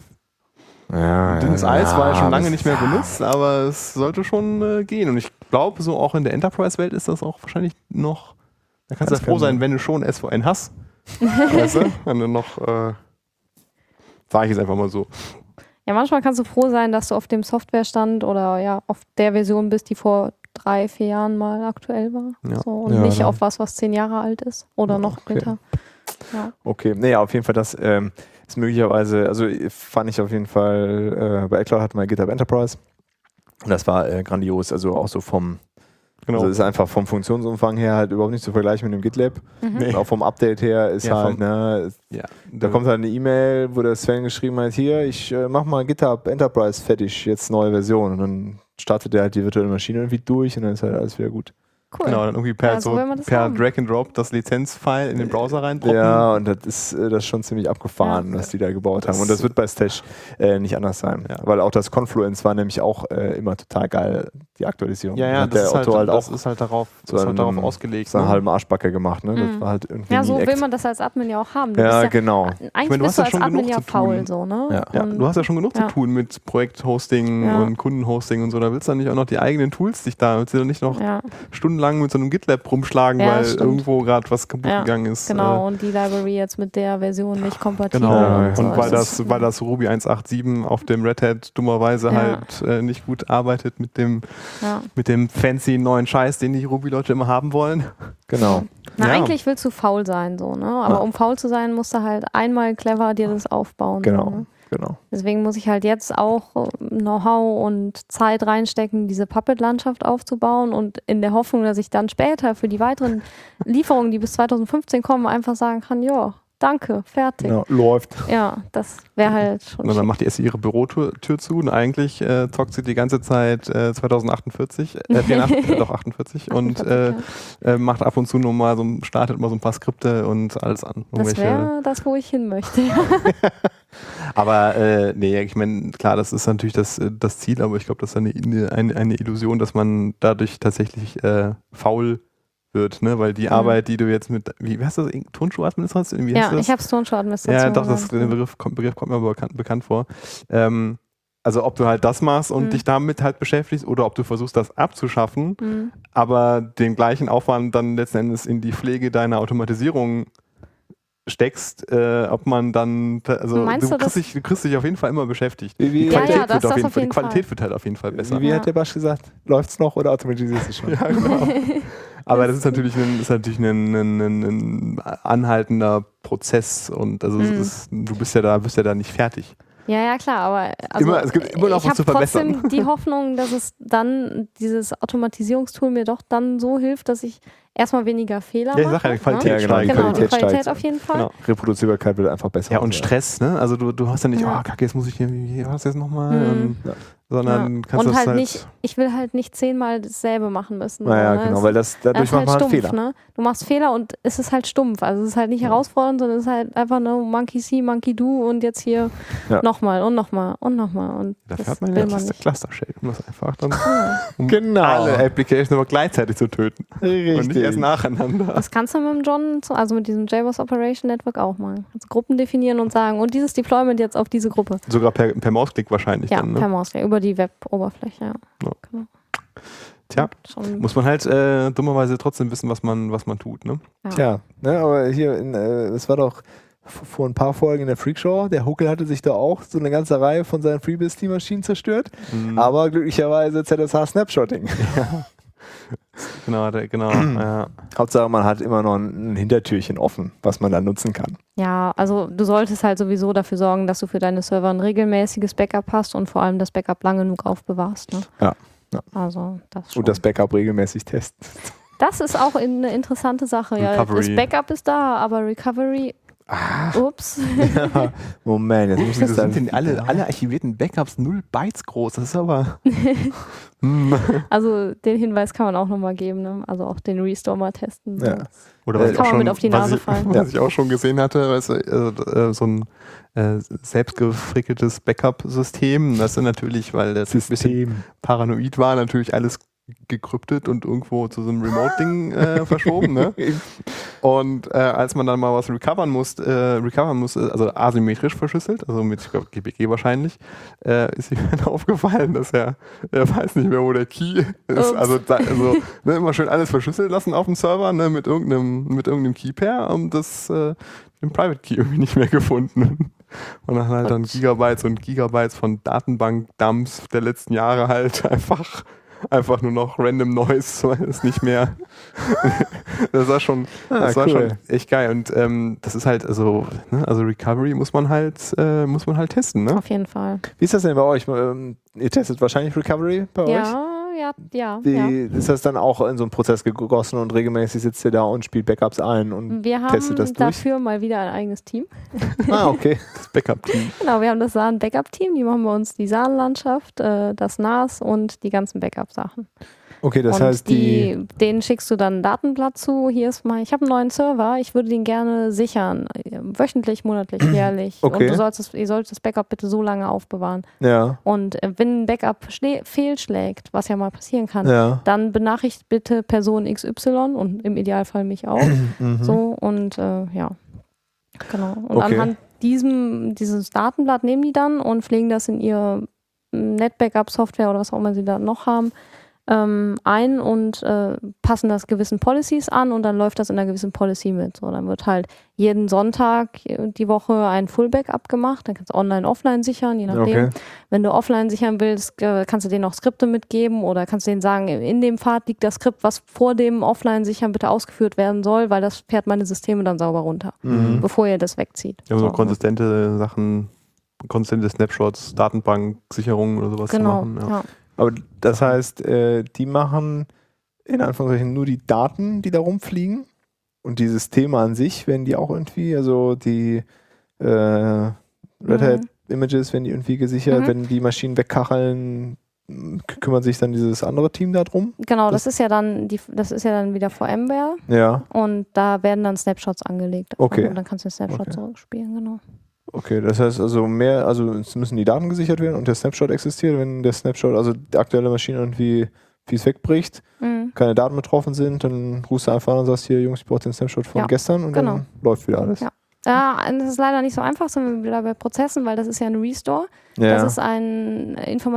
Ja, dünnes Eis war ja schon lange nicht mehr benutzt, aber es sollte schon äh, gehen. Und ich glaube, so auch in der Enterprise-Welt ist das auch wahrscheinlich noch, da kannst du ja froh sein, wenn du schon S V N hast. Weißt du? Wenn du noch, äh, sage ich jetzt einfach mal so. Ja, manchmal kannst du froh sein, dass du auf dem Softwarestand oder ja auf der Version bist, die vor drei, vier Jahren mal aktuell war. Ja. So, und Ja, nicht dann. auf was, was zehn Jahre alt ist oder noch Okay. älter. Ja. Okay, naja, auf jeden Fall, das ähm, ist möglicherweise, also fand ich auf jeden Fall, äh, bei iCloud hatten wir GitHub Enterprise und das war äh, grandios, also auch so vom, Genau. also ist einfach vom Funktionsumfang her halt überhaupt nicht zu vergleichen mit dem GitLab. Mhm. Nee. Und auch vom Update her ist Ja, halt, vom- ne, ja, da kommt halt eine E-Mail, wo der Sven geschrieben hat, hier, ich äh, mach mal GitHub Enterprise fertig, jetzt neue Version und dann startet er halt die virtuelle Maschine irgendwie durch und dann ist halt alles wieder gut. Cool. Genau, dann irgendwie per, Ja, so so will man das per haben. Drag and Drop das Lizenzfile in den Browser reindroppen. Ja, und das ist, äh, das ist schon ziemlich abgefahren, Ja. was die da gebaut Das- haben. Und das wird bei Stash äh, nicht anders sein. Ja. Weil auch das Confluence war nämlich auch äh, immer total geil, die Aktualisierung. Ja, ja, hat das, der ist halt, Autor halt, das auch ist halt darauf, so ist halt darauf einen- ausgelegt. so eine ne? halbe Arschbacke gemacht. Ne? Das Mhm. war halt irgendwie Ja, so nie will Act. man das als Admin ja auch haben. Du Ja, bist genau. Eigentlich Ich meine, du bist hast du ja als schon Admin genug ja zu tun. faul, so, ne? Ja. Ja, Und- du hast ja schon genug ja. zu tun mit Projekthosting Ja. und Kundenhosting und so. Da willst du dann nicht auch noch die eigenen Tools dich da, willst du nicht noch ja, stundenlang mit so einem GitLab rumschlagen, Ja, weil stimmt. irgendwo gerade was kaputt Ja, gegangen ist. genau. Und die Library jetzt mit der Version nicht Äh, kompatibel. Genau, Ja, und, so. weil, Also das, es- weil das Ruby eins Punkt acht Punkt sieben auf dem Red Hat dummerweise Ja. halt äh, nicht gut arbeitet mit dem, ja. mit dem fancy neuen Scheiß, den die Ruby-Leute immer haben wollen. Genau. Na, Ja. eigentlich willst du faul sein, so, ne? Aber Ja. um faul zu sein, musst du halt einmal clever dir das aufbauen. Genau. So, ne? Genau. Deswegen muss ich halt jetzt auch äh, Know-how und Zeit reinstecken, diese Puppet-Landschaft aufzubauen und in der Hoffnung, dass ich dann später für die weiteren Lieferungen, die bis zwanzig fünfzehn kommen, einfach sagen kann, ja, danke, fertig. Genau. Läuft. Ja, das wäre halt schon Und dann schick. macht die S I ihre Bürotür Tür zu und eigentlich äh, zockt sie die ganze Zeit äh, zwanzig achtundvierzig, äh, vierundachtzig, äh, doch achtundvierzig und äh, äh, macht ab und zu nur mal so, startet mal so ein paar Skripte und alles an. Das Irgendwelche- wäre das, wo ich hin möchte. Aber äh, nee, ich meine, klar, das ist natürlich das, äh, das Ziel, aber ich glaube, das ist eine, eine, eine Illusion, dass man dadurch tatsächlich äh, faul wird, ne? Weil die Mhm. Arbeit, die du jetzt mit, wie, wie heißt das, Turnschuhadministration? Wie heißt Ja, das? ich habe Turnschuh-Administration. Ja, doch, das, der genannt. Begriff, kommt- Begriff kommt mir aber bekannt, bekannt vor. Ähm, also ob du halt das machst und Mhm. dich damit halt beschäftigst oder ob du versuchst, das abzuschaffen, Mhm. aber den gleichen Aufwand dann letzten Endes in die Pflege deiner Automatisierung steckst, äh, ob man dann, also Meinst du, du, kriegst das- dich, du kriegst dich auf jeden Fall immer beschäftigt. Wie, wie, Die Ja, Qualität, ja, das- wird, das auf jeden auf Fall, die jeden Qualität Fall. wird halt auf jeden Fall besser. wie, wie Ja. hat der Basch gesagt? Läuft's noch oder automatisierst du schon? Ja, genau. Aber das ist natürlich ein, ist natürlich ein, ein, ein, ein anhaltender Prozess und also Mhm. es ist, du bist ja da, bist ja da nicht fertig. Ja, ja, klar, aber also Immer- es gibt immer noch ich was habe zu verbessern. trotzdem die Hoffnung, dass es dann, dieses Automatisierungstool mir doch dann so hilft, dass ich erstmal weniger Fehler Ja, ich mache. sag ja, die Qualität Ja, genau, steigt. Genau, Qualität die Qualität steigt. auf jeden Fall. Genau. Reproduzierbarkeit wird einfach besser. Ja, und Stress, ne? Also du, du hast ja nicht, Ja. oh Kacke, jetzt muss ich hier, wie war das jetzt nochmal? Mhm. Ähm, Ja. Sondern Ja. kannst Und das halt, halt nicht, ich will halt nicht zehnmal dasselbe machen müssen. Naja, ne? genau, Es- weil das, das dadurch ist macht halt man halt stumpf, Fehler. ne? Du machst Fehler und es ist halt stumpf. Also es ist halt nicht herausfordernd, sondern es ist halt einfach nur Monkey See, Monkey Do und jetzt hier Ja. nochmal und nochmal und nochmal. Und Dafür das hat man will ja man Cluster, nicht. Cluster Shell, um das einfach dann um Genau. alle Applications aber gleichzeitig zu töten. Und nicht erst Richtig. nacheinander. Das kannst du mit dem John, zu- also mit diesem J B O S Operation Network auch machen. Also Gruppen definieren und sagen, und dieses Deployment jetzt auf diese Gruppe. Sogar per, per Mausklick wahrscheinlich Ja, dann, ne? per Mausklick, über die Web-Oberfläche. Ja. Ja. Genau. Tja, Schon, muss man halt äh, dummerweise trotzdem wissen, was man, was man tut, ne? ja. Tja, ne, aber hier, in, äh, es war doch v- vor ein paar Folgen in der Freakshow, der Huckel hatte sich da auch so eine ganze Reihe von seinen FreeBSD-Maschinen zerstört, Mhm. aber glücklicherweise Z S H-Snapshotting. Genau, der, genau. ja. Hauptsache, man hat immer noch ein, ein Hintertürchen offen, was man dann nutzen kann. Ja, also du solltest halt sowieso dafür sorgen, dass du für deine Server ein regelmäßiges Backup hast und vor allem das Backup lang genug aufbewahrst. Ne? Ja, ja. Also das schon. Und das Backup regelmäßig testen. Das ist auch eine interessante Sache. Ja, Recovery. das Backup ist da, aber Recovery. Ah. Ups. Ja, Moment, jetzt muss ich Wieso das sind denn alle, alle archivierten Backups null Bytes groß? Das ist aber... hm. Also den Hinweis kann man auch nochmal geben, ne? Also auch den Restore mal testen. Ja. Oder Äh, was ich kann auch man schon, mit auf die was Nase ich, fallen. Was ich auch schon gesehen hatte, weißt du, äh, äh, so ein äh, selbstgefrickeltes Backup-System. Das ist natürlich, weil das ein bisschen paranoid war, natürlich alles gekryptet und irgendwo zu so einem Remote-Ding äh, verschoben. Ne? Und äh, als man dann mal was recovern musste, äh, recovern musste, also asymmetrisch verschlüsselt, also mit, ich glaube, G P G wahrscheinlich, äh, ist ihm dann aufgefallen, dass er, er weiß nicht mehr, wo der Key ist. Ups. Also, da, also ne, immer schön alles verschlüsselt lassen auf dem Server, ne, mit irgendeinem, mit irgendeinem Key-Pair und das äh, den Private Key irgendwie nicht mehr gefunden. Und dann halt dann Gigabytes und Gigabytes von Datenbank-Dumps der letzten Jahre halt einfach einfach nur noch Random Noise, weil es nicht mehr. Das war schon, das ah, war cool. schon echt geil. Und ähm, das ist halt, also, ne, also Recovery muss man halt, äh, muss man halt testen, ne? Auf jeden Fall. Wie ist das denn bei euch? Ähm, ihr testet wahrscheinlich Recovery bei euch? Ja, ja, ja. Die, ja. Ist das dann auch in so einen Prozess gegossen und regelmäßig sitzt ihr da und spielt Backups ein und Wir haben testet das durch? dafür mal wieder ein eigenes Team. Ah, okay. Das Backup-Team. Genau, wir haben das S A N-Backup-Team, die machen bei uns die S A N-Landschaft, äh, das N A S und die ganzen Backup-Sachen. Okay, das und heißt, die, die, denen schickst du dann ein Datenblatt zu. Hier ist mal, ich habe einen neuen Server, ich würde den gerne sichern. Wöchentlich, monatlich, jährlich. Okay. Und du sollst das, ihr solltet das Backup bitte so lange aufbewahren. ja, Und äh, wenn ein Backup schlä- fehlschlägt, was ja mal passieren kann, ja. dann benachrichtigt bitte Person X Y und im Idealfall mich auch. Mhm. So und äh, ja, genau. Und Okay. anhand diesem, dieses Datenblatt nehmen die dann und pflegen das in ihre Net-Backup-Software oder was auch immer sie da noch haben, ähm, ein und äh, passen das gewissen Policies an und dann läuft das in einer gewissen Policy mit. So, dann wird halt jeden Sonntag die Woche ein Full-Backup gemacht, dann kannst du online, offline sichern, je nachdem. Okay. Wenn du offline sichern willst, äh, kannst du denen auch Skripte mitgeben oder kannst denen sagen, in dem Pfad liegt das Skript, was vor dem Offline-Sichern bitte ausgeführt werden soll, weil das fährt meine Systeme dann sauber runter, Mhm. bevor ihr das wegzieht. Ja, so So. konsistente Sachen, konsistente Snapshots, Datenbank-Sicherungen oder sowas Genau, zu machen. Ja. ja. Aber das heißt, äh, die machen in Anführungszeichen nur die Daten, die da rumfliegen und die Systeme an sich, werden die auch irgendwie, also die äh, Red Mhm. Hat Images, werden die irgendwie gesichert, Mhm. wenn die Maschinen wegkacheln, m- kümmert sich dann dieses andere Team darum? Genau, das, Das- ist ja dann die, das ist ja dann wieder VMware Ja, und da werden dann Snapshots angelegt. Okay. Und dann kannst du den Snapshot Okay. zurückspielen, genau. okay, das heißt also mehr, also es müssen die Daten gesichert werden und der Snapshot existiert, wenn der Snapshot, also die aktuelle Maschine irgendwie wie es wegbricht, Mhm. keine Daten betroffen sind, dann rufst du einfach an und sagst, hier Jungs, ich brauche den Snapshot von Ja, gestern und genau. dann läuft wieder alles. Ja. Ja, das ist leider nicht so einfach, sind wir wieder bei Prozessen, weil das ist ja ein Restore. Ja. Das ist ein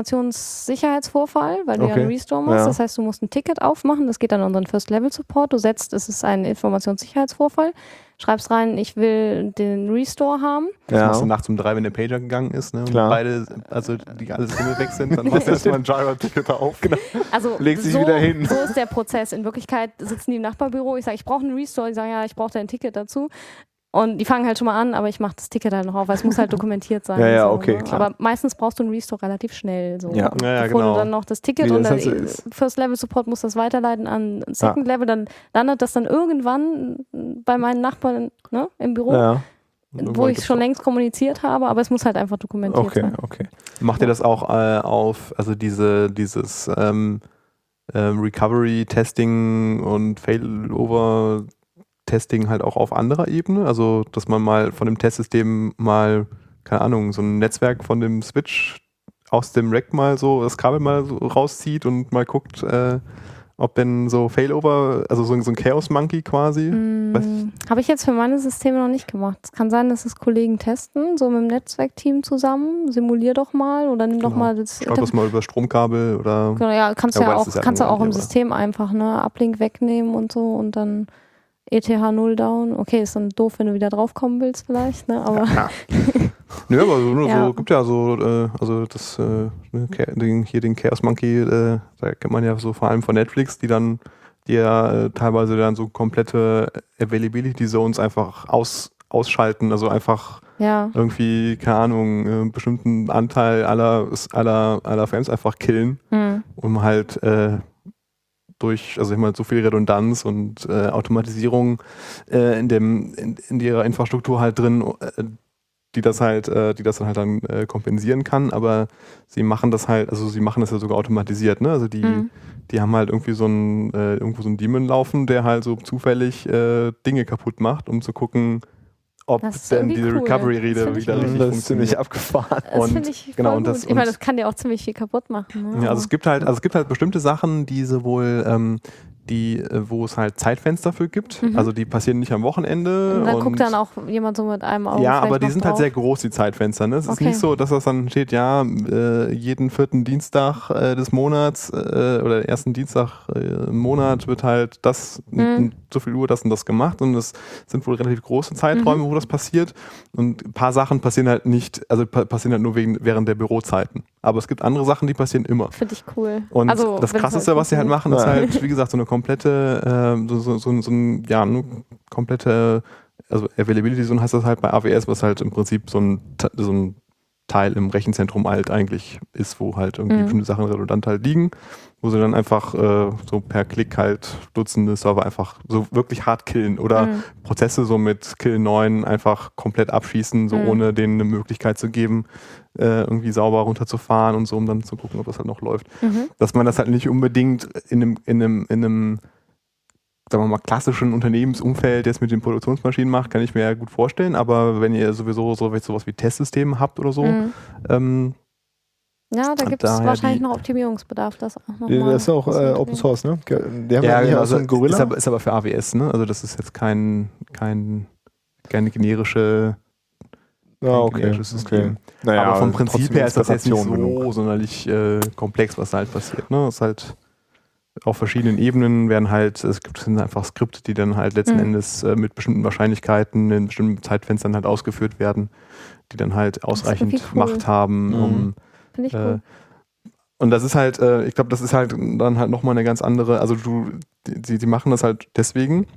Informationssicherheitsvorfall, weil du ja Okay. einen Restore machst. Ja. Das heißt, du musst ein Ticket aufmachen, das geht dann an unseren First-Level-Support. Du setzt, es ist ein Informationssicherheitsvorfall, schreibst rein, ich will den Restore haben. Das Ja. machst du nachts um drei, wenn der Pager gegangen ist, ne? Und Klar. beide, also die alle Systeme weg sind, dann machst du erstmal ein Jira-Ticket auf. Genau. Also Legt sich so, wieder hin. so ist der Prozess. In Wirklichkeit sitzen die im Nachbarbüro, ich sage, ich brauche einen Restore, die sagen, ja, ich brauche da ein Ticket dazu. Und die fangen halt schon mal an, aber ich mache das Ticket halt noch auf, weil es muss halt dokumentiert sein. Ja, ja, so, okay, ne? klar. Aber meistens brauchst du einen Restore relativ schnell. So. Ja. Ja, ja, Bevor genau. du dann noch das Ticket Wie und das dann halt so ist. First Level Support muss das weiterleiten an Second Level, dann landet das dann irgendwann bei meinen Nachbarn, ne, im Büro, Ja, wo ich schon längst kommuniziert habe, aber es muss halt einfach dokumentiert okay, sein. okay. Macht ihr das auch äh, auf, also diese, dieses ähm, ähm, Recovery-Testing und Failover-Testing halt auch auf anderer Ebene? Also, dass man mal von dem Testsystem mal, keine Ahnung, so ein Netzwerk von dem Switch aus dem Rack mal so, das Kabel mal so rauszieht und mal guckt, äh, ob denn so Failover, also so, so ein Chaos Monkey quasi. Weiß Mm, Habe ich jetzt für meine Systeme noch nicht gemacht. Es kann sein, dass es Kollegen testen, so mit dem Netzwerkteam zusammen. Simulier doch mal oder nimm doch Genau. mal das. Schaut das mal über Stromkabel oder. Genau, ja, kannst Ja, ja, aber auch, das ist ja kannst du nur auch im hier, System einfach, ne, Uplink wegnehmen und so und dann E T H null down. Okay, ist dann doof, wenn du wieder draufkommen willst vielleicht, ne, aber Ja. Nö, aber so, nur Ja. so gibt ja so, äh, also das, äh, ne, Cha- den, hier den Chaos Monkey, äh, da kennt man ja so vor allem von Netflix, die dann, die ja äh, teilweise dann so komplette Availability Zones einfach aus, ausschalten, also einfach ja. irgendwie, keine Ahnung, äh, einen bestimmten Anteil aller, aller, aller Frames einfach killen, Hm. um halt äh, durch, also immer so viel Redundanz und äh, Automatisierung äh, in dem in, in ihrer Infrastruktur halt drin, äh, die das halt, äh, die das dann halt dann äh, kompensieren kann, aber sie machen das halt, also sie machen das ja sogar automatisiert, ne? Also die, mhm. die haben halt irgendwie so ein äh, irgendwo so ein Daemon laufen, der halt so zufällig äh, Dinge kaputt macht, um zu gucken, ob denn die cool. Recovery-Rede wieder richtig das ist ziemlich abgefahren. Das finde ich genau, voll und das, gut. Ich meine, das kann ja auch ziemlich viel kaputt machen. Ne? Ja, also es gibt halt, also es gibt halt bestimmte Sachen, die sowohl ähm, die, wo es halt Zeitfenster für gibt. Mhm. Also die passieren nicht am Wochenende. Und da und guckt dann auch jemand so mit einem Auge. Ja, aber die sind drauf. halt sehr groß, die Zeitfenster. Ne? Es okay. ist nicht so, dass das dann steht, ja, äh, jeden vierten Dienstag äh, des Monats äh, oder ersten Dienstag äh, im Monat wird halt das, mhm. so viel Uhr das und das gemacht. Und es sind wohl relativ große Zeiträume, mhm. wo das passiert. Und ein paar Sachen passieren halt nicht, also pa- passieren halt nur wegen, während der Bürozeiten. Aber es gibt andere Sachen, die passieren immer. Finde ich cool. Und also, das Krasseste, halt was sie halt machen, ist halt, wie gesagt, so eine komplette, äh, so, so, so, so ein, ja, eine komplette, also Availability Zone heißt das halt bei A W S, was halt im Prinzip so ein, so ein Teil im Rechenzentrum halt eigentlich ist, wo halt irgendwie mhm. bestimmte Sachen redundant halt liegen, wo sie dann einfach äh, so per Klick halt Dutzende Server einfach so wirklich hart killen oder mhm. Prozesse so mit Kill neun einfach komplett abschießen, so mhm. ohne denen eine Möglichkeit zu geben, äh, irgendwie sauber runterzufahren und so, um dann zu gucken, ob das halt noch läuft. Mhm. Dass man das halt nicht unbedingt in einem, in einem, in einem sagen wir mal, klassischen Unternehmensumfeld jetzt mit den Produktionsmaschinen macht, kann ich mir ja gut vorstellen, aber wenn ihr sowieso so sowas wie Testsysteme habt oder so, mhm. ähm, ja, da gibt es wahrscheinlich noch Optimierungsbedarf. Das, auch noch die, das ist auch äh, Open Source, ne? Die haben ja, ja genau, auch so einen Gorilla. Ist aber, ist aber für A W S, ne? Also das ist jetzt kein, kein keine generische Ah, okay. okay. Naja, aber vom Prinzip her ist das jetzt nicht so genug. sonderlich äh, komplex, was da halt passiert. Ne? Es ist halt auf verschiedenen Ebenen werden halt, es gibt sind einfach Skripte, die dann halt letzten mhm. Endes äh, mit bestimmten Wahrscheinlichkeiten in bestimmten Zeitfenstern halt ausgeführt werden, die dann halt ausreichend cool. Macht haben, mhm. um Finde ich äh, cool. Und das ist halt, äh, ich glaube, das ist halt dann halt nochmal eine ganz andere, also du, die, die machen das halt deswegen,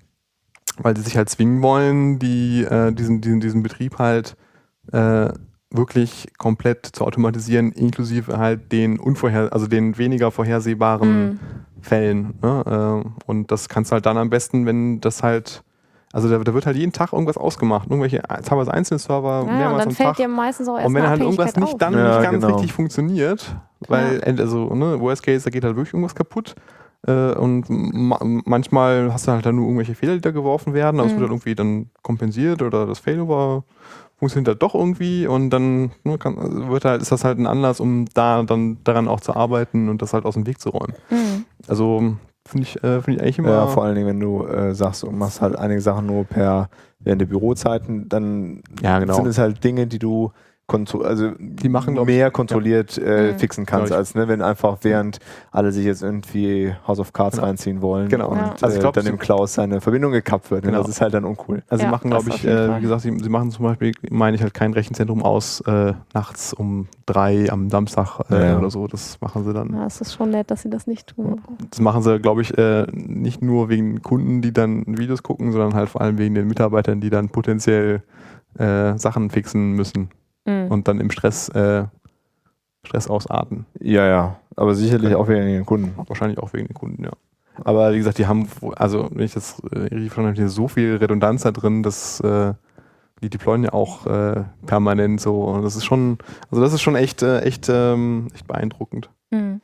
weil sie sich halt zwingen wollen, die, äh, diesen, diesen, diesen Betrieb halt äh, wirklich komplett zu automatisieren, inklusive halt den unvorher, also den weniger vorhersehbaren mhm. Fällen. Ne? Äh, und das kannst du halt dann am besten, wenn das halt, also da, da wird halt jeden Tag irgendwas ausgemacht, irgendwelche teilweise einzelne Server ja, mehrmals und dann am fällt Tag. Dir meistens auch erst und wenn halt irgendwas auf. nicht dann ja, nicht ganz genau. richtig funktioniert, weil ja. also ne, Worst Case, da geht halt wirklich irgendwas kaputt. Äh, und ma- manchmal hast du halt dann nur irgendwelche Fehler, die da geworfen werden, aber es mhm. wird dann irgendwie dann kompensiert oder das Failover funktioniert halt doch irgendwie und dann ne, kann, wird halt, ist das halt ein Anlass, um da dann daran auch zu arbeiten und das halt aus dem Weg zu räumen. Mhm. Also finde ich, äh, find ich eigentlich immer... Ja, vor allen Dingen, wenn du äh, sagst, du machst halt einige Sachen nur per während der Bürozeiten, dann ja, genau. sind es halt Dinge, die du Kontro- also die machen, mehr kontrolliert ja. äh, mhm. fixen kannst, als ne, wenn einfach während alle sich jetzt irgendwie House of Cards genau. reinziehen wollen genau. und ja. also ich glaub, äh, dann dem Klaus seine Verbindung gekappt wird. Genau. Das ist halt dann uncool. Also ja, sie machen, glaube ich, äh, wie gesagt, sie, sie machen zum Beispiel, meine ich, halt kein Rechenzentrum aus äh, nachts um drei am Samstag äh, ja. oder so. Das machen sie dann. Ja, es ist schon nett, dass sie das nicht tun. Das machen sie, glaube ich, äh, nicht nur wegen Kunden, die dann Videos gucken, sondern halt vor allem wegen den Mitarbeitern, die dann potenziell äh, Sachen fixen müssen. Mhm. Und dann im Stress, äh, Stress ausarten. Ja, ja. Aber sicherlich auch wegen den Kunden. Wahrscheinlich auch wegen den Kunden, ja. Aber wie gesagt, die haben, also wenn ich das äh, richtig verstanden habe, so viel Redundanz da drin, dass äh, die deployen ja auch äh, permanent so. Und das ist schon, also das ist schon echt, äh, echt, ähm, echt beeindruckend. Mhm.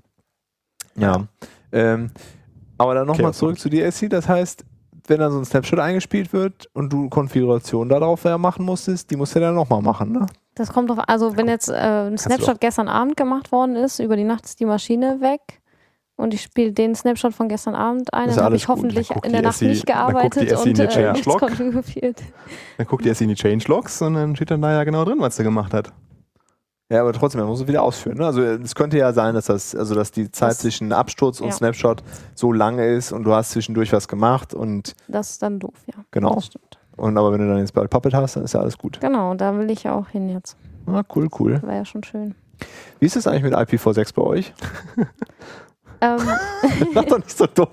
Ja. Ähm, aber dann nochmal okay, zurück zu D S C. Das heißt, wenn dann so ein Snapshot eingespielt wird und du Konfiguration darauf machen musstest, die musst du dann nochmal machen, ne? Das kommt drauf, also wenn jetzt äh, ein Snapshot gestern Abend gemacht worden ist, über die Nacht ist die Maschine weg und ich spiele den Snapshot von gestern Abend ein, dann habe ich hoffentlich in der Nacht S I, nicht gearbeitet und äh, nichts konfiguriert. Dann guckt die S I in die Changelogs und dann steht dann da ja genau drin, was der gemacht hat. Ja, aber trotzdem, man muss es wieder ausführen. Ne? Also es könnte ja sein, dass das, also dass die Zeit das, zwischen Absturz und ja. Snapshot so lange ist und du hast zwischendurch was gemacht und das ist dann doof, ja. Genau. Das stimmt. Und aber wenn du dann jetzt bald Puppet hast, dann ist ja alles gut. Genau, da will ich ja auch hin jetzt. Ah, cool, cool. War ja schon schön. Wie ist es eigentlich mit I P v sechs bei euch? ähm. Mach doch nicht so doof.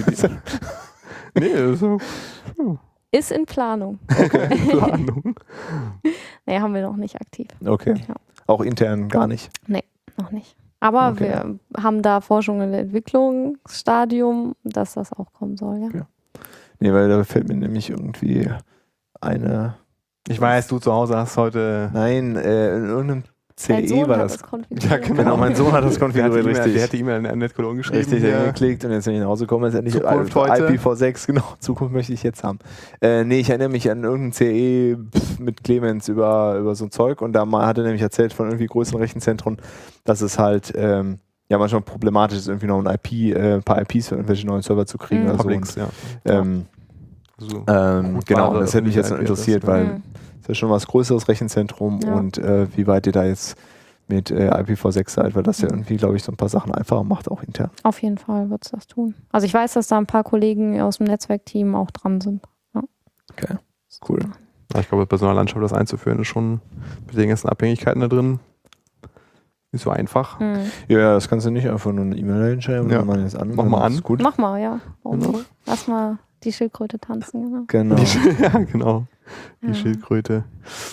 Nee, also, hm. Ist in Planung. Okay, in Planung. Nee, haben wir noch nicht aktiv. Okay. Ja. Auch intern gar nicht? Nee, noch nicht. Aber Okay. wir haben da Forschung und Entwicklungsstadium, dass das auch kommen soll, ja. Okay. Nee, weil da fällt mir nämlich irgendwie eine... Ich weiß, du zu Hause hast heute... Nein, äh, in irgendeinem Dein C E Sohn war hat das. konfiguriert. Ja, genau. Genau, mein Sohn hat das Der hat die konfiguriert, E-Mail- richtig. Der hat die E-Mail in NetCologne geschrieben. Richtig, hier. geklickt und jetzt, wenn ich nach Hause komme, ist endlich Zukunft I- heute. I P v sechs, genau, Zukunft möchte ich jetzt haben. Äh, nee, ich erinnere mich an irgendein C E pf, mit Clemens über, über so ein Zeug und da mal, hat er nämlich erzählt von irgendwie größeren Rechenzentren, dass es halt ähm, ja manchmal problematisch ist, irgendwie noch ein I P, äh, ein paar I Ps für irgendwelche neuen Server zu kriegen. Mhm. Oder so. Publics, Und, ja. ähm, So. ähm, Gut, genau, wahre das hätte mich jetzt noch öffentliche interessiert, I P Adresse. weil Mhm. es ist ja schon was größeres Rechenzentrum Ja. und äh, wie weit ihr da jetzt mit äh, I P v sechs seid, weil das ja irgendwie, glaube ich, so ein paar Sachen einfacher macht, auch intern. Auf jeden Fall wird es das tun. Also ich weiß, dass da ein paar Kollegen aus dem Netzwerkteam auch dran sind. Okay, cool. Ja, ich glaube, bei so einer Landschaft das einzuführen ist schon mit den ganzen Abhängigkeiten da drin nicht so einfach. Mhm. Ja, das kannst du nicht einfach nur eine E-Mail hinschreiben Ja. und dann jetzt an. Mach dann mal ist an. Gut. Mach mal, ja. Warum Genau. nicht? Lass mal die Schildkröte tanzen, genau. Genau. Die, ja, genau. Die Ja. Schildkröte.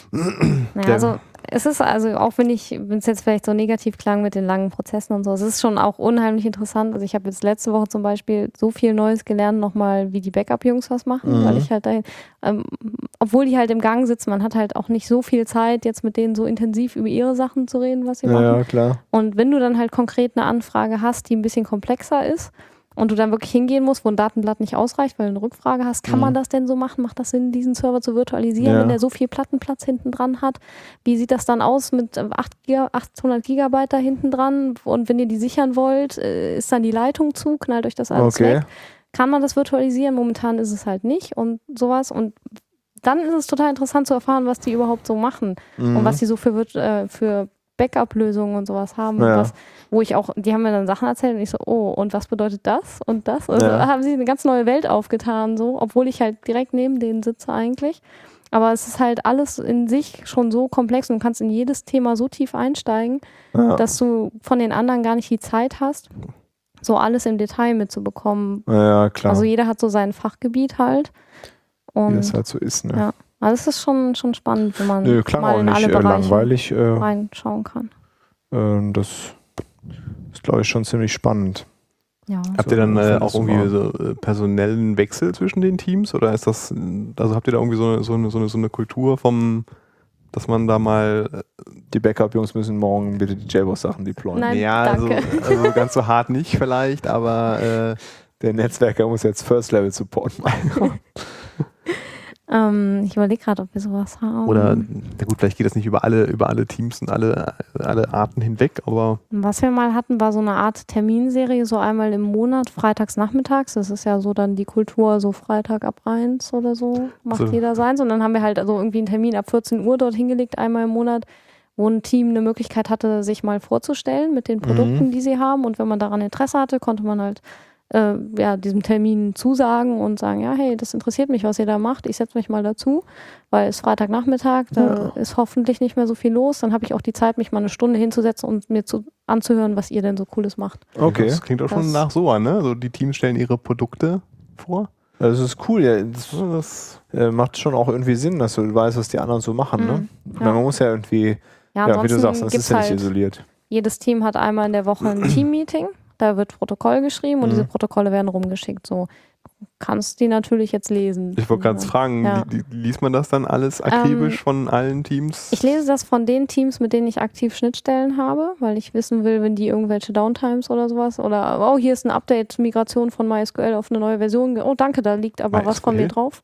Ja, Der- also es ist also, auch wenn ich, wenn es jetzt vielleicht so negativ klang mit den langen Prozessen und so, es ist schon auch unheimlich interessant. Also ich habe jetzt letzte Woche zum Beispiel so viel Neues gelernt, nochmal, wie die Backup-Jungs was machen, Mhm. weil ich halt dahin, ähm, obwohl die halt im Gang sitzen, man hat halt auch nicht so viel Zeit, jetzt mit denen so intensiv über ihre Sachen zu reden, was sie Ja, machen. ja, klar. Und wenn du dann halt konkret eine Anfrage hast, die ein bisschen komplexer ist und du dann wirklich hingehen musst, wo ein Datenblatt nicht ausreicht, weil du eine Rückfrage hast, kann Mhm. man das denn so machen? Macht das Sinn, diesen Server zu virtualisieren, Ja. wenn der so viel Plattenplatz hinten dran hat? Wie sieht das dann aus mit äh, acht Giga, achthundert Gigabyte da hinten dran? Und wenn ihr die sichern wollt, äh, ist dann die Leitung zu, knallt euch das alles Okay. weg? Kann man das virtualisieren? Momentan ist es halt nicht und sowas. Und dann ist es total interessant zu erfahren, was die überhaupt so machen Mhm. und was die so für, virt- äh, für Backup-Lösungen und sowas haben. Ja. Was, wo ich auch, die haben mir dann Sachen erzählt und ich so, oh, und was bedeutet das und das? Also Ja. haben sie eine ganz neue Welt aufgetan, so, obwohl ich halt direkt neben denen sitze eigentlich. Aber es ist halt alles in sich schon so komplex und du kannst in jedes Thema so tief einsteigen, Ja. dass du von den anderen gar nicht die Zeit hast, so alles im Detail mitzubekommen. Ja, ja, klar. Also jeder hat so sein Fachgebiet halt. Wie Und das halt so ist, ne? ja. also es ist schon, schon spannend, wenn man Nö, klang mal auch in nicht alle äh, Bereiche langweilig. Äh, reinschauen kann. äh, das ist, glaube ich, schon ziemlich spannend. Ja. Habt ihr dann So, äh, das auch ist irgendwie mal- so äh, personellen Wechsel zwischen den Teams oder ist das, also habt ihr da irgendwie so eine, so eine, so eine, so eine Kultur vom, dass man da mal, äh, Die Backup-Jungs müssen morgen bitte die J B O S-Sachen deployen. Nein, ja, also, danke. also ganz so hart nicht vielleicht, aber äh, Der Netzwerker muss jetzt First-Level-Support machen. Ähm, ich überlege gerade, ob wir sowas haben. oder, na gut, vielleicht geht das nicht über alle, über alle Teams und alle, alle Arten hinweg, aber Was wir mal hatten, war so eine Art Terminserie, so einmal im Monat, freitags nachmittags. Das ist ja so dann die Kultur, so Freitag ab eins oder so, macht So. jeder seins. Und dann haben wir halt also irgendwie einen Termin ab vierzehn Uhr dort hingelegt, einmal im Monat, wo ein Team eine Möglichkeit hatte, sich mal vorzustellen mit den Produkten, Mhm. die sie haben. Und wenn man daran Interesse hatte, konnte man halt äh, ja, diesem Termin zusagen und sagen, ja, hey, das interessiert mich, was ihr da macht. Ich setze mich mal dazu, weil es Freitagnachmittag, da ist hoffentlich nicht mehr so viel los. Dann habe ich auch die Zeit, mich mal eine Stunde hinzusetzen und mir zu, anzuhören, was ihr denn so Cooles macht. Okay. das klingt auch schon Das- nach so an, ne? Also die Teams stellen ihre Produkte vor. Das ist cool, ja. Das Ja, das, äh, macht schon auch irgendwie Sinn, dass du weißt, was die anderen so machen. Ne? ja. Man muss ja irgendwie, Ja, ja, wie ansonsten du sagst, das gibt's ist ja nicht halt, isoliert. jedes Team hat einmal in der Woche ein Team-Meeting. Da wird Protokoll geschrieben und Mhm. diese Protokolle werden rumgeschickt. So, du kannst die natürlich jetzt lesen. ich wollte gerade fragen, Ja. li- li- liest man das dann alles akribisch Ähm, von allen Teams? Ich lese das von den Teams, mit denen ich aktiv Schnittstellen habe, weil ich wissen will, wenn die irgendwelche Downtimes oder sowas oder oh, hier ist ein Update, Migration von MySQL auf eine neue Version. ge- Oh, danke, da liegt aber was von MySQL? mir drauf.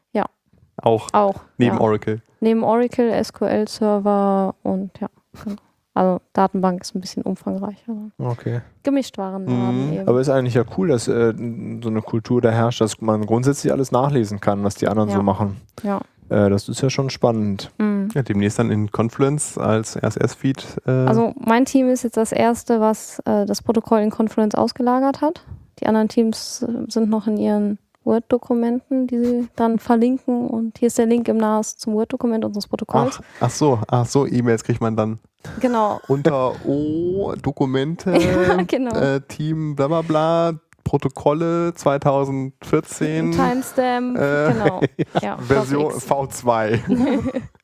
Auch Auch. neben ja. Oracle. Neben Oracle, S Q L-Server und ja. Genau. Also Datenbank ist ein bisschen umfangreicher. Okay. Gemischtwarenladen Mhm. eben. Aber ist eigentlich ja cool, dass äh, so eine Kultur da herrscht, dass man grundsätzlich alles nachlesen kann, was die anderen Ja. so machen. Ja. Äh, das ist ja schon spannend. Mhm. Ja, demnächst dann in Confluence als R S S-Feed. Äh, Also mein Team ist jetzt das erste, was äh, das Protokoll in Confluence ausgelagert hat. Die anderen Teams äh, sind noch in ihren Word-Dokumenten, die sie dann verlinken. Und hier ist der Link im N A S zum Word-Dokument unseres Protokolls. ach, ach so, ach so, E-Mails kriegt man dann Genau. unter O, Dokumente, Ja, genau. äh, Team, bla bla bla, Protokolle zwanzig vierzehn, Timestamp, äh, genau. Ja, Version X. V zwei.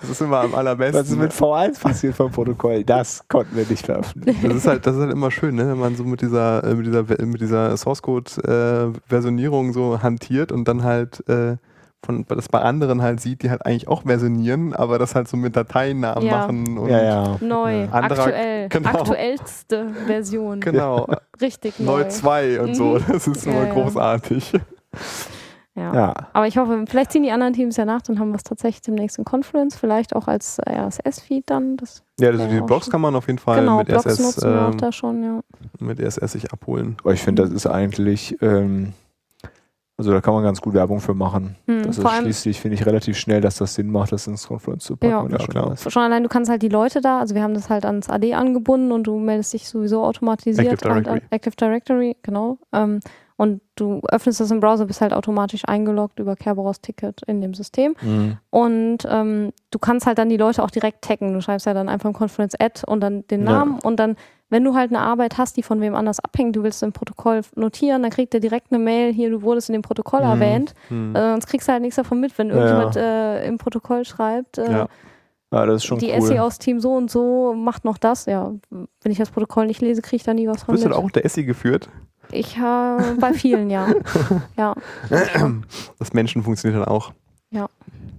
Das ist immer am allerbesten. Was ist mit V eins passiert vom Protokoll? Das konnten wir nicht veröffentlichen. Das ist halt, das ist halt immer schön, ne? Wenn man so mit dieser, äh, mit dieser, mit dieser Source Code äh, Versionierung so hantiert und dann halt äh, von, das bei anderen halt sieht, die halt eigentlich auch versionieren, aber das halt so mit Dateinamen Ja. machen und Ja, ja. Neu, Ja. Anderer- aktuell, genau. aktuellste Version. genau, Richtig neu. neu zwei und so. Mhm. Das ist Ja, immer ja. großartig. Ja. Ja. Aber ich hoffe, vielleicht ziehen die anderen Teams ja nach, dann haben wir es tatsächlich demnächst in Confluence, vielleicht auch als R S S-Feed dann. Das Ja, also Ja, die auch Blogs schon. kann man auf jeden Fall genau, mit Blogs R S S, nutzen wir auch ähm, da schon, ja. mit R S S sich abholen. Aber ich finde, das ist eigentlich, ähm, also da kann man ganz gut Werbung für machen. Hm, Das ist vor allem, schließlich, finde ich, relativ schnell, dass das Sinn macht, das ins Confluence zu packen. Ja. wenn das Ja, schon klar. da ist. schon allein, du kannst halt die Leute da, also wir haben das halt ans A D angebunden und du meldest dich sowieso automatisiert Active an- Directory. An Active Directory, genau. Ähm, und du öffnest das im Browser, bist halt automatisch eingeloggt über Kerberos-Ticket in dem System. Mhm. Und ähm, du kannst halt dann die Leute auch direkt taggen. Du schreibst ja dann einfach im Confluence Add und dann den Ja. Namen und dann, wenn du halt eine Arbeit hast, die von wem anders abhängt, du willst im Protokoll notieren, dann kriegt er direkt eine Mail, hier, du wurdest in dem Protokoll Mhm. erwähnt. Hm. Äh, sonst kriegst du halt nichts davon mit, wenn Ja, irgendjemand äh, im Protokoll schreibt, äh, Ja. Ja, das ist schon die cool. Essie aus Team so und so macht noch das. Ja, wenn ich das Protokoll nicht lese, kriege ich da nie was von Wirst du mit. da auch unter Essie geführt? Ich habe bei vielen, ja. ja. Das Menschen funktioniert dann auch. Ja.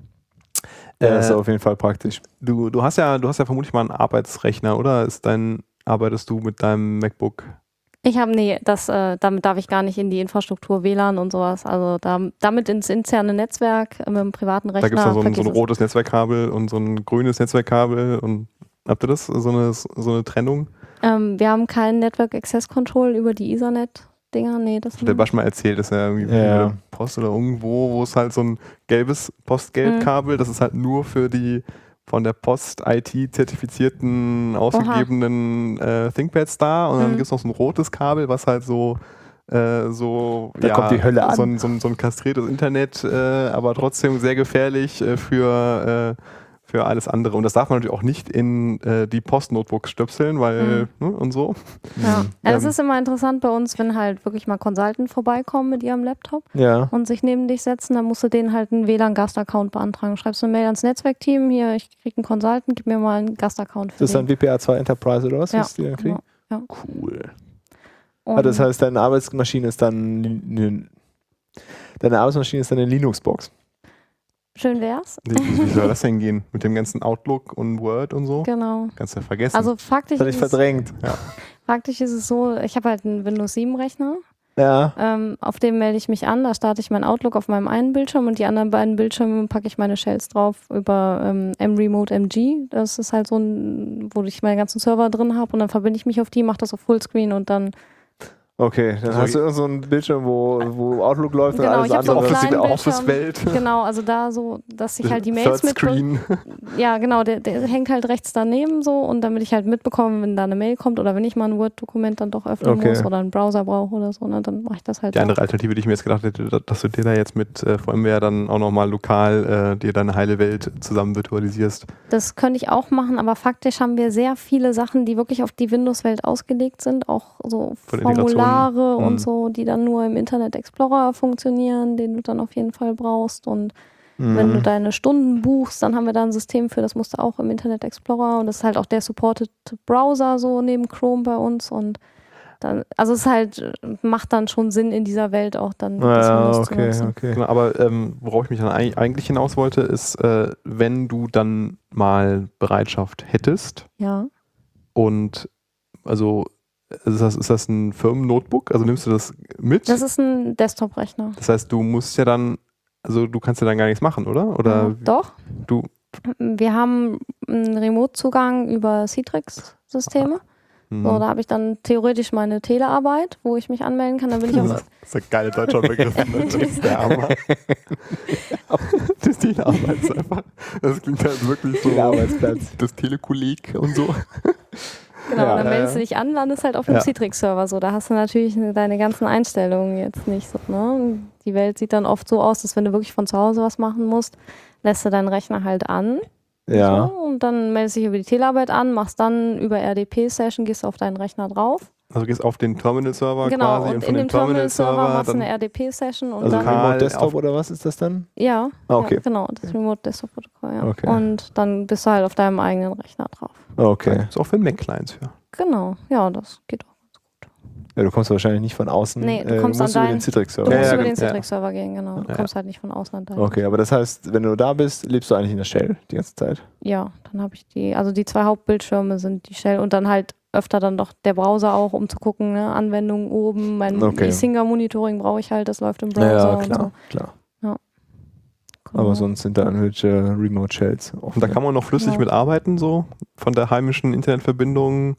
Ja, das ist Äh, auf jeden Fall praktisch. du, du hast ja, du hast ja vermutlich mal einen Arbeitsrechner, oder? Ist dein, arbeitest du mit deinem MacBook? Ich habe, nee, das, äh, damit darf ich gar nicht in die Infrastruktur W L A N und sowas. Also da, damit ins interne Netzwerk äh, mit dem privaten Rechner. Da gibt es ja so ein, so ein vergiss es. rotes Netzwerkkabel und so ein grünes Netzwerkkabel und habt ihr das? So eine, so eine Trennung? Ähm, wir haben kein Network Access Control über die Ethernet-Dinger. Nee, das Hat der Basch mal erzählt, dass er irgendwie Ja. bei der Post oder irgendwo, wo es halt so ein gelbes Postgeldkabel, das ist halt nur für die von der Post I T zertifizierten, ausgegebenen äh, ThinkPads da und dann Mhm. gibt es noch so ein rotes Kabel, was halt so äh, so, Da kommt die Hölle an. so ein, so ein, so ein kastriertes Internet, äh, aber trotzdem sehr gefährlich äh, für, äh, für alles andere. Und das darf man natürlich auch nicht in äh, die Post-Notebooks stöpseln, weil, ne, und so. Ja, ja das Ähm, ist immer interessant bei uns, wenn halt wirklich mal Consultant vorbeikommen mit ihrem Laptop Ja. und sich neben dich setzen, dann musst du denen halt einen W L A N-Gastaccount beantragen. Schreibst du eine Mail ans Netzwerkteam, hier, ich krieg einen Consultant, gib mir mal einen Gastaccount für Das ist dann den. W P A zwei Enterprise oder was? Ja, was die dann kriegen? genau, Cool. Und Ah, das heißt, deine Arbeitsmaschine ist dann ne, deine Arbeitsmaschine ist dann eine Linux-Box. schön wär's. Wie, wie soll das denn gehen? Mit dem ganzen Outlook und Word und so? Genau. Kannst du ja vergessen. Also faktisch Das habe ich ist, es, verdrängt. faktisch ist es so, ich habe halt einen Windows sieben Rechner, Ja. ähm, auf dem melde ich mich an, da starte ich meinen Outlook auf meinem einen Bildschirm und die anderen beiden Bildschirme packe ich meine Shells drauf über ähm, M-Remote M G. Das ist halt so ein, wo ich meine ganzen Server drin habe und dann verbinde ich mich auf die, mache das auf Fullscreen und dann Okay, dann So, hast du irgend so einen Bildschirm, wo, wo Outlook läuft Genau, und ich alles hab so einen andere. Office, kleinen die Office-Welt. Bildschirm. Genau, also da so, dass ich halt die Mails Third mit Screen. ja, genau, der, der hängt halt rechts daneben so und damit ich halt mitbekomme, wenn da eine Mail kommt oder wenn ich mal ein Word-Dokument dann doch öffnen Okay. muss oder einen Browser brauche oder so, ne, dann mache ich das halt Die da. andere Alternative, die ich mir jetzt gedacht hätte, dass du dir da jetzt mit äh, VMware dann auch nochmal lokal äh, dir deine heile Welt zusammen virtualisierst. Das könnte ich auch machen, aber faktisch haben wir sehr viele Sachen, die wirklich auf die Windows-Welt ausgelegt sind, auch so Von Formulare Integrationen. und Mhm. so, die dann nur im Internet Explorer funktionieren, den du dann auf jeden Fall brauchst und Mhm. wenn du deine Stunden buchst, dann haben wir da ein System für, das musst du auch im Internet Explorer und das ist halt auch der supported Browser so neben Chrome bei uns und dann, also es ist halt, macht dann schon Sinn in dieser Welt auch dann das Ja, Windows zu okay, nutzen. okay. Genau, aber ähm, worauf ich mich dann eig- eigentlich hinaus wollte, ist, äh, wenn du dann mal Bereitschaft hättest Ja. und also ist das, ist das ein Firmen-Notebook? Also nimmst du das mit? Das ist ein Desktop-Rechner. Das heißt, du musst ja dann, also du kannst ja dann gar nichts machen, oder? Oder Ja, doch. du, Wir haben einen Remote-Zugang über Citrix-Systeme. hm. So, da habe ich dann theoretisch meine Telearbeit, wo ich mich anmelden kann. Dann bin ich das auch. ist ein geiler deutscher Begriff. Ne? Das ist der Hammer. Das Telearbeit ist einfach, das klingt halt wirklich so, Arbeitsplatz. das Telekolleg und so. Genau, Ja, dann ja, meldest ja. du dich an, landest halt auf einem Ja. Citrix-Server. So, da hast du natürlich deine ganzen Einstellungen jetzt nicht so. Ne? Die Welt sieht dann oft so aus, dass wenn du wirklich von zu Hause was machen musst, lässt du deinen Rechner halt an. Ja. So, und dann meldest du dich über die Telearbeit an, machst dann über R D P-Session, gehst auf deinen Rechner drauf. Also gehst auf den Terminal-Server Genau, quasi und, und von in dem dem Terminal-Server Terminal-Server machst du dann eine R D P-Session und Also dann... lokal Remote Desktop auf- oder was ist das dann? Ja, Ah, okay. ja, genau, das Remote Desktop Protokoll, ja. Okay. Und dann bist du halt auf deinem eigenen Rechner drauf. Okay. ist auch für den Mac-Clients für. Genau, ja, das geht auch. Ja, du kommst wahrscheinlich nicht von außen. Nee, du äh, kommst musst an über dein- den Citrix-Server. Du Ja, musst ja, über den genau. Citrix-Server gehen, genau. Du Ja. kommst halt nicht von außen an dein. Okay, aber das heißt, wenn du da bist, lebst du eigentlich in der Shell die ganze Zeit. Ja, dann habe ich die, also die zwei Hauptbildschirme sind die Shell und dann halt öfter dann doch der Browser auch, um zu gucken, ne, Anwendungen oben, mein Okay. E-Singer-Monitoring brauche ich halt, das läuft im Browser. Ja, und klar, so. klar. Genau. Aber sonst sind da irgendwelche Remote Shells. Und da kann man noch flüssig Ja. mit arbeiten, so von der heimischen Internetverbindung,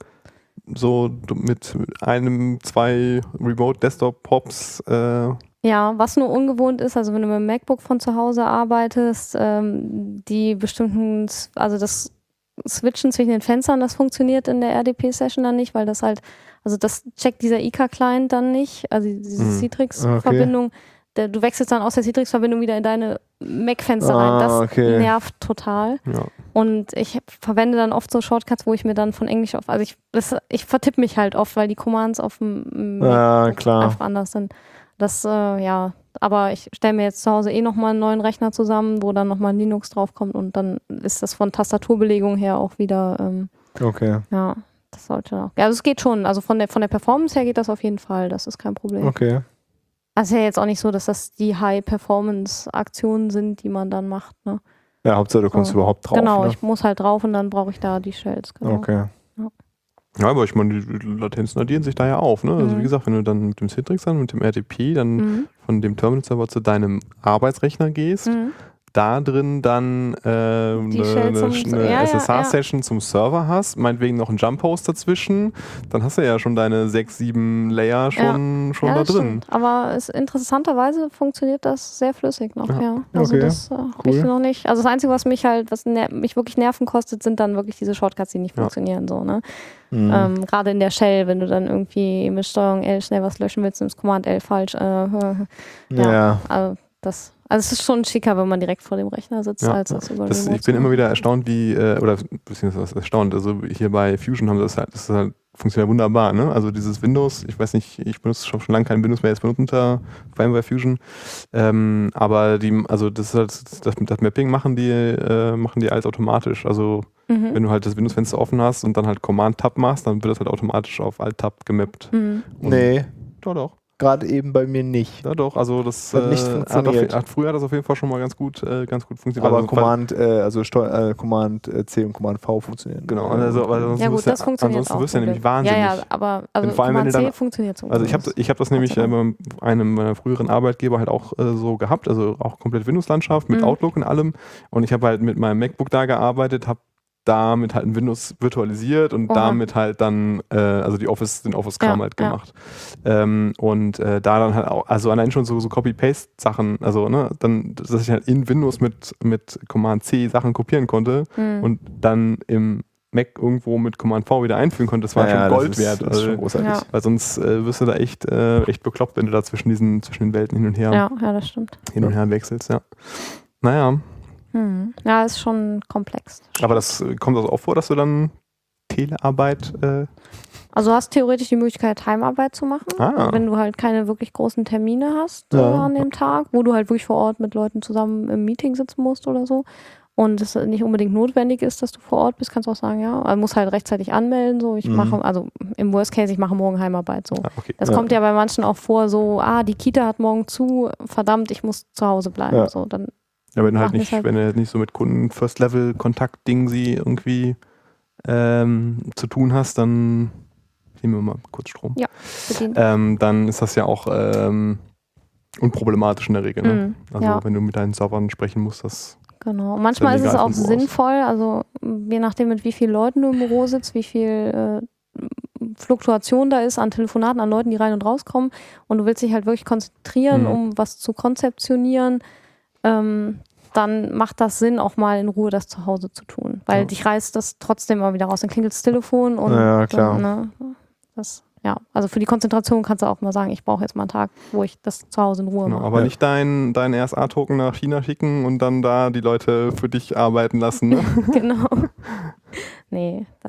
so mit einem, zwei Remote-Desktop-Pops. Äh, Ja, was nur ungewohnt ist, also wenn du mit dem MacBook von zu Hause arbeitest, ähm, die bestimmten, S- also das Switchen zwischen den Fenstern, das funktioniert in der R D P-Session dann nicht, weil das halt, also das checkt dieser I K-Client dann nicht, also diese Mhm. Citrix-Verbindung. Der, du wechselst dann aus der Citrix-Verbindung wieder in deine Mac-Fenster Ah, rein. Das okay. nervt total. ja. Und ich verwende dann oft so Shortcuts, wo ich mir dann von Englisch auf, also ich, das, ich vertippe mich halt oft, weil die Commands auf dem Ja, MacBook klar. einfach anders sind. Das, äh, ja, aber ich stelle mir jetzt zu Hause eh nochmal einen neuen Rechner zusammen, wo dann nochmal Linux draufkommt und dann ist das von Tastaturbelegung her auch wieder, ähm, Okay, ja, das sollte auch. Ja, also es geht schon, also von der, von der Performance her geht das auf jeden Fall, das ist kein Problem. okay. Also ja jetzt auch nicht so, dass das die High-Performance-Aktionen sind, die man dann macht, ne? Ja, Hauptsache du kommst Ja. überhaupt drauf. Genau, ne? ich muss halt drauf und dann brauche ich da die Shells, genau. Okay. Ja, aber ich meine, die Latenzen addieren sich da ja auf. Ne? Also Mhm. wie gesagt, wenn du dann mit dem Citrix dann, mit dem R D P dann Mhm. von dem Terminal-Server zu deinem Arbeitsrechner gehst, Mhm. da drin dann äh, eine, Die Shell eine, zum- eine ja, ja, S S H-Session zum Server hast, meinetwegen noch einen Jump-Host dazwischen, dann hast du ja schon deine sechs, sieben Layer schon, schon Ja, da das drin. stimmt. Aber es, interessanterweise funktioniert das sehr flüssig noch, Ja. ja. Also Okay, das äh, hab cool. ich noch nicht. Also das Einzige, was mich halt, was ner- mich wirklich Nerven kostet, sind dann wirklich diese Shortcuts, die nicht Ja. funktionieren. So, ne? Mhm. Ähm, Gerade in der Shell, wenn du dann irgendwie mit Steuerung L schnell was löschen willst, nimmst Command L falsch. Äh, ja. ja. Also das, also es ist schon schicker, wenn man direkt vor dem Rechner sitzt, Ja, als das über Das, Remote ich bin zu immer machen. wieder erstaunt, wie, äh, oder beziehungsweise erstaunt, also hier bei Fusion haben sie das halt, das ist halt, funktioniert wunderbar, ne? Also dieses Windows, ich weiß nicht, ich benutze schon, schon lange kein Windows mehr jetzt benutzt unter, vor allem bei Fusion, ähm, aber die, also das ist halt, das, das Mapping machen die, äh, machen die alles automatisch, also Mhm. wenn du halt das Windows-Fenster offen hast und dann halt Command-Tab machst, dann wird das halt automatisch auf Alt-Tab gemappt. Mhm. Und- Nee, Doch, doch. gerade eben bei mir nicht. Ja, doch, also das Hat nicht äh, funktioniert. Hat, auf, hat früher das auf jeden Fall schon mal ganz gut, äh, ganz gut funktioniert. Aber Also, Command, äh, also Steu äh, Command äh, C und Command V funktionieren. Genau, also, aber ansonsten Ja gut, wirst du- das funktioniert ansonsten auch. wirst du ja zum nämlich Glück. wahnsinnig. Ja, ja, aber also Wenn vor allem, wenn Command du C dann- funktioniert zum Also ich habe Glück. ich hab das nämlich äh, bei einem meiner früheren Arbeitgeber halt auch äh, so gehabt, also auch komplett Windows-Landschaft mit Mhm. Outlook und allem. Und ich habe halt mit meinem MacBook da gearbeitet, habe damit halt ein Windows virtualisiert und Oha. damit halt dann, äh, also die Office, den Office-Kram Ja, halt ja. gemacht. Ähm, und äh, da dann halt auch, also allein schon so, so Copy-Paste-Sachen, also ne, dann, dass ich halt in Windows mit, mit Command-C Sachen kopieren konnte Mhm. und dann im Mac irgendwo mit Command-V wieder einfügen konnte, das war ja, schon das Gold ist, wert. Das ist Also, schon großartig. Ja. weil sonst äh, wirst du da echt, äh, echt bekloppt, wenn du da zwischen diesen, zwischen den Welten hin und her, Ja, ja, das stimmt. hin und her wechselst, ja. Naja, Mhm. Ja, ist schon komplex. aber das äh, kommt also auch vor, dass du dann Telearbeit, äh, Also du hast theoretisch die Möglichkeit, Heimarbeit zu machen, Ah. wenn du halt keine wirklich großen Termine hast äh, Ja. an dem Tag, wo du halt wirklich vor Ort mit Leuten zusammen im Meeting sitzen musst oder so. Und es nicht unbedingt notwendig ist, dass du vor Ort bist, kannst du auch sagen, ja, also musst halt rechtzeitig anmelden. So, ich Mhm. mache, also im Worst Case, ich mache morgen Heimarbeit. So. ah, okay. Das Ja. kommt ja bei manchen auch vor, so, ah, die Kita hat morgen zu, verdammt, ich muss zu Hause bleiben. Ja. So, dann, Ja, wenn du halt Machen nicht, wir halt- wenn du halt nicht so mit Kunden First-Level-Kontakt-Ding sie irgendwie ähm, zu tun hast, dann nehmen wir mal kurz Strom. Ja. bedient. Ähm, dann ist das ja auch ähm, unproblematisch in der Regel. Ne? Mhm. Also Ja. wenn du mit deinen Servern sprechen musst, das Genau. Und manchmal Ist ist ja es egal, auch von wo aus. sinnvoll, also m, je nachdem, mit wie vielen Leuten du im Büro sitzt, wie viel äh, Fluktuation da ist an Telefonaten, an Leuten, die rein und rauskommen und du willst dich halt wirklich konzentrieren, Mhm. um was zu konzeptionieren, ähm, dann macht das Sinn, auch mal in Ruhe das zu Hause zu tun. Weil Ja. dich reißt das trotzdem mal wieder raus. Dann klingelt das Telefon und Ja, klar. Dann, ne, das, ja, also für die Konzentration kannst du auch mal sagen, ich brauche jetzt mal einen Tag, wo ich das zu Hause in Ruhe genau, mache. aber Ja. nicht dein, dein R S A-Token nach China schicken und dann da die Leute für dich arbeiten lassen. Ne? Genau. Nee, das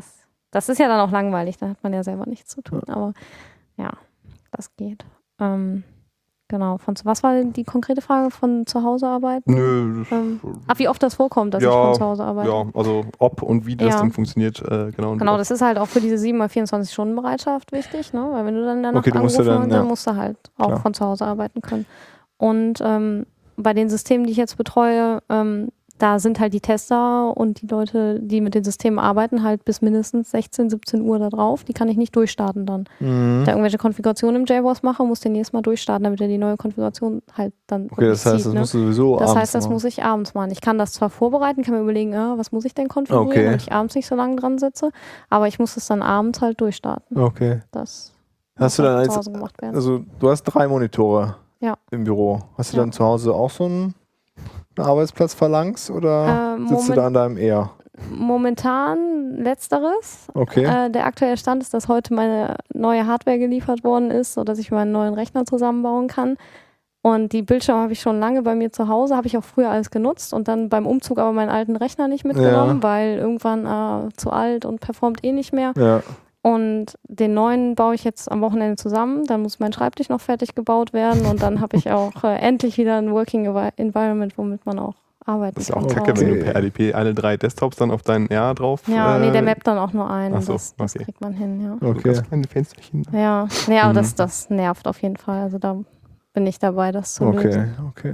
das ist ja dann auch langweilig, da hat man ja selber nichts zu tun. Aber ja, das geht. Ähm, genau. Von, was war denn die konkrete Frage von zu Hause arbeiten? Nö. Ähm, ach, wie oft das vorkommt, dass ja, ich von zu Hause arbeite? Ja, also ob und wie das Ja. dann funktioniert. Äh, genau, Genau, das ist halt auch für diese sieben mal vierundzwanzig Stunden Bereitschaft wichtig, ne? Weil wenn du dann in der Nacht Okay, du musst angerufen ja dann, hast, dann ja. musst du halt auch Klar. von zu Hause arbeiten können. Und ähm, bei den Systemen, die ich jetzt betreue, ähm, da sind halt die Tester und die Leute, die mit den Systemen arbeiten, halt bis mindestens sechzehn, siebzehn Uhr da drauf. Die kann ich nicht durchstarten dann. Mhm. Da irgendwelche Konfigurationen im J B O S mache, muss den nächstes Mal durchstarten, damit er die neue Konfiguration halt dann Okay, das heißt, zieht, das ne? musst du sowieso Das abends heißt, das machen. muss ich abends machen. Ich kann das zwar vorbereiten, kann mir überlegen, ah, was muss ich denn konfigurieren, Okay. damit ich abends nicht so lange dran sitze, aber ich muss es dann abends halt durchstarten. Okay. Das Hast du muss dann halt als, zu Hause gemacht werden. also du hast drei Monitore Ja. im Büro. Hast du Ja. dann zu Hause auch so einen Arbeitsplatz verlangt oder Äh, sitzt du Moment- da an deinem eher? Momentan letzteres. Okay. Äh, der aktuelle Stand ist, dass heute meine neue Hardware geliefert worden ist, sodass ich meinen neuen Rechner zusammenbauen kann. Und die Bildschirme habe ich schon lange bei mir zu Hause, habe ich auch früher alles genutzt und dann beim Umzug aber meinen alten Rechner nicht mitgenommen, Ja. weil irgendwann äh, zu alt und performt eh nicht mehr. Ja. Und den neuen baue ich jetzt am Wochenende zusammen. Dann muss mein Schreibtisch noch fertig gebaut werden und dann habe ich auch äh, endlich wieder ein Working Envi- Environment, womit man auch arbeiten Das ist ja auch kann. kacke, zu wenn Hause. du per R D P alle drei Desktops dann auf deinen R drauf. Ja, äh, nee, der mappt dann auch nur ein. ach so, das das okay. kriegt man hin, ja. so Okay. ganz kleine Fensterchen. Ja, nee, aber Mhm. das, das nervt auf jeden Fall. Also da bin ich dabei, das zu lösen. Okay, okay.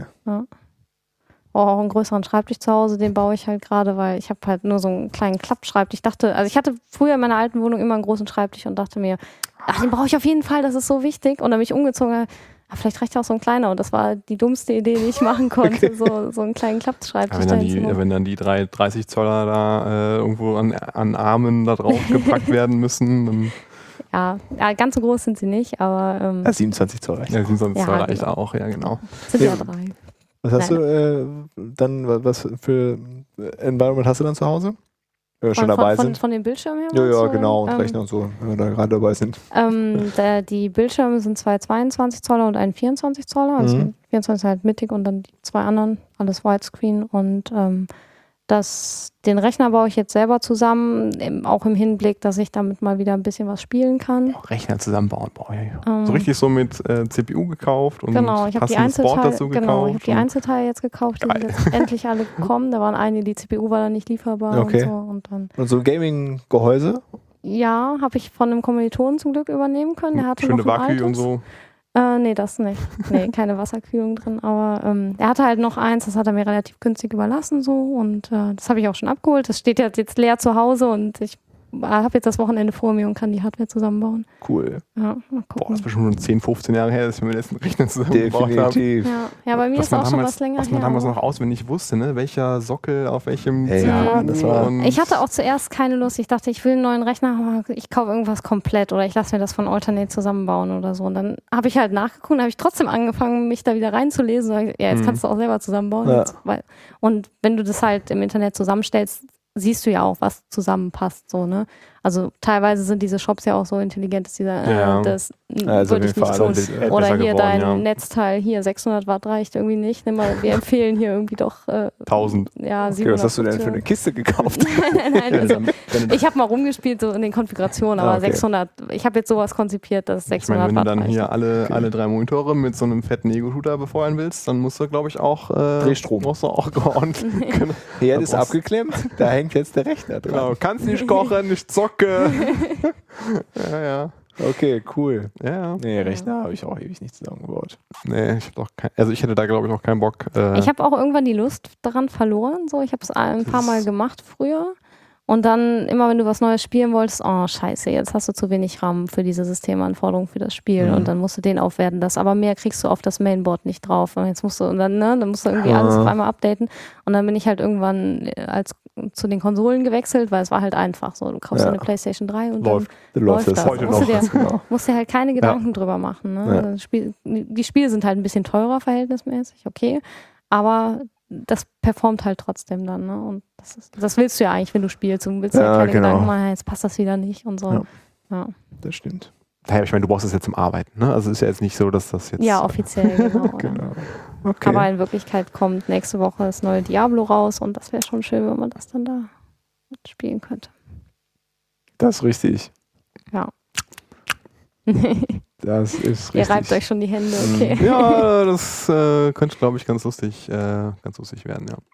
Oh, auch einen größeren Schreibtisch zu Hause, den baue ich halt gerade, weil ich habe halt nur so einen kleinen Klappschreibtisch. Ich dachte, also ich hatte früher in meiner alten Wohnung immer einen großen Schreibtisch und dachte mir, ach, den brauche ich auf jeden Fall, das ist so wichtig. Und dann bin ich umgezogen, ah, vielleicht reicht ja auch so ein kleiner. Und das war die dummste Idee, die ich machen konnte, so, so einen kleinen Klappschreibtisch. Ja, wenn, dann dahin zu die, machen. wenn dann die drei dreißig Zoller da äh, irgendwo an, an Armen da drauf gepackt werden müssen, dann Ja, ja, ganz so groß sind sie nicht, aber ähm, Ja, siebenundzwanzig Zoll reicht. ja, sind sonst Ja, reicht genau. auch, ja genau. sind Ja. ja drei. Was hast Nein. du äh, dann, wa- was für Environment hast du dann zu Hause? Wenn wir schon Von, dabei von, sind. von, von den Bildschirmen her? Ja, meinst ja, du? genau. Und Ähm, Rechner und so, wenn wir da gerade dabei sind. Ähm, der, die Bildschirme sind zwei zweiundzwanzig Zoller und ein vierundzwanzig Zoller. Also Mhm. vierundzwanzig ist halt mittig und dann die zwei anderen, alles Widescreen. Und ähm, das, den Rechner baue ich jetzt selber zusammen, im, auch im Hinblick, dass ich damit mal wieder ein bisschen was spielen kann. Auch Rechner zusammenbauen, boah, ja, ja. Ähm, So richtig so mit äh, C P U gekauft und Genau, ich habe die passendes Board Einzelteile, dazu genau, gekauft. ich habe die und- Einzelteile jetzt gekauft, die sind Geil. jetzt endlich alle gekommen. Da waren einige, die C P U war dann nicht lieferbar Okay. und so. Und dann, Und so ein Gaming-Gehäuse? ja, habe ich von einem Kommilitonen zum Glück übernehmen können. Der hatte Schöne noch ein Vakuum und altes. so. Äh, nee, das nicht. Nee, keine Wasserkühlung drin. Aber ähm, er hatte halt noch eins, das hat er mir relativ günstig überlassen so und äh, das habe ich auch schon abgeholt. Das steht jetzt, jetzt leer zu Hause und ich habe jetzt das Wochenende vor mir und kann die Hardware zusammenbauen. Cool. Ja, mal Boah, gucken. das war schon zehn, fünfzehn Jahre her, dass wir den letzten Rechner zusammengebaut haben. Definitiv. ja. ja, bei mir Was ist man, auch schon damals, was länger was man her. damals aber- noch auswendig wusste, ne? Welcher Sockel auf welchem Ey, C P U ja, das war- und Ich hatte auch zuerst keine Lust. Ich dachte, ich will einen neuen Rechner, aber ich kaufe irgendwas komplett oder ich lasse mir das von Alternate zusammenbauen oder so. Und dann habe ich halt nachgeguckt und habe ich trotzdem angefangen, mich da wieder reinzulesen. Sag ich, ja, jetzt Mhm. kannst du auch selber zusammenbauen. Ja. Jetzt, weil, und wenn du das halt im Internet zusammenstellst, siehst du ja auch, was zusammenpasst. So, ne? Also teilweise sind diese Shops ja auch so intelligent, dass die sagen, Ja. äh, das Also würde auf ich jeden nicht Fall tun. alles, äh, Oder besser hier geworden, dein ja. Netzteil, hier sechshundert Watt reicht irgendwie nicht. Nimm mal, wir empfehlen hier irgendwie doch äh, tausend. ja, Okay, was hast du denn für eine siebenhundertfünfzig. Kiste gekauft? nein, nein, also, Wenn du- ich habe mal rumgespielt so in den Konfigurationen, aber Ah, okay. sechshundert, ich habe jetzt sowas konzipiert, dass Ich meine, sechshundert wenn du Watt dann reicht. hier alle, Okay. alle drei Monitore mit so einem fetten Ego-Shooter befeuern willst, dann musst du, glaube ich, auch äh, Drehstrom. Brauchst du auch geordnet. genau. Herd ist brauchst- abgeklemmt, da hängt jetzt der Rechner dran. genau. Kannst nicht kochen, nicht zocke. ja, ja. Okay, cool. Ja, ja. Nee, Rechner habe ich auch ewig nicht zusammengebaut. Nee, ich hab doch kein, also ich hätte da, glaube ich, auch keinen Bock. Äh, Ich habe auch irgendwann die Lust daran verloren. So, ich habe es ein paar Mal gemacht früher. Und dann immer, wenn du was Neues spielen wolltest, oh scheiße, jetzt hast du zu wenig RAM für diese Systemanforderungen für das Spiel Mhm. und dann musst du den aufwerten, das, aber mehr kriegst du auf das Mainboard nicht drauf. Und jetzt musst du, und dann, ne, dann musst du irgendwie alles Ah. auf einmal updaten. Und dann bin ich halt irgendwann äh, als zu den Konsolen gewechselt, weil es war halt einfach so. Du kaufst Ja. eine PlayStation drei und Läuft. dann Läuft läuft das das. heute musst, noch. du dir, Genau. musst dir halt keine Gedanken drüber machen. Ne? Ja. Also das Spiel, die Spiele sind halt ein bisschen teurer verhältnismäßig, okay, aber das performt halt trotzdem dann. Ne? Und das, ist, das willst du ja eigentlich, wenn du spielst. Du willst ja, Ja, keine genau. Gedanken machen, jetzt passt das wieder nicht und so. Ja. Ja, ja. Das stimmt. Naja, ich meine, du brauchst das jetzt zum Arbeiten, ne? Also ist ja jetzt nicht so, dass das jetzt. Ja, offiziell, genau. Ja. Genau. Okay. Aber in Wirklichkeit kommt nächste Woche das neue Diablo raus und das wäre schon schön, wenn man das dann da spielen könnte. Das ist richtig. Ja. Das ist richtig. Ihr reibt euch schon die Hände, okay. Ja, das äh, könnte, glaube ich, ganz lustig, äh, ganz lustig werden, ja.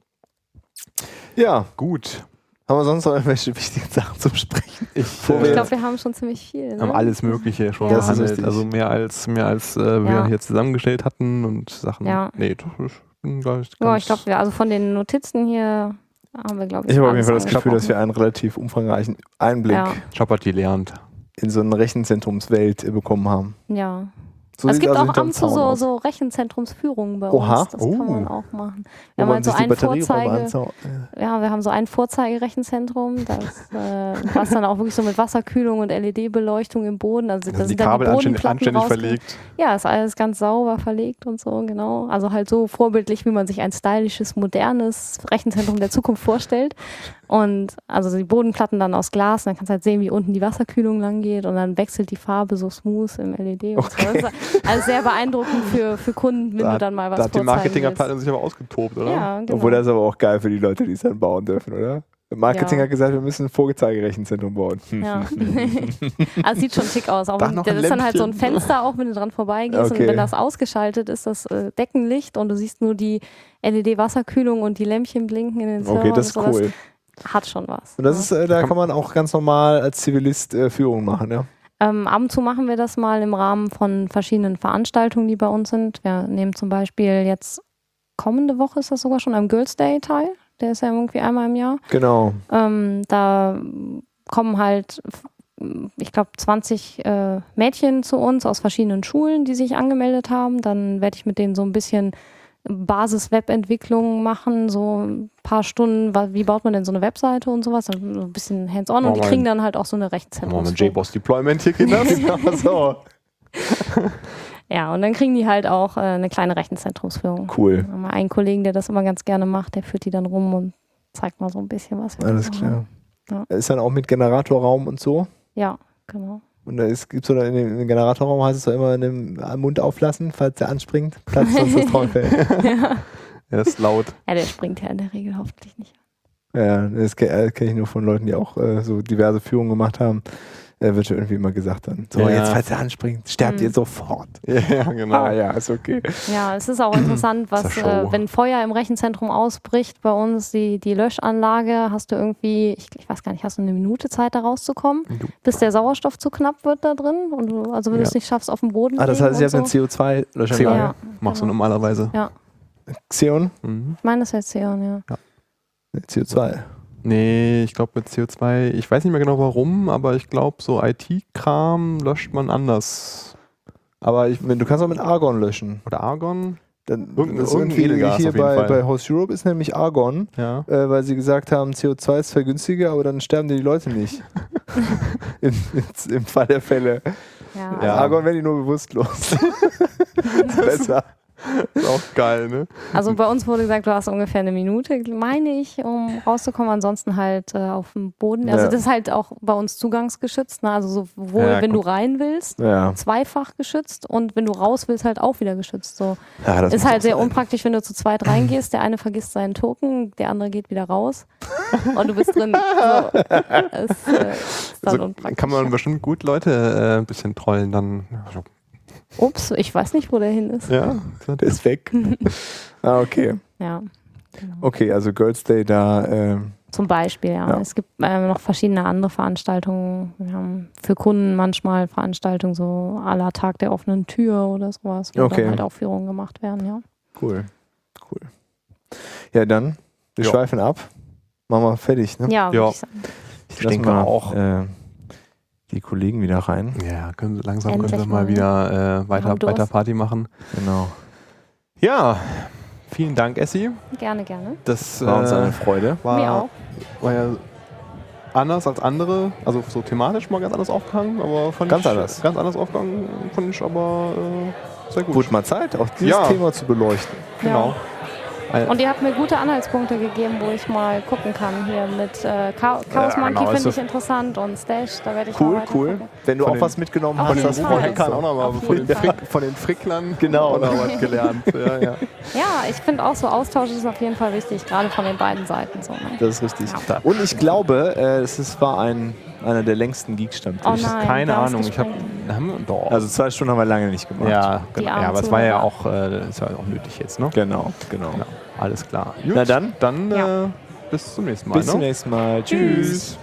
Ja, Gut. haben wir sonst noch irgendwelche wichtigen Sachen zum Sprechen? Ich, Bevor Ich wir- glaube, wir haben schon ziemlich viel. haben Ne? alles Mögliche schon Ja. Das ist behandelt. richtig. Also mehr als, mehr als äh, wir Ja. hier zusammengestellt hatten und Sachen. Ja. Nee, das ist ganz, Ja, ich glaube, also von den Notizen hier haben wir, glaube ich, Ich habe auf jeden alles Fall das Gefühl, angesprochen. dass wir einen relativ umfangreichen Einblick Ja. Chopperty lernt. in so eine Rechenzentrumswelt äh, bekommen haben. Ja. So es sieht gibt also auch ab hinterm und zu Zaun so, aus. so Rechenzentrumsführungen bei Oha. uns. Das Oh. kann man auch machen. Wo Wir haben man halt so sich die ein Batterieräume Vorzeige, anschaut. ja, wir haben so ein Vorzeigerechenzentrum, das, äh, was dann auch wirklich so mit Wasserkühlung und L E D-Beleuchtung im Boden, also da Also die sind dann Kabel die anständig, Bodenplatten anständig rausge- verlegt. Ja, ist alles ganz sauber verlegt und so, genau. Also halt so vorbildlich, wie man sich ein stylisches, modernes Rechenzentrum der Zukunft vorstellt. Und also die Bodenplatten dann aus Glas, und dann kannst du halt sehen, wie unten die Wasserkühlung lang geht und dann wechselt die Farbe so smooth im L E D und Okay. so. Das ist also sehr beeindruckend für, für Kunden, wenn Da du dann mal was Da hat die vorzeigen willst. Marketingabteilung sich aber ausgetobt, oder? Ja, genau. Obwohl das ist aber auch geil für die Leute, die es dann bauen dürfen, oder? Marketing Ja. hat gesagt, wir müssen ein Vorgezeigerechenzentrum bauen. Hm. Ja. Also sieht schon schick aus. Auch Da wenn, noch das ein ist dann halt so ein Lämpchen. Fenster, auch wenn du dran vorbeigehst. Okay. Und wenn das ausgeschaltet ist, das äh, Deckenlicht und du siehst nur die L E D-Wasserkühlung und die Lämpchen blinken in den Servern. Okay, das ist und so, cool. Das hat schon was. Und das ist, äh, da kann man auch ganz normal als Zivilist äh, Führung machen, ja? Ähm, ab und zu machen wir das mal im Rahmen von verschiedenen Veranstaltungen, die bei uns sind. Wir nehmen zum Beispiel jetzt kommende Woche ist das sogar schon am Girls Day teil. Der ist ja irgendwie einmal im Jahr. Genau. Ähm, da kommen halt, ich glaube, zwanzig äh, Mädchen zu uns aus verschiedenen Schulen, die sich angemeldet haben. Dann werde ich mit denen so ein bisschen Basis-Webentwicklung machen, so ein paar Stunden, wa- wie baut man denn so eine Webseite und sowas, dann so ein bisschen hands-on Oh und die mein- kriegen dann halt auch so eine Machen wir Rechenzentrum. mit J-Boss Deployment hier, Kinder. Genau so. Ja, und dann kriegen die halt auch äh, eine kleine Rechenzentrumsführung. Cool. Wir haben einen Kollegen, der das immer ganz gerne macht, der führt die dann rum und zeigt mal so ein bisschen was. wir Alles machen. klar. Ja. Ist dann auch mit Generatorraum und so. Ja, genau. Und da gibt es so in dem, in dem Generatorraum heißt es doch immer in dem Mund auflassen, falls der anspringt. Platz, sonst das Trommelfell. ja. Ja, das ist laut. ja, der springt ja in der Regel hoffentlich nicht. Ja, das kenne kenn ich nur von Leuten, die auch äh, so diverse Führungen gemacht haben. Da wird schon irgendwie immer gesagt dann. So, Ja. jetzt falls er anspringt, sterbt Mhm. ihr sofort. Ja, genau. Ah ja, ist okay. Ja, es ist auch interessant, was, Ist ja Show. äh, wenn Feuer im Rechenzentrum ausbricht, bei uns die, die Löschanlage, hast du irgendwie, ich, ich weiß gar nicht, hast du eine Minute Zeit, da rauszukommen, Du- bis der Sauerstoff zu knapp wird da drin? Und du, also wenn du es Ja. nicht schaffst, auf dem Boden Ah, das liegen heißt, ihr und habt eine so. C O zwei Löschanlage. C O zwei. Ja, Machst du genau. normalerweise. Ja, Xeon? Mhm. ich meine, das wäre Xeon, ja. Ne, C O zwei. Nee, ich glaube mit C O zwei, ich weiß nicht mehr genau warum, aber ich glaube, so I T-Kram löscht man anders. Aber ich, wenn, du kannst auch mit Argon löschen. Oder Argon? Dann, Irgendein- das ist irgendein irgendwie Edelgas hier auf jeden bei, Fall. bei Host Europe ist nämlich Argon, Ja. äh, weil sie gesagt haben, C O zwei ist zwar günstiger, aber dann sterben dir die Leute nicht. Im, im, Im Fall der Fälle. Ja, Ja. Argon werden die nur bewusstlos. ist besser. Ist auch geil, ne? Also bei uns wurde gesagt, du hast ungefähr eine Minute, meine ich, um rauszukommen. Ansonsten halt äh, auf dem Boden. Also Ja. das ist halt auch bei uns zugangsgeschützt. Ne? Also sowohl, Ja, wenn gut. du rein willst, Ja. zweifach geschützt und wenn du raus willst, halt auch wieder geschützt. So. ja das Ist muss halt auch sehr sein. unpraktisch, wenn du zu zweit reingehst. Der eine vergisst seinen Token, der andere geht wieder raus und du bist drin. So. Es, äh, ist dann Also unpraktisch. kann man bestimmt gut Leute äh, ein bisschen trollen dann. Ups, ich weiß nicht, wo der hin ist. Ja, Der ist weg. ah, okay. Ja. Genau. Okay, also Girls Day da. Ähm, Zum Beispiel, ja. Ja. Es gibt ähm, noch verschiedene andere Veranstaltungen. Wir haben für Kunden manchmal Veranstaltungen so à la Tag der offenen Tür oder sowas, wo Okay. dann halt auch Führungen gemacht werden, ja. cool. Cool. Ja, dann, wir Ja. schweifen ab. Machen wir fertig, ne? Ja, Ja. würde ich sagen. Ich denke lass mal auch. Äh, die Kollegen wieder rein. Ja, können, sie- langsam Endlich können wir mal mal. wieder äh, weiter, haben Durst. weiter Party machen. Genau. Ja, vielen Dank, Essi. Gerne, gerne. Das War uns äh, eine Freude. war, Mir auch. war ja anders als andere, also so thematisch mal ganz anders aufgehangen, aber fand Ganz ich, anders. Ganz anders aufgegangen, fand ich aber äh, sehr gut. Wurde mal Zeit, auch dieses Ja. Thema zu beleuchten. Genau. Und ihr habt mir gute Anhaltspunkte gegeben, wo ich mal gucken kann. Hier mit äh, Chaos Ja, Monkey genau, finde also- ich interessant und Stash, da werde ich Cool, mal weiter cool. gucken. Wenn du Von auch den- was mitgenommen Auf hast, jeden das Fall. freut Ich uns kann so. auch noch mal Auf von jeden den, Fall. Frick, von den Fricklern Genau. auch noch was gelernt. Ja, ja. Ja, ich finde auch so Austausch ist auf jeden Fall wichtig, gerade von den beiden Seiten. So, ne? Das ist richtig. Ja. Und ich glaube, äh, es ist, war ein Einer der längsten Geek-Stammtische. Oh nein, Keine da ist Ahnung. Ich hab, gesprungen. haben wir, doch. Also zwei Stunden haben wir lange nicht gemacht. ja, Die genau. armen Ja, aber es war ja Zuhörer. auch, äh, ist ja auch nötig jetzt, ne? Genau, genau. Ja, alles klar. Na dann, Dann Ja. äh, bis zum nächsten Mal. bis ne? zum nächsten Mal. Tschüss.